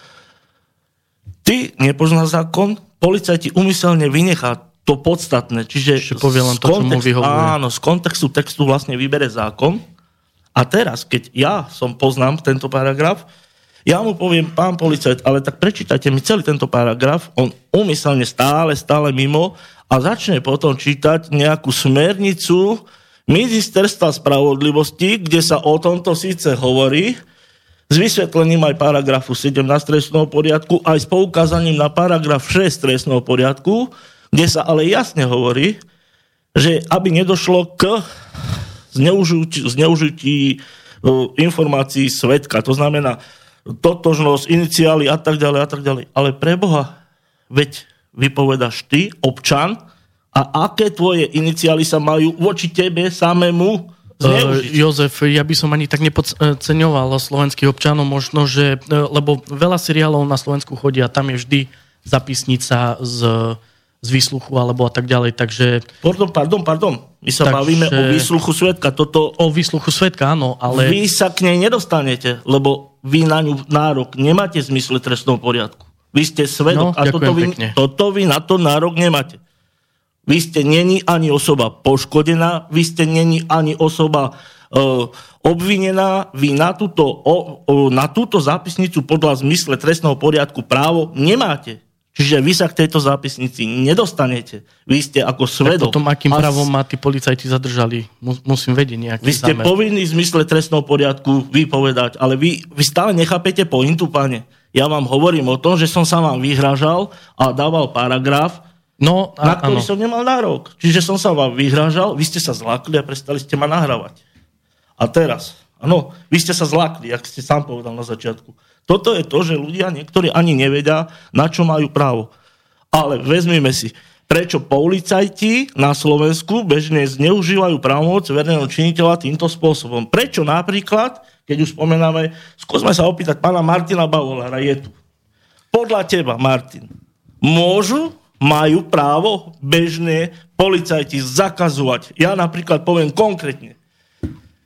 Ty nepoznáš zákon, policajt ti úmyselne vynechá to podstatné. Čiže z kontextu textu vlastne vybere zákon. A teraz, keď ja poznám tento paragraf, ja mu poviem, pán policajt, ale tak prečítajte mi celý tento paragraf, on úmyselne stále mimo a začne potom čítať nejakú smernicu Ministerstva spravodlivosti, kde sa o tomto síce hovorí, s vysvetlením aj paragrafu 17 trestného poriadku, aj s poukázaním na paragraf 6 trestného poriadku, kde sa ale jasne hovorí, že aby nedošlo k zneužití informácií svedka. To znamená totožnosť, iniciály a tak ďalej. Ale pre Boha, veď vypovedaš ty, občan, a aké tvoje iniciály sa majú voči tebe samému zneužiť? Jozef, ja by som ani tak nepodceňoval slovenských občanov, možno, že, lebo veľa seriálov na Slovensku chodia, tam je vždy zapisnica z výsluchu alebo a tak ďalej, takže... Pardon. My sa bavíme o výsluchu svedka. O výsluchu svedka, áno, ale... Vy sa k nej nedostanete, lebo vy na ňu nárok nemáte v zmysle trestného poriadku. Vy ste svedok a toto vy na to nárok nemáte. Vy ste není ani osoba poškodená, vy ste není ani osoba obvinená, vy na túto zápisnicu podľa zmysle trestného poriadku právo nemáte. Čiže vy sa k tejto zápisnici nedostanete. Vy ste ako svedok. Tak potom akým právom ma tí policajti zadržali? Musím vedieť nejaký zámer. Vy ste povinní v zmysle trestného poriadku vypovedať, ale vy stále nechápete pointu, pane. Ja vám hovorím o tom, že som sa vám vyhrážal a dával paragraf, na ktorý som nemal nárok. Čiže som sa vám vyhrážal, vy ste sa zlákli a prestali ste ma nahrávať. A teraz, vy ste sa zlákli, jak ste sám povedal na začiatku. Toto je to, že ľudia niektorí ani nevedia, na čo majú právo. Ale vezmime si, prečo policajti na Slovensku bežne zneužívajú právomoc verejného činiteľa týmto spôsobom. Prečo napríklad, keď už spomenáme, skúsme sa opýtať pána Martina Bavolára, je tu. Podľa teba, Martin, majú právo bežne policajti zakazovať? Ja napríklad poviem konkrétne.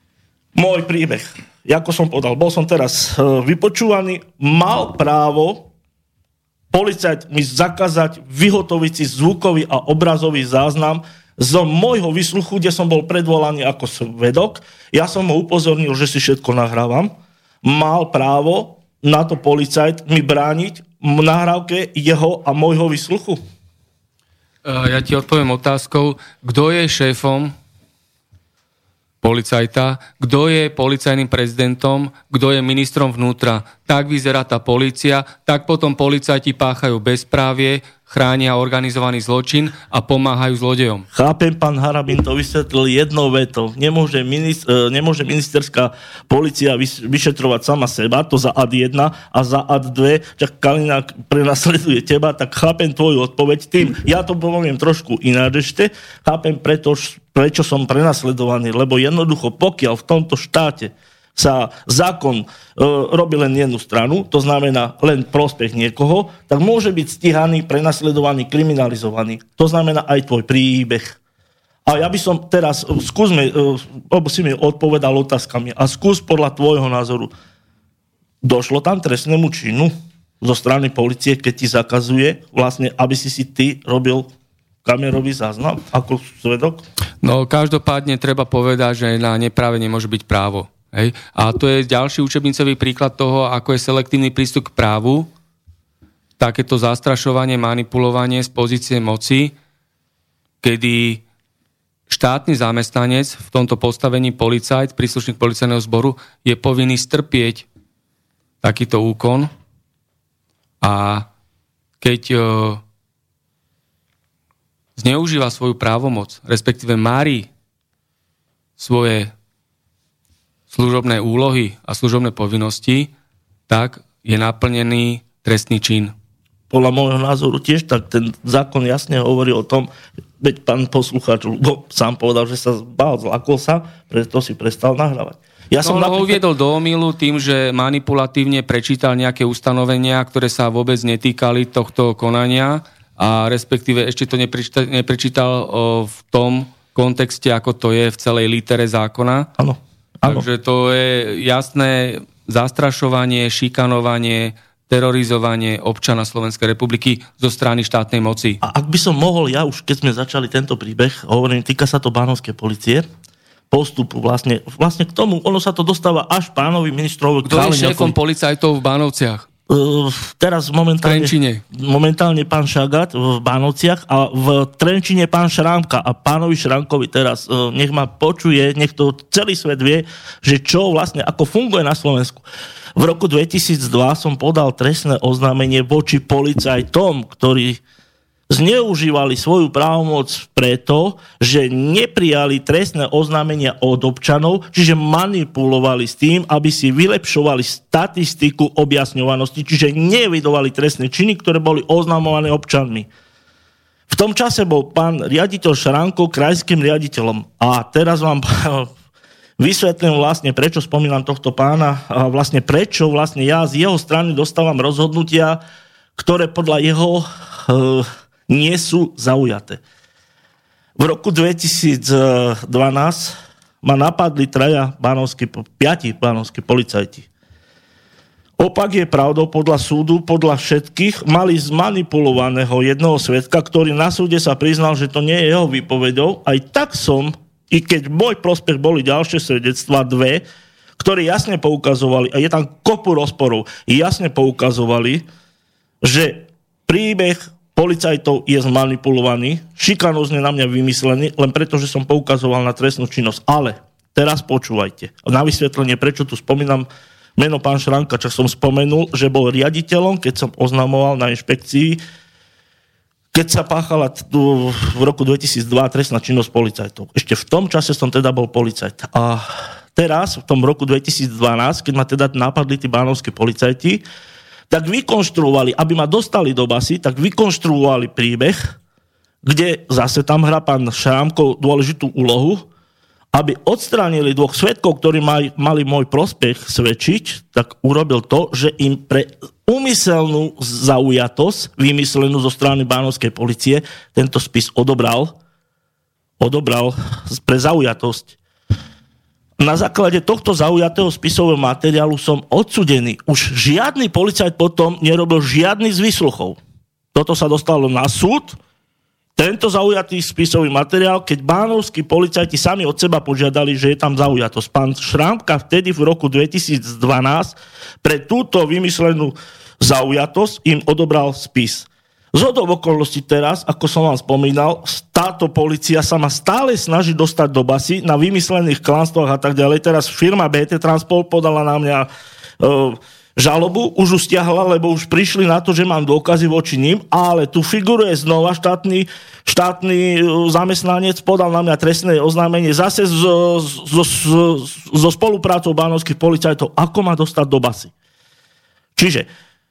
Môj príbeh, ako som povedal, bol som teraz vypočúvaný, mal právo policajt mi zakázať vyhotoviť si zvukový a obrazový záznam z môjho výsluchu, kde som bol predvolaný ako svedok. Ja som ho upozornil, že si všetko nahrávam. Mal právo na to policajt mi brániť v nahrávke jeho a môjho výsluchu? Ja ti odpoviem otázkou, kto je šéfom policajta, kto je policajným prezidentom, kto je ministrom vnútra. Tak vyzerá tá polícia, tak potom policajti páchajú bezprávie, chránia organizovaný zločin a pomáhajú zlodejom. Chápem, pán Harabin to vysvetlil jednou vetou. Nemôže ministerská polícia vyšetrovať sama seba, to za ad 1 a za ad 2, čak Kaliňák prenasleduje teba, tak chápem tvoju odpoveď tým. Ja to poviem trošku ináč ešte. Chápem prečo som prenasledovaný, lebo jednoducho pokiaľ v tomto štáte sa zákon robí len jednu stranu, to znamená len prospech niekoho, tak môže byť stíhaný, prenasledovaný, kriminalizovaný. To znamená aj tvoj príbeh. A ja by som teraz, si mi odpovedal otázkami a skús podľa tvojho názoru. Došlo tam trestnému činu zo strany polície, keď ti zakazuje vlastne, aby si ty robil kamerový záznam ako svedok? No, každopádne treba povedať, že na nepráve nemôže byť právo. Hej. A to je ďalší učebnicový príklad toho, ako je selektívny prístup k právu, takéto zastrašovanie, manipulovanie z pozície moci, kedy štátny zamestnanec, v tomto postavení policajt, príslušník policajného zboru, je povinný strpieť takýto úkon a keď zneužíva svoju právomoc, respektíve mári svoje služobné úlohy a služobné povinnosti, tak je naplnený trestný čin. Podľa môjho názoru tiež tak ten zákon jasne hovorí o tom, veď pán poslucháč sám povedal, že sa bál, zlakol sa, preto si prestal nahrávať. Ja som ho uviedol do omylu tým, že manipulatívne prečítal nejaké ustanovenia, ktoré sa vôbec netýkali tohto konania a respektíve ešte to neprečítal v tom kontexte, ako to je v celej litere zákona. Áno. Takže to je jasné zastrašovanie, šikanovanie, terorizovanie občana Slovenskej republiky zo strany štátnej moci. A ak by som mohol, ja už keď sme začali tento príbeh, hovorím, týka sa to Bánovskej polície, postupu vlastne k tomu, ono sa to dostáva až pánovi ministrovi. Kto je šéfom policajtov v Bánovciach? Teraz momentálne pán Šagát v Bánovciach a v Trenčine pán Šrámka a pánovi Šrámkovi teraz nech ma počuje, nech to celý svet vie, že čo vlastne, ako funguje na Slovensku. V roku 2002 som podal trestné oznámenie voči policajtom, ktorí zneužívali svoju právomoc preto, že neprijali trestné oznámenia od občanov, čiže manipulovali s tým, aby si vylepšovali statistiku objasňovanosti, čiže neevidovali trestné činy, ktoré boli oznamované občanmi. V tom čase bol pán riaditeľ Šranko krajským riaditeľom. A teraz vám vysvetlím vlastne, prečo spomínam tohto pána a vlastne prečo vlastne ja z jeho strany dostávam rozhodnutia, ktoré podľa jeho nie sú zaujaté. V roku 2012 ma napadli 5 bánovskí policajti. Opak je pravdou podľa súdu, podľa všetkých, mali zmanipulovaného jedného svedka, ktorý na súde sa priznal, že to nie je jeho výpovedou. Aj tak som, i keď môj prospech boli ďalšie svedectvá, 2, ktoré jasne poukazovali, a je tam kopu rozporov, jasne poukazovali, že príbeh policajtov je zmanipulovaný, šikanózne na mňa vymyslený, len preto, že som poukazoval na trestnú činnosť. Ale teraz počúvajte. Na vysvetlenie, prečo tu spomínam meno pán Šranka, čo som spomenul, že bol riaditeľom, keď som oznamoval na inšpekcii, keď sa páchala v roku 2002 trestná činnosť policajtov. Ešte v tom čase som teda bol policajt. A teraz, v tom roku 2012, keď ma teda napadli tí bánovskí policajti, tak vykonštruovali, aby ma dostali do basy, tak vykonštruovali príbeh, kde zase tam hrá pán Šrámko dôležitú úlohu, aby odstránili 2 svedkov, ktorí mali môj prospech svedčiť, tak urobil to, že im pre úmyselnú zaujatosť, vymyslenú zo strany bánovskej policie, tento spis odobral pre zaujatosť. na základe tohto zaujatého spisového materiálu som odsúdený. Už žiadny policajt potom nerobil žiadny z výsluchov. Toto sa dostalo na súd. Tento zaujatý spisový materiál, keď bánovskí policajti sami od seba požiadali, že je tam zaujatosť. Pán Šrámka vtedy v roku 2012 pre túto vymyslenú zaujatosť im odobral spis. Zhodou okolností teraz, ako som vám spomínal, táto polícia sa ma stále snaží dostať do basy na vymyslených klanstvách a tak ďalej. Teraz firma BT Transport podala na mňa žalobu, už ju stiahla, lebo už prišli na to, že mám dôkazy voči ním, ale tu figuruje znova štátny zamestnanec, podal na mňa trestné oznámenie zase so spoluprácou bánovských policajtov, ako ma dostať do basy. Čiže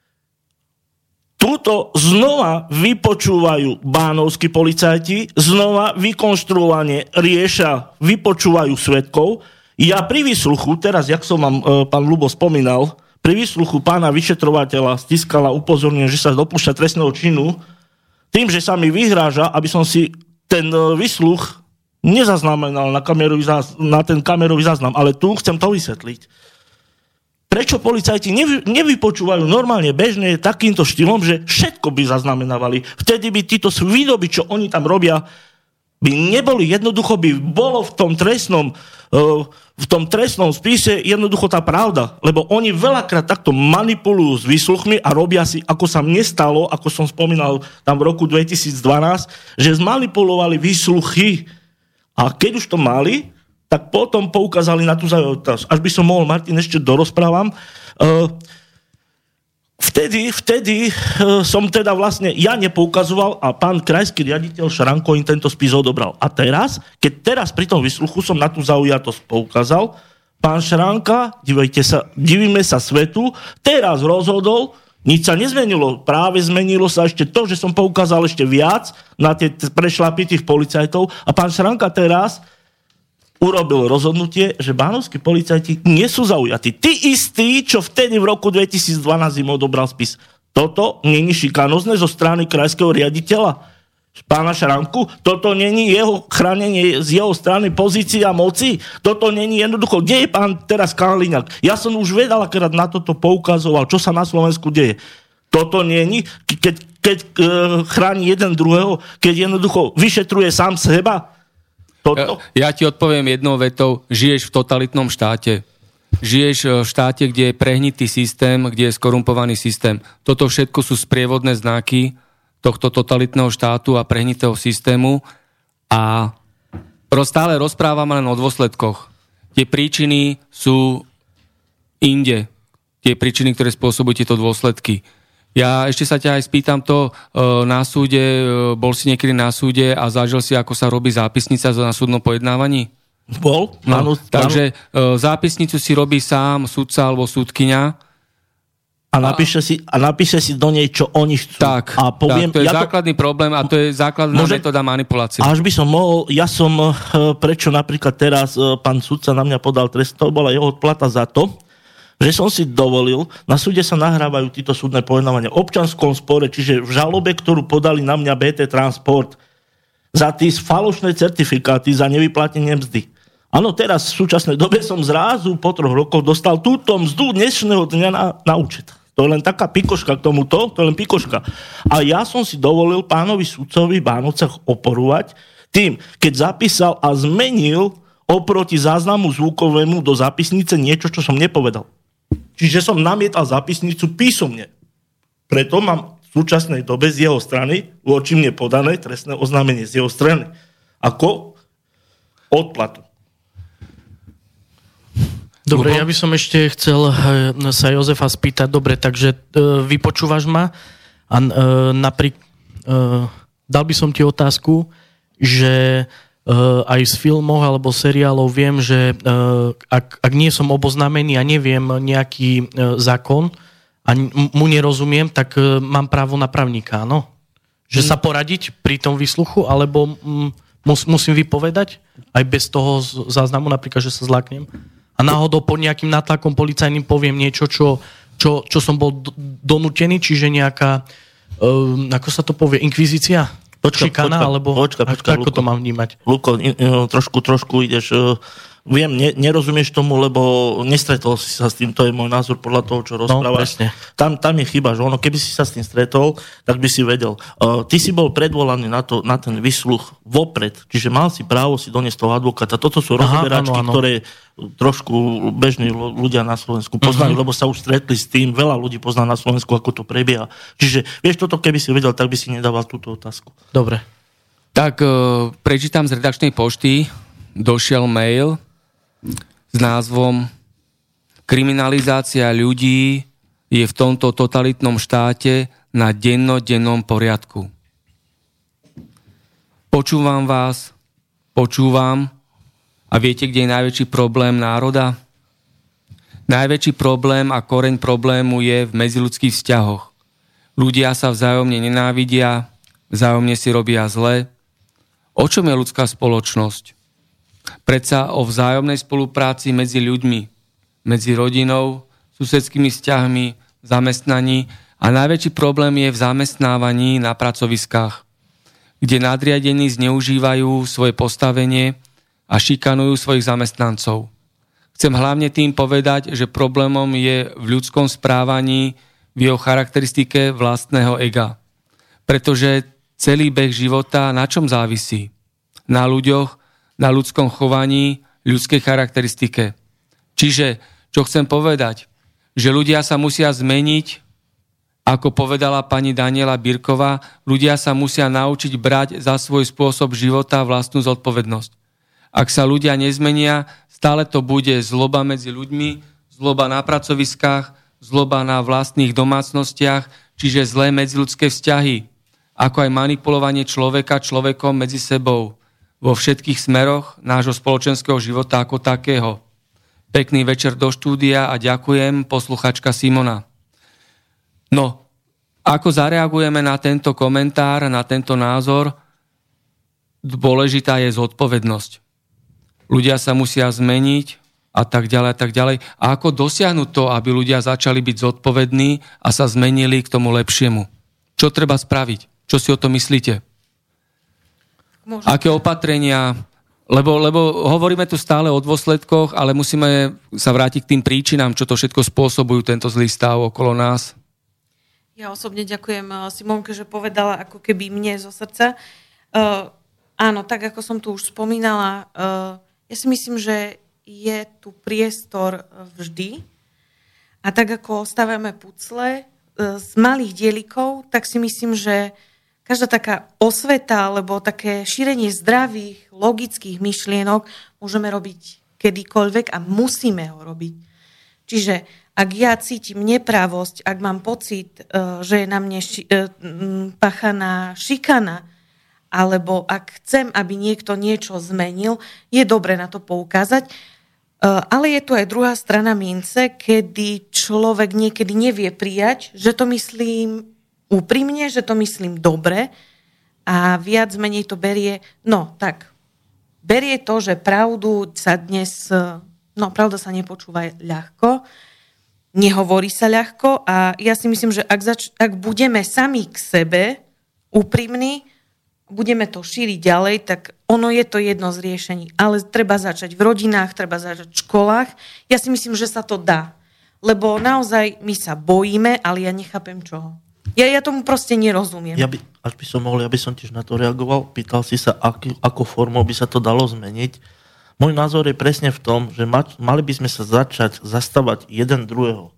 túto znova vypočúvajú bánovskí policajti, znova vykonštruovane riešia, vypočúvajú svedkov. Ja pri výsluchu, teraz, jak som vám pán Ľubo spomínal, pri výsluchu pána vyšetrovateľa Stiskala upozornil, že sa dopúšťa trestného činu, tým, že sa mi vyhráža, aby som si ten výsluch nezaznamenal na ten kamerový záznam. Ale tu chcem to vysvetliť. Prečo policajti nevypočúvajú normálne, bežne takýmto štýlom, že všetko by zaznamenávali. Vtedy by títo výdoby, čo oni tam robia, by neboli, jednoducho by bolo v tom trestnom spise jednoducho tá pravda. Lebo oni veľakrát takto manipulujú s výsluchmi a robia si, ako sa mne stalo, ako som spomínal tam v roku 2012, že zmanipulovali výsluchy. A keď už to mali, tak potom poukázali na tú zaujatosť. Až by som mohol, Martin, ešte dorozprávam. Vtedy som teda vlastne ja nepoukazoval a pán krajský riaditeľ Šranko im tento spis odobral. A teraz, keď pri tom výsluchu som na tú zaujatosť poukázal, pán Šranka, divíme sa svetu, teraz rozhodol, nič sa nezmenilo. Práve zmenilo sa ešte to, že som poukázal ešte viac na tie prešlapy tých policajtov a pán Šranka teraz urobil rozhodnutie, že bánovskí policajti nie sú zaujatí. Tí istí, čo vtedy v roku 2012 im odobral spis. Toto není šikanózne zo strany krajského riaditeľa pána Šranku. Toto není jeho chránenie z jeho strany pozície a moci. Toto není jednoducho. Kde je pán teraz Kaliňák? Ja som už veľakrát na toto poukazoval, čo sa na Slovensku deje. Toto není, keď chráni jeden druhého, keď jednoducho vyšetruje sám seba. Ja ti odpoviem jednou vetou. Žiješ v totalitnom štáte. Žiješ v štáte, kde je prehnitý systém, kde je skorumpovaný systém. Toto všetko sú sprievodné znaky tohto totalitného štátu a prehnitého systému a stále rozprávame len o dôsledkoch. Tie príčiny sú inde. Tie príčiny, ktoré spôsobujú tieto dôsledky. Ja ešte sa ťa aj spýtam to na súde, bol si niekedy na súde a zažil si, ako sa robí zápisnica na súdnom pojednávaní? Bol. No, takže zápisnicu si robí sám sudca alebo súdkyňa. A napíše si do nej, čo oni chcú. Tak, to je základný problém a to je základná metóda manipulácie. Až by som mohol, prečo napríklad teraz pán sudca na mňa podal trest, to bola jeho odplata za to, že som si dovolil, na súde sa nahrávajú títo súdne pojednávania v občianskom spore, čiže v žalobe, ktorú podali na mňa BT Transport za tí falošné certifikáty za nevyplatenie mzdy. Áno, teraz v súčasnej dobe som zrazu po 3 rokoch dostal túto mzdu dnešného dňa na účet. To je len taká pikoška k tomuto, to je len pikoška. A ja som si dovolil pánovi sudcovi v Bánovcach oporovať tým, keď zapísal a zmenil oproti záznamu zvukovému do zápisnice niečo, čo som nepovedal. Čiže som namietal zápisnicu písomne. Preto mám v súčasnej dobe z jeho strany voči mne podané trestné oznámenie z jeho strany. Ako odplatu. Dobre, ja by som ešte chcel sa Jozefa spýtať. Dobre, takže vypočúvaš ma a dal by som ti otázku, že aj z filmov alebo seriálov viem, že ak nie som oboznámený a neviem nejaký zákon a mu nerozumiem, tak mám právo na právnika, áno? Že sa poradiť pri tom výsluchu, alebo musím vypovedať aj bez toho záznamu, napríklad, že sa zláknem a náhodou pod nejakým nátlakom policajným poviem niečo, čo som bol donútený, čiže nejaká, ako sa to povie, inkvizícia? Šikana, alebo počka, ako Luko, to mám vnímať? Luko, trošku ideš viem, nerozumieš tomu, lebo nestretol si sa s tým, to je môj názor podľa toho, čo rozprávaš. Tam je chyba, že ono, keby si sa s tým stretol, tak by si vedel. Ty si bol predvolaný na ten výsluch vopred, čiže mal si právo si doniesť toho advokáta. Toto sú rozberačky, ktoré trošku bežní ľudia na Slovensku poznajú, lebo sa už stretli s tým, veľa ľudí pozná na Slovensku, ako to prebieha. Čiže vieš, toto keby si vedel, tak by si nedával túto otázku. Dobre. Tak prečítam z redakčnej pošty, došiel mail s názvom Kriminalizácia ľudí je v tomto totalitnom štáte na dennodennom poriadku. Počúvam vás, a viete, kde je najväčší problém národa? Najväčší problém a koreň problému je v medziľudských vzťahoch. Ľudia sa vzájomne nenávidia, vzájomne si robia zle. O čom je ľudská spoločnosť? Predsa o vzájomnej spolupráci medzi ľuďmi, medzi rodinou, susedskými vzťahmi, zamestnaní a najväčší problém je v zamestnávaní na pracoviskách, kde nadriadení zneužívajú svoje postavenie a šikanujú svojich zamestnancov. Chcem hlavne tým povedať, že problémom je v ľudskom správaní, v jeho charakteristike vlastného ega. Pretože celý beh života na čom závisí? Na ľuďoch, na ľudskom chovaní, ľudskej charakteristike. Čiže, čo chcem povedať, že ľudia sa musia zmeniť, ako povedala pani Daniela Birková, ľudia sa musia naučiť brať za svoj spôsob života vlastnú zodpovednosť. Ak sa ľudia nezmenia, stále to bude zloba medzi ľuďmi, zloba na pracoviskách, zloba na vlastných domácnostiach, čiže zlé medziľudské vzťahy, ako aj manipulovanie človeka človekom medzi sebou vo všetkých smeroch nášho spoločenského života ako takého. Pekný večer do štúdia a ďakujem, posluchačka Simona. No, ako zareagujeme na tento komentár, na tento názor? Dôležitá je zodpovednosť. Ľudia sa musia zmeniť a tak ďalej a tak ďalej. A ako dosiahnuť to, aby ľudia začali byť zodpovední a sa zmenili k tomu lepšiemu? Čo treba spraviť? Čo si o to myslíte? Aké opatrenia? Lebo hovoríme tu stále o dôsledkoch, ale musíme sa vrátiť k tým príčinám, čo to všetko spôsobujú, tento zlý stav okolo nás. Ja osobne ďakujem Simonke, že povedala ako keby mne zo srdca. Áno, tak ako som tu už spomínala, ja si myslím, že je tu priestor vždy. A tak ako stávame pucle z malých dielikov, tak si myslím, že každá taká osveta alebo také šírenie zdravých, logických myšlienok môžeme robiť kedykoľvek a musíme ho robiť. Čiže ak ja cítim nepravosť, ak mám pocit, že je na mne páchaná šikana, alebo ak chcem, aby niekto niečo zmenil, je dobre na to poukázať. Ale je tu aj druhá strana mince, kedy človek niekedy nevie prijať, že to myslím úprimne, že to myslím dobre a viac menej to berie, berie to, že pravdu sa dnes, pravda sa nepočúva ľahko, nehovorí sa ľahko a ja si myslím, že ak budeme sami k sebe úprimní, budeme to šíriť ďalej, tak ono je to jedno z riešení. Ale treba začať v rodinách, treba začať v školách. Ja si myslím, že sa to dá. Lebo naozaj my sa bojíme, ale ja nechápem čoho. Ja tomu proste nerozumiem. Ja by som tiež na to reagoval. Pýtal si sa, ako formou by sa to dalo zmeniť. Môj názor je presne v tom, že mali by sme sa začať zastávať jeden druhého.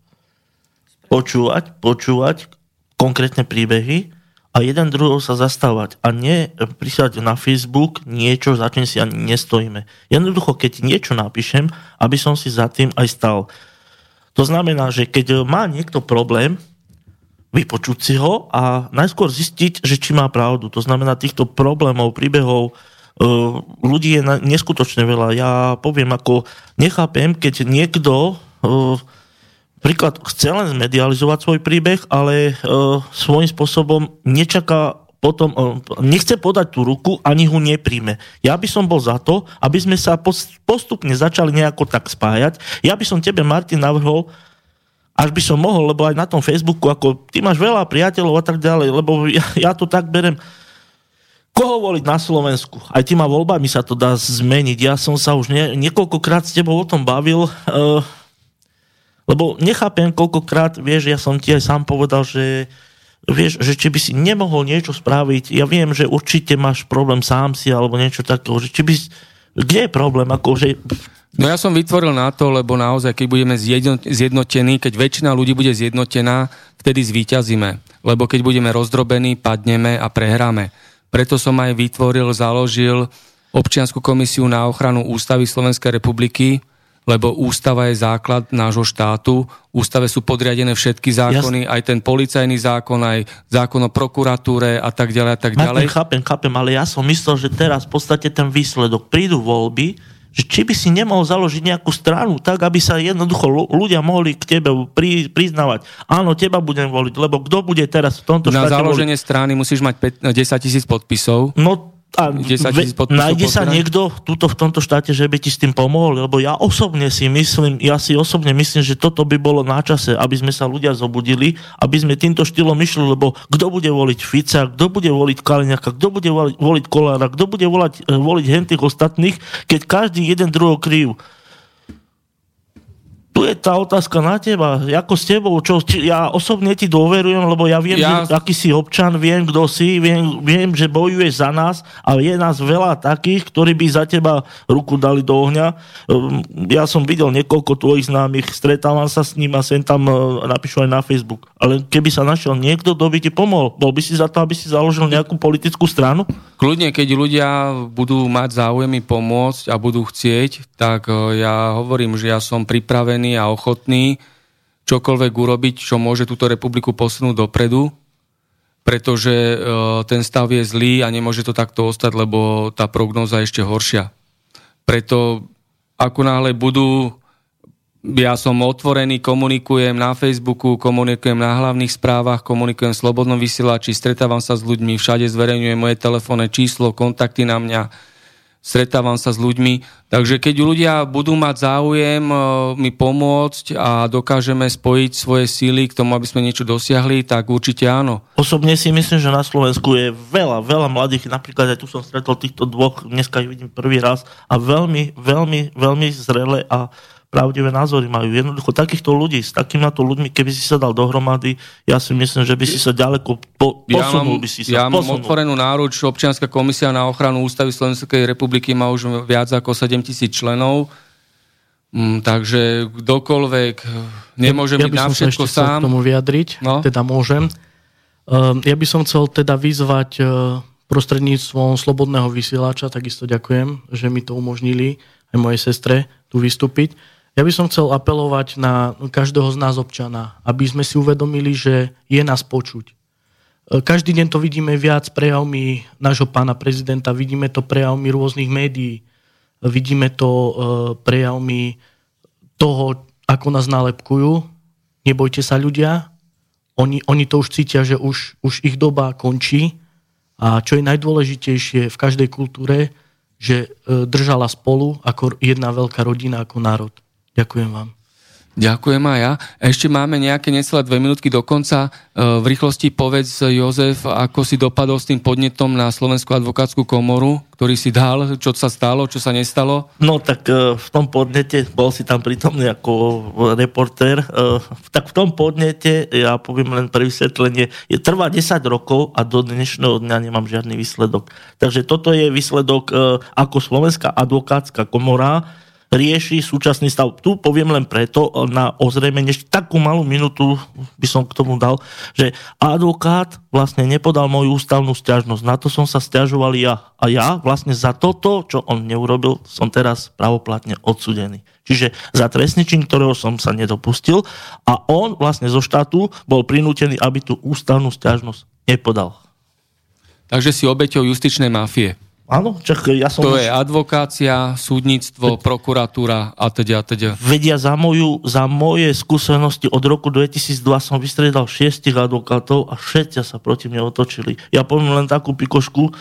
Počúvať konkrétne príbehy a jeden druhého sa zastávať a nie prísať na Facebook niečo, za čím si ani nestojíme. Jednoducho, keď niečo napíšem, aby som si za tým aj stal. To znamená, že keď má niekto problém, vypočuť si ho a najskôr zistiť, že či má pravdu. To znamená, týchto problémov, príbehov ľudí je neskutočne veľa. Ja poviem, ako nechápem, keď niekto príklad chce len zmedializovať svoj príbeh, ale svojím spôsobom nečaká potom, nechce podať tú ruku, ani ho nepríjme. Ja by som bol za to, aby sme sa postupne začali nejako tak spájať. Ja by som tebe, Martin, navrhol, až by som mohol, lebo aj na tom Facebooku, ako ty máš veľa priateľov a tak ďalej, lebo ja to tak berem. Koho voliť na Slovensku? Aj tými voľbami sa to dá zmeniť. Ja som sa už niekoľkokrát s tebou o tom bavil, lebo nechápem, koľkokrát, vieš, ja som ti aj sám povedal, že vieš, že či by si nemohol niečo spraviť, ja viem, že určite máš problém sám si, alebo niečo takého, že či by, kde je problém, akože... No ja som vytvoril na to, lebo naozaj, keď budeme zjednotení, keď väčšina ľudí bude zjednotená, vtedy zvíťazíme. Lebo keď budeme rozdrobení, padneme a prehráme. Preto som aj založil občiansku komisiu na ochranu ústavy Slovenskej republiky, lebo ústava je základ nášho štátu. Ústave sú podriadené všetky zákony, aj ten policajný zákon, aj zákon o prokuratúre a tak ďalej a tak ďalej. Chápem, ale ja som myslel, že teraz v podstate ten výsledok, prídu voľby, že či by si nemohol založiť nejakú stranu, tak aby sa jednoducho ľudia mohli k tebe priznávať. Áno, teba budem voliť, lebo kto bude teraz v tomto štáte na založenie strany musíš mať 10 000 podpisov. No a nájde sa niekto v tomto štáte, že by ti s tým pomohol, lebo ja si osobne myslím, že toto by bolo na čase, aby sme sa ľudia zobudili, aby sme týmto štýlom išli, lebo kto bude voliť Fica, kto bude voliť Kaliňaka, kto bude voliť Kollára, kto bude voliť hentých ostatných, keď každý jeden druhého kryjú. Tu je tá otázka na teba, ako s tebou, ja osobne ti dôverujem, lebo ja viem, že aký si občan, viem, kto si, viem, že bojuješ za nás, ale je nás veľa takých, ktorí by za teba ruku dali do ohňa. Ja som videl niekoľko tvojich známych, stretávam sa s ním a sem tam napíšu aj na Facebook. Ale keby sa našiel niekto, kto by ti pomohol, bol by si za to, aby si založil nejakú politickú stranu? Kľudne, keď ľudia budú mať záujemy pomôcť a budú chcieť, tak ja hovorím, že ja som pripravený a ochotný čokoľvek urobiť, čo môže túto republiku posunúť dopredu, pretože ten stav je zlý a nemôže to takto ostať, lebo tá prognóza je ešte horšia. Preto ako náhle ja som otvorený, komunikujem na Facebooku, komunikujem na hlavných správach, komunikujem v Slobodnom vysielači, stretávam sa s ľuďmi, všade zverejňujem moje telefónne číslo, kontakty na mňa, stretávam sa s ľuďmi. Takže keď ľudia budú mať záujem mi pomôcť a dokážeme spojiť svoje síly k tomu, aby sme niečo dosiahli, tak určite áno. Osobne si myslím, že na Slovensku je veľa mladých, napríklad aj tu som stretol týchto dvoch, dneska ich vidím prvý raz a veľmi zrelé a pravdivé názory majú. Jednoducho takýchto ľudí, s takýmito ľuďmi, keby si sa dal dohromady, ja si myslím, že by si sa ďaleko posunul. Ja mám otvorenú náruč, občianska komisia na ochranu ústavy Slovenskej republiky má už viac ako 7 000 členov, takže kdokoľvek nemôže byť na všetko sám. Ja by som sa ešte chcel k tomu vyjadriť, teda môžem. Ja by som chcel teda vyzvať prostredníctvom Slobodného vysielača, takisto ďakujem, že mi to umožnili, aj mojej sestre tu vystúpiť. Ja by som chcel apelovať na každého z nás občana, aby sme si uvedomili, že je nás počuť. Každý deň to vidíme viac prejavmi nášho pána prezidenta, vidíme to prejavmi rôznych médií, vidíme to prejavmi toho, ako nás nálepkujú. Nebojte sa ľudia, oni to už cítia, že už ich doba končí a čo je najdôležitejšie v každej kultúre, že držala spolu ako jedna veľká rodina, ako národ. Ďakujem vám. Ďakujem aj ja. Ešte máme nejaké necelé 2 minútky do konca. V rýchlosti povedz, Jozef, ako si dopadol s tým podnetom na Slovenskú advokátsku komoru, ktorý si dal, čo sa stalo, čo sa nestalo? No tak v tom podnete, bol si tam prítomný ako reportér, tak v tom podnete, ja poviem len pre vysvetlenie, trvá 10 rokov a do dnešného dňa nemám žiadny výsledok. Takže toto je výsledok, ako Slovenská advokátska komora rieši súčasný stav. Tu poviem len preto, na ozrejmenie, ešte takú malú minútu by som k tomu dal, že advokát vlastne nepodal moju ústavnú sťažnosť. Na to som sa sťažoval ja. A ja vlastne za toto, čo on neurobil, som teraz pravoplatne odsúdený. Čiže za trestný čin, ktorého som sa nedopustil a on vlastne zo štátu bol prinútený, aby tú ústavnú sťažnosť nepodal. Takže si obeťou justičnej mafie. Áno, ja som... To je advokácia, súdnictvo, prokuratúra a teda. Vedia, za moje skúsenosti od roku 2002 som vystriedal 6 advokátov a všetci sa proti mne otočili. Ja poviem len takú pikošku.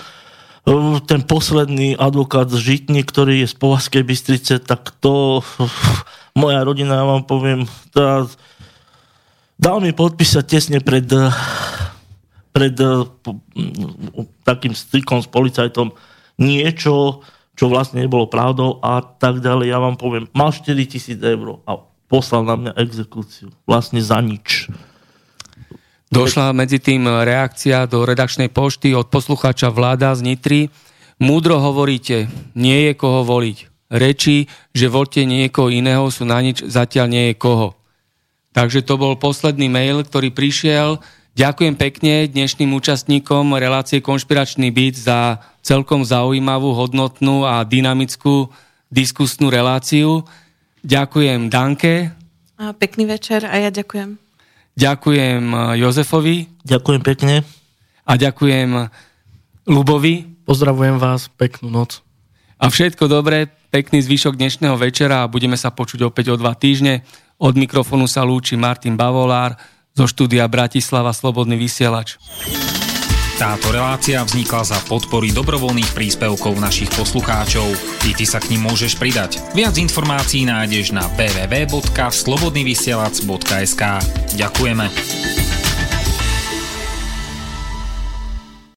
Ten posledný advokát z Žitní, ktorý je z Považskej Bystrice, tak to... Moja rodina, ja vám poviem, dal mi podpísať tesne pred pred takým stykom s policajtom niečo, čo vlastne nebolo pravdou a tak ďalej. Ja vám poviem, mal 4 000 eur a poslal na mňa exekúciu. Vlastne za nič. Došla medzi tým reakcia do redakčnej pošty od poslucháča Vláda z Nitry. Múdro hovoríte, nie je koho voliť. Reči, že voľte niekoho iného, sú na nič, zatiaľ nie je koho. Takže to bol posledný mail, ktorý prišiel. Ďakujem pekne dnešným účastníkom relácie Konšpiračný byt za celkom zaujímavú, hodnotnú a dynamickú diskusnú reláciu. Ďakujem Danke. Pekný večer a ja ďakujem. Ďakujem Jozefovi. Ďakujem pekne. A ďakujem Ľubovi. Pozdravujem vás, peknú noc. A všetko dobré, pekný zvyšok dnešného večera a budeme sa počuť opäť o 2 týždne. Od mikrofónu sa lúči Martin Bavolár, zo štúdia Bratislava Slobodný vysielač. Táto relácia vznikla za podpory dobrovoľných príspevkov našich poslucháčov. I ty sa k nim môžeš pridať. Viac informácií nájdeš na www.slobodnyvysielac.sk. Ďakujeme.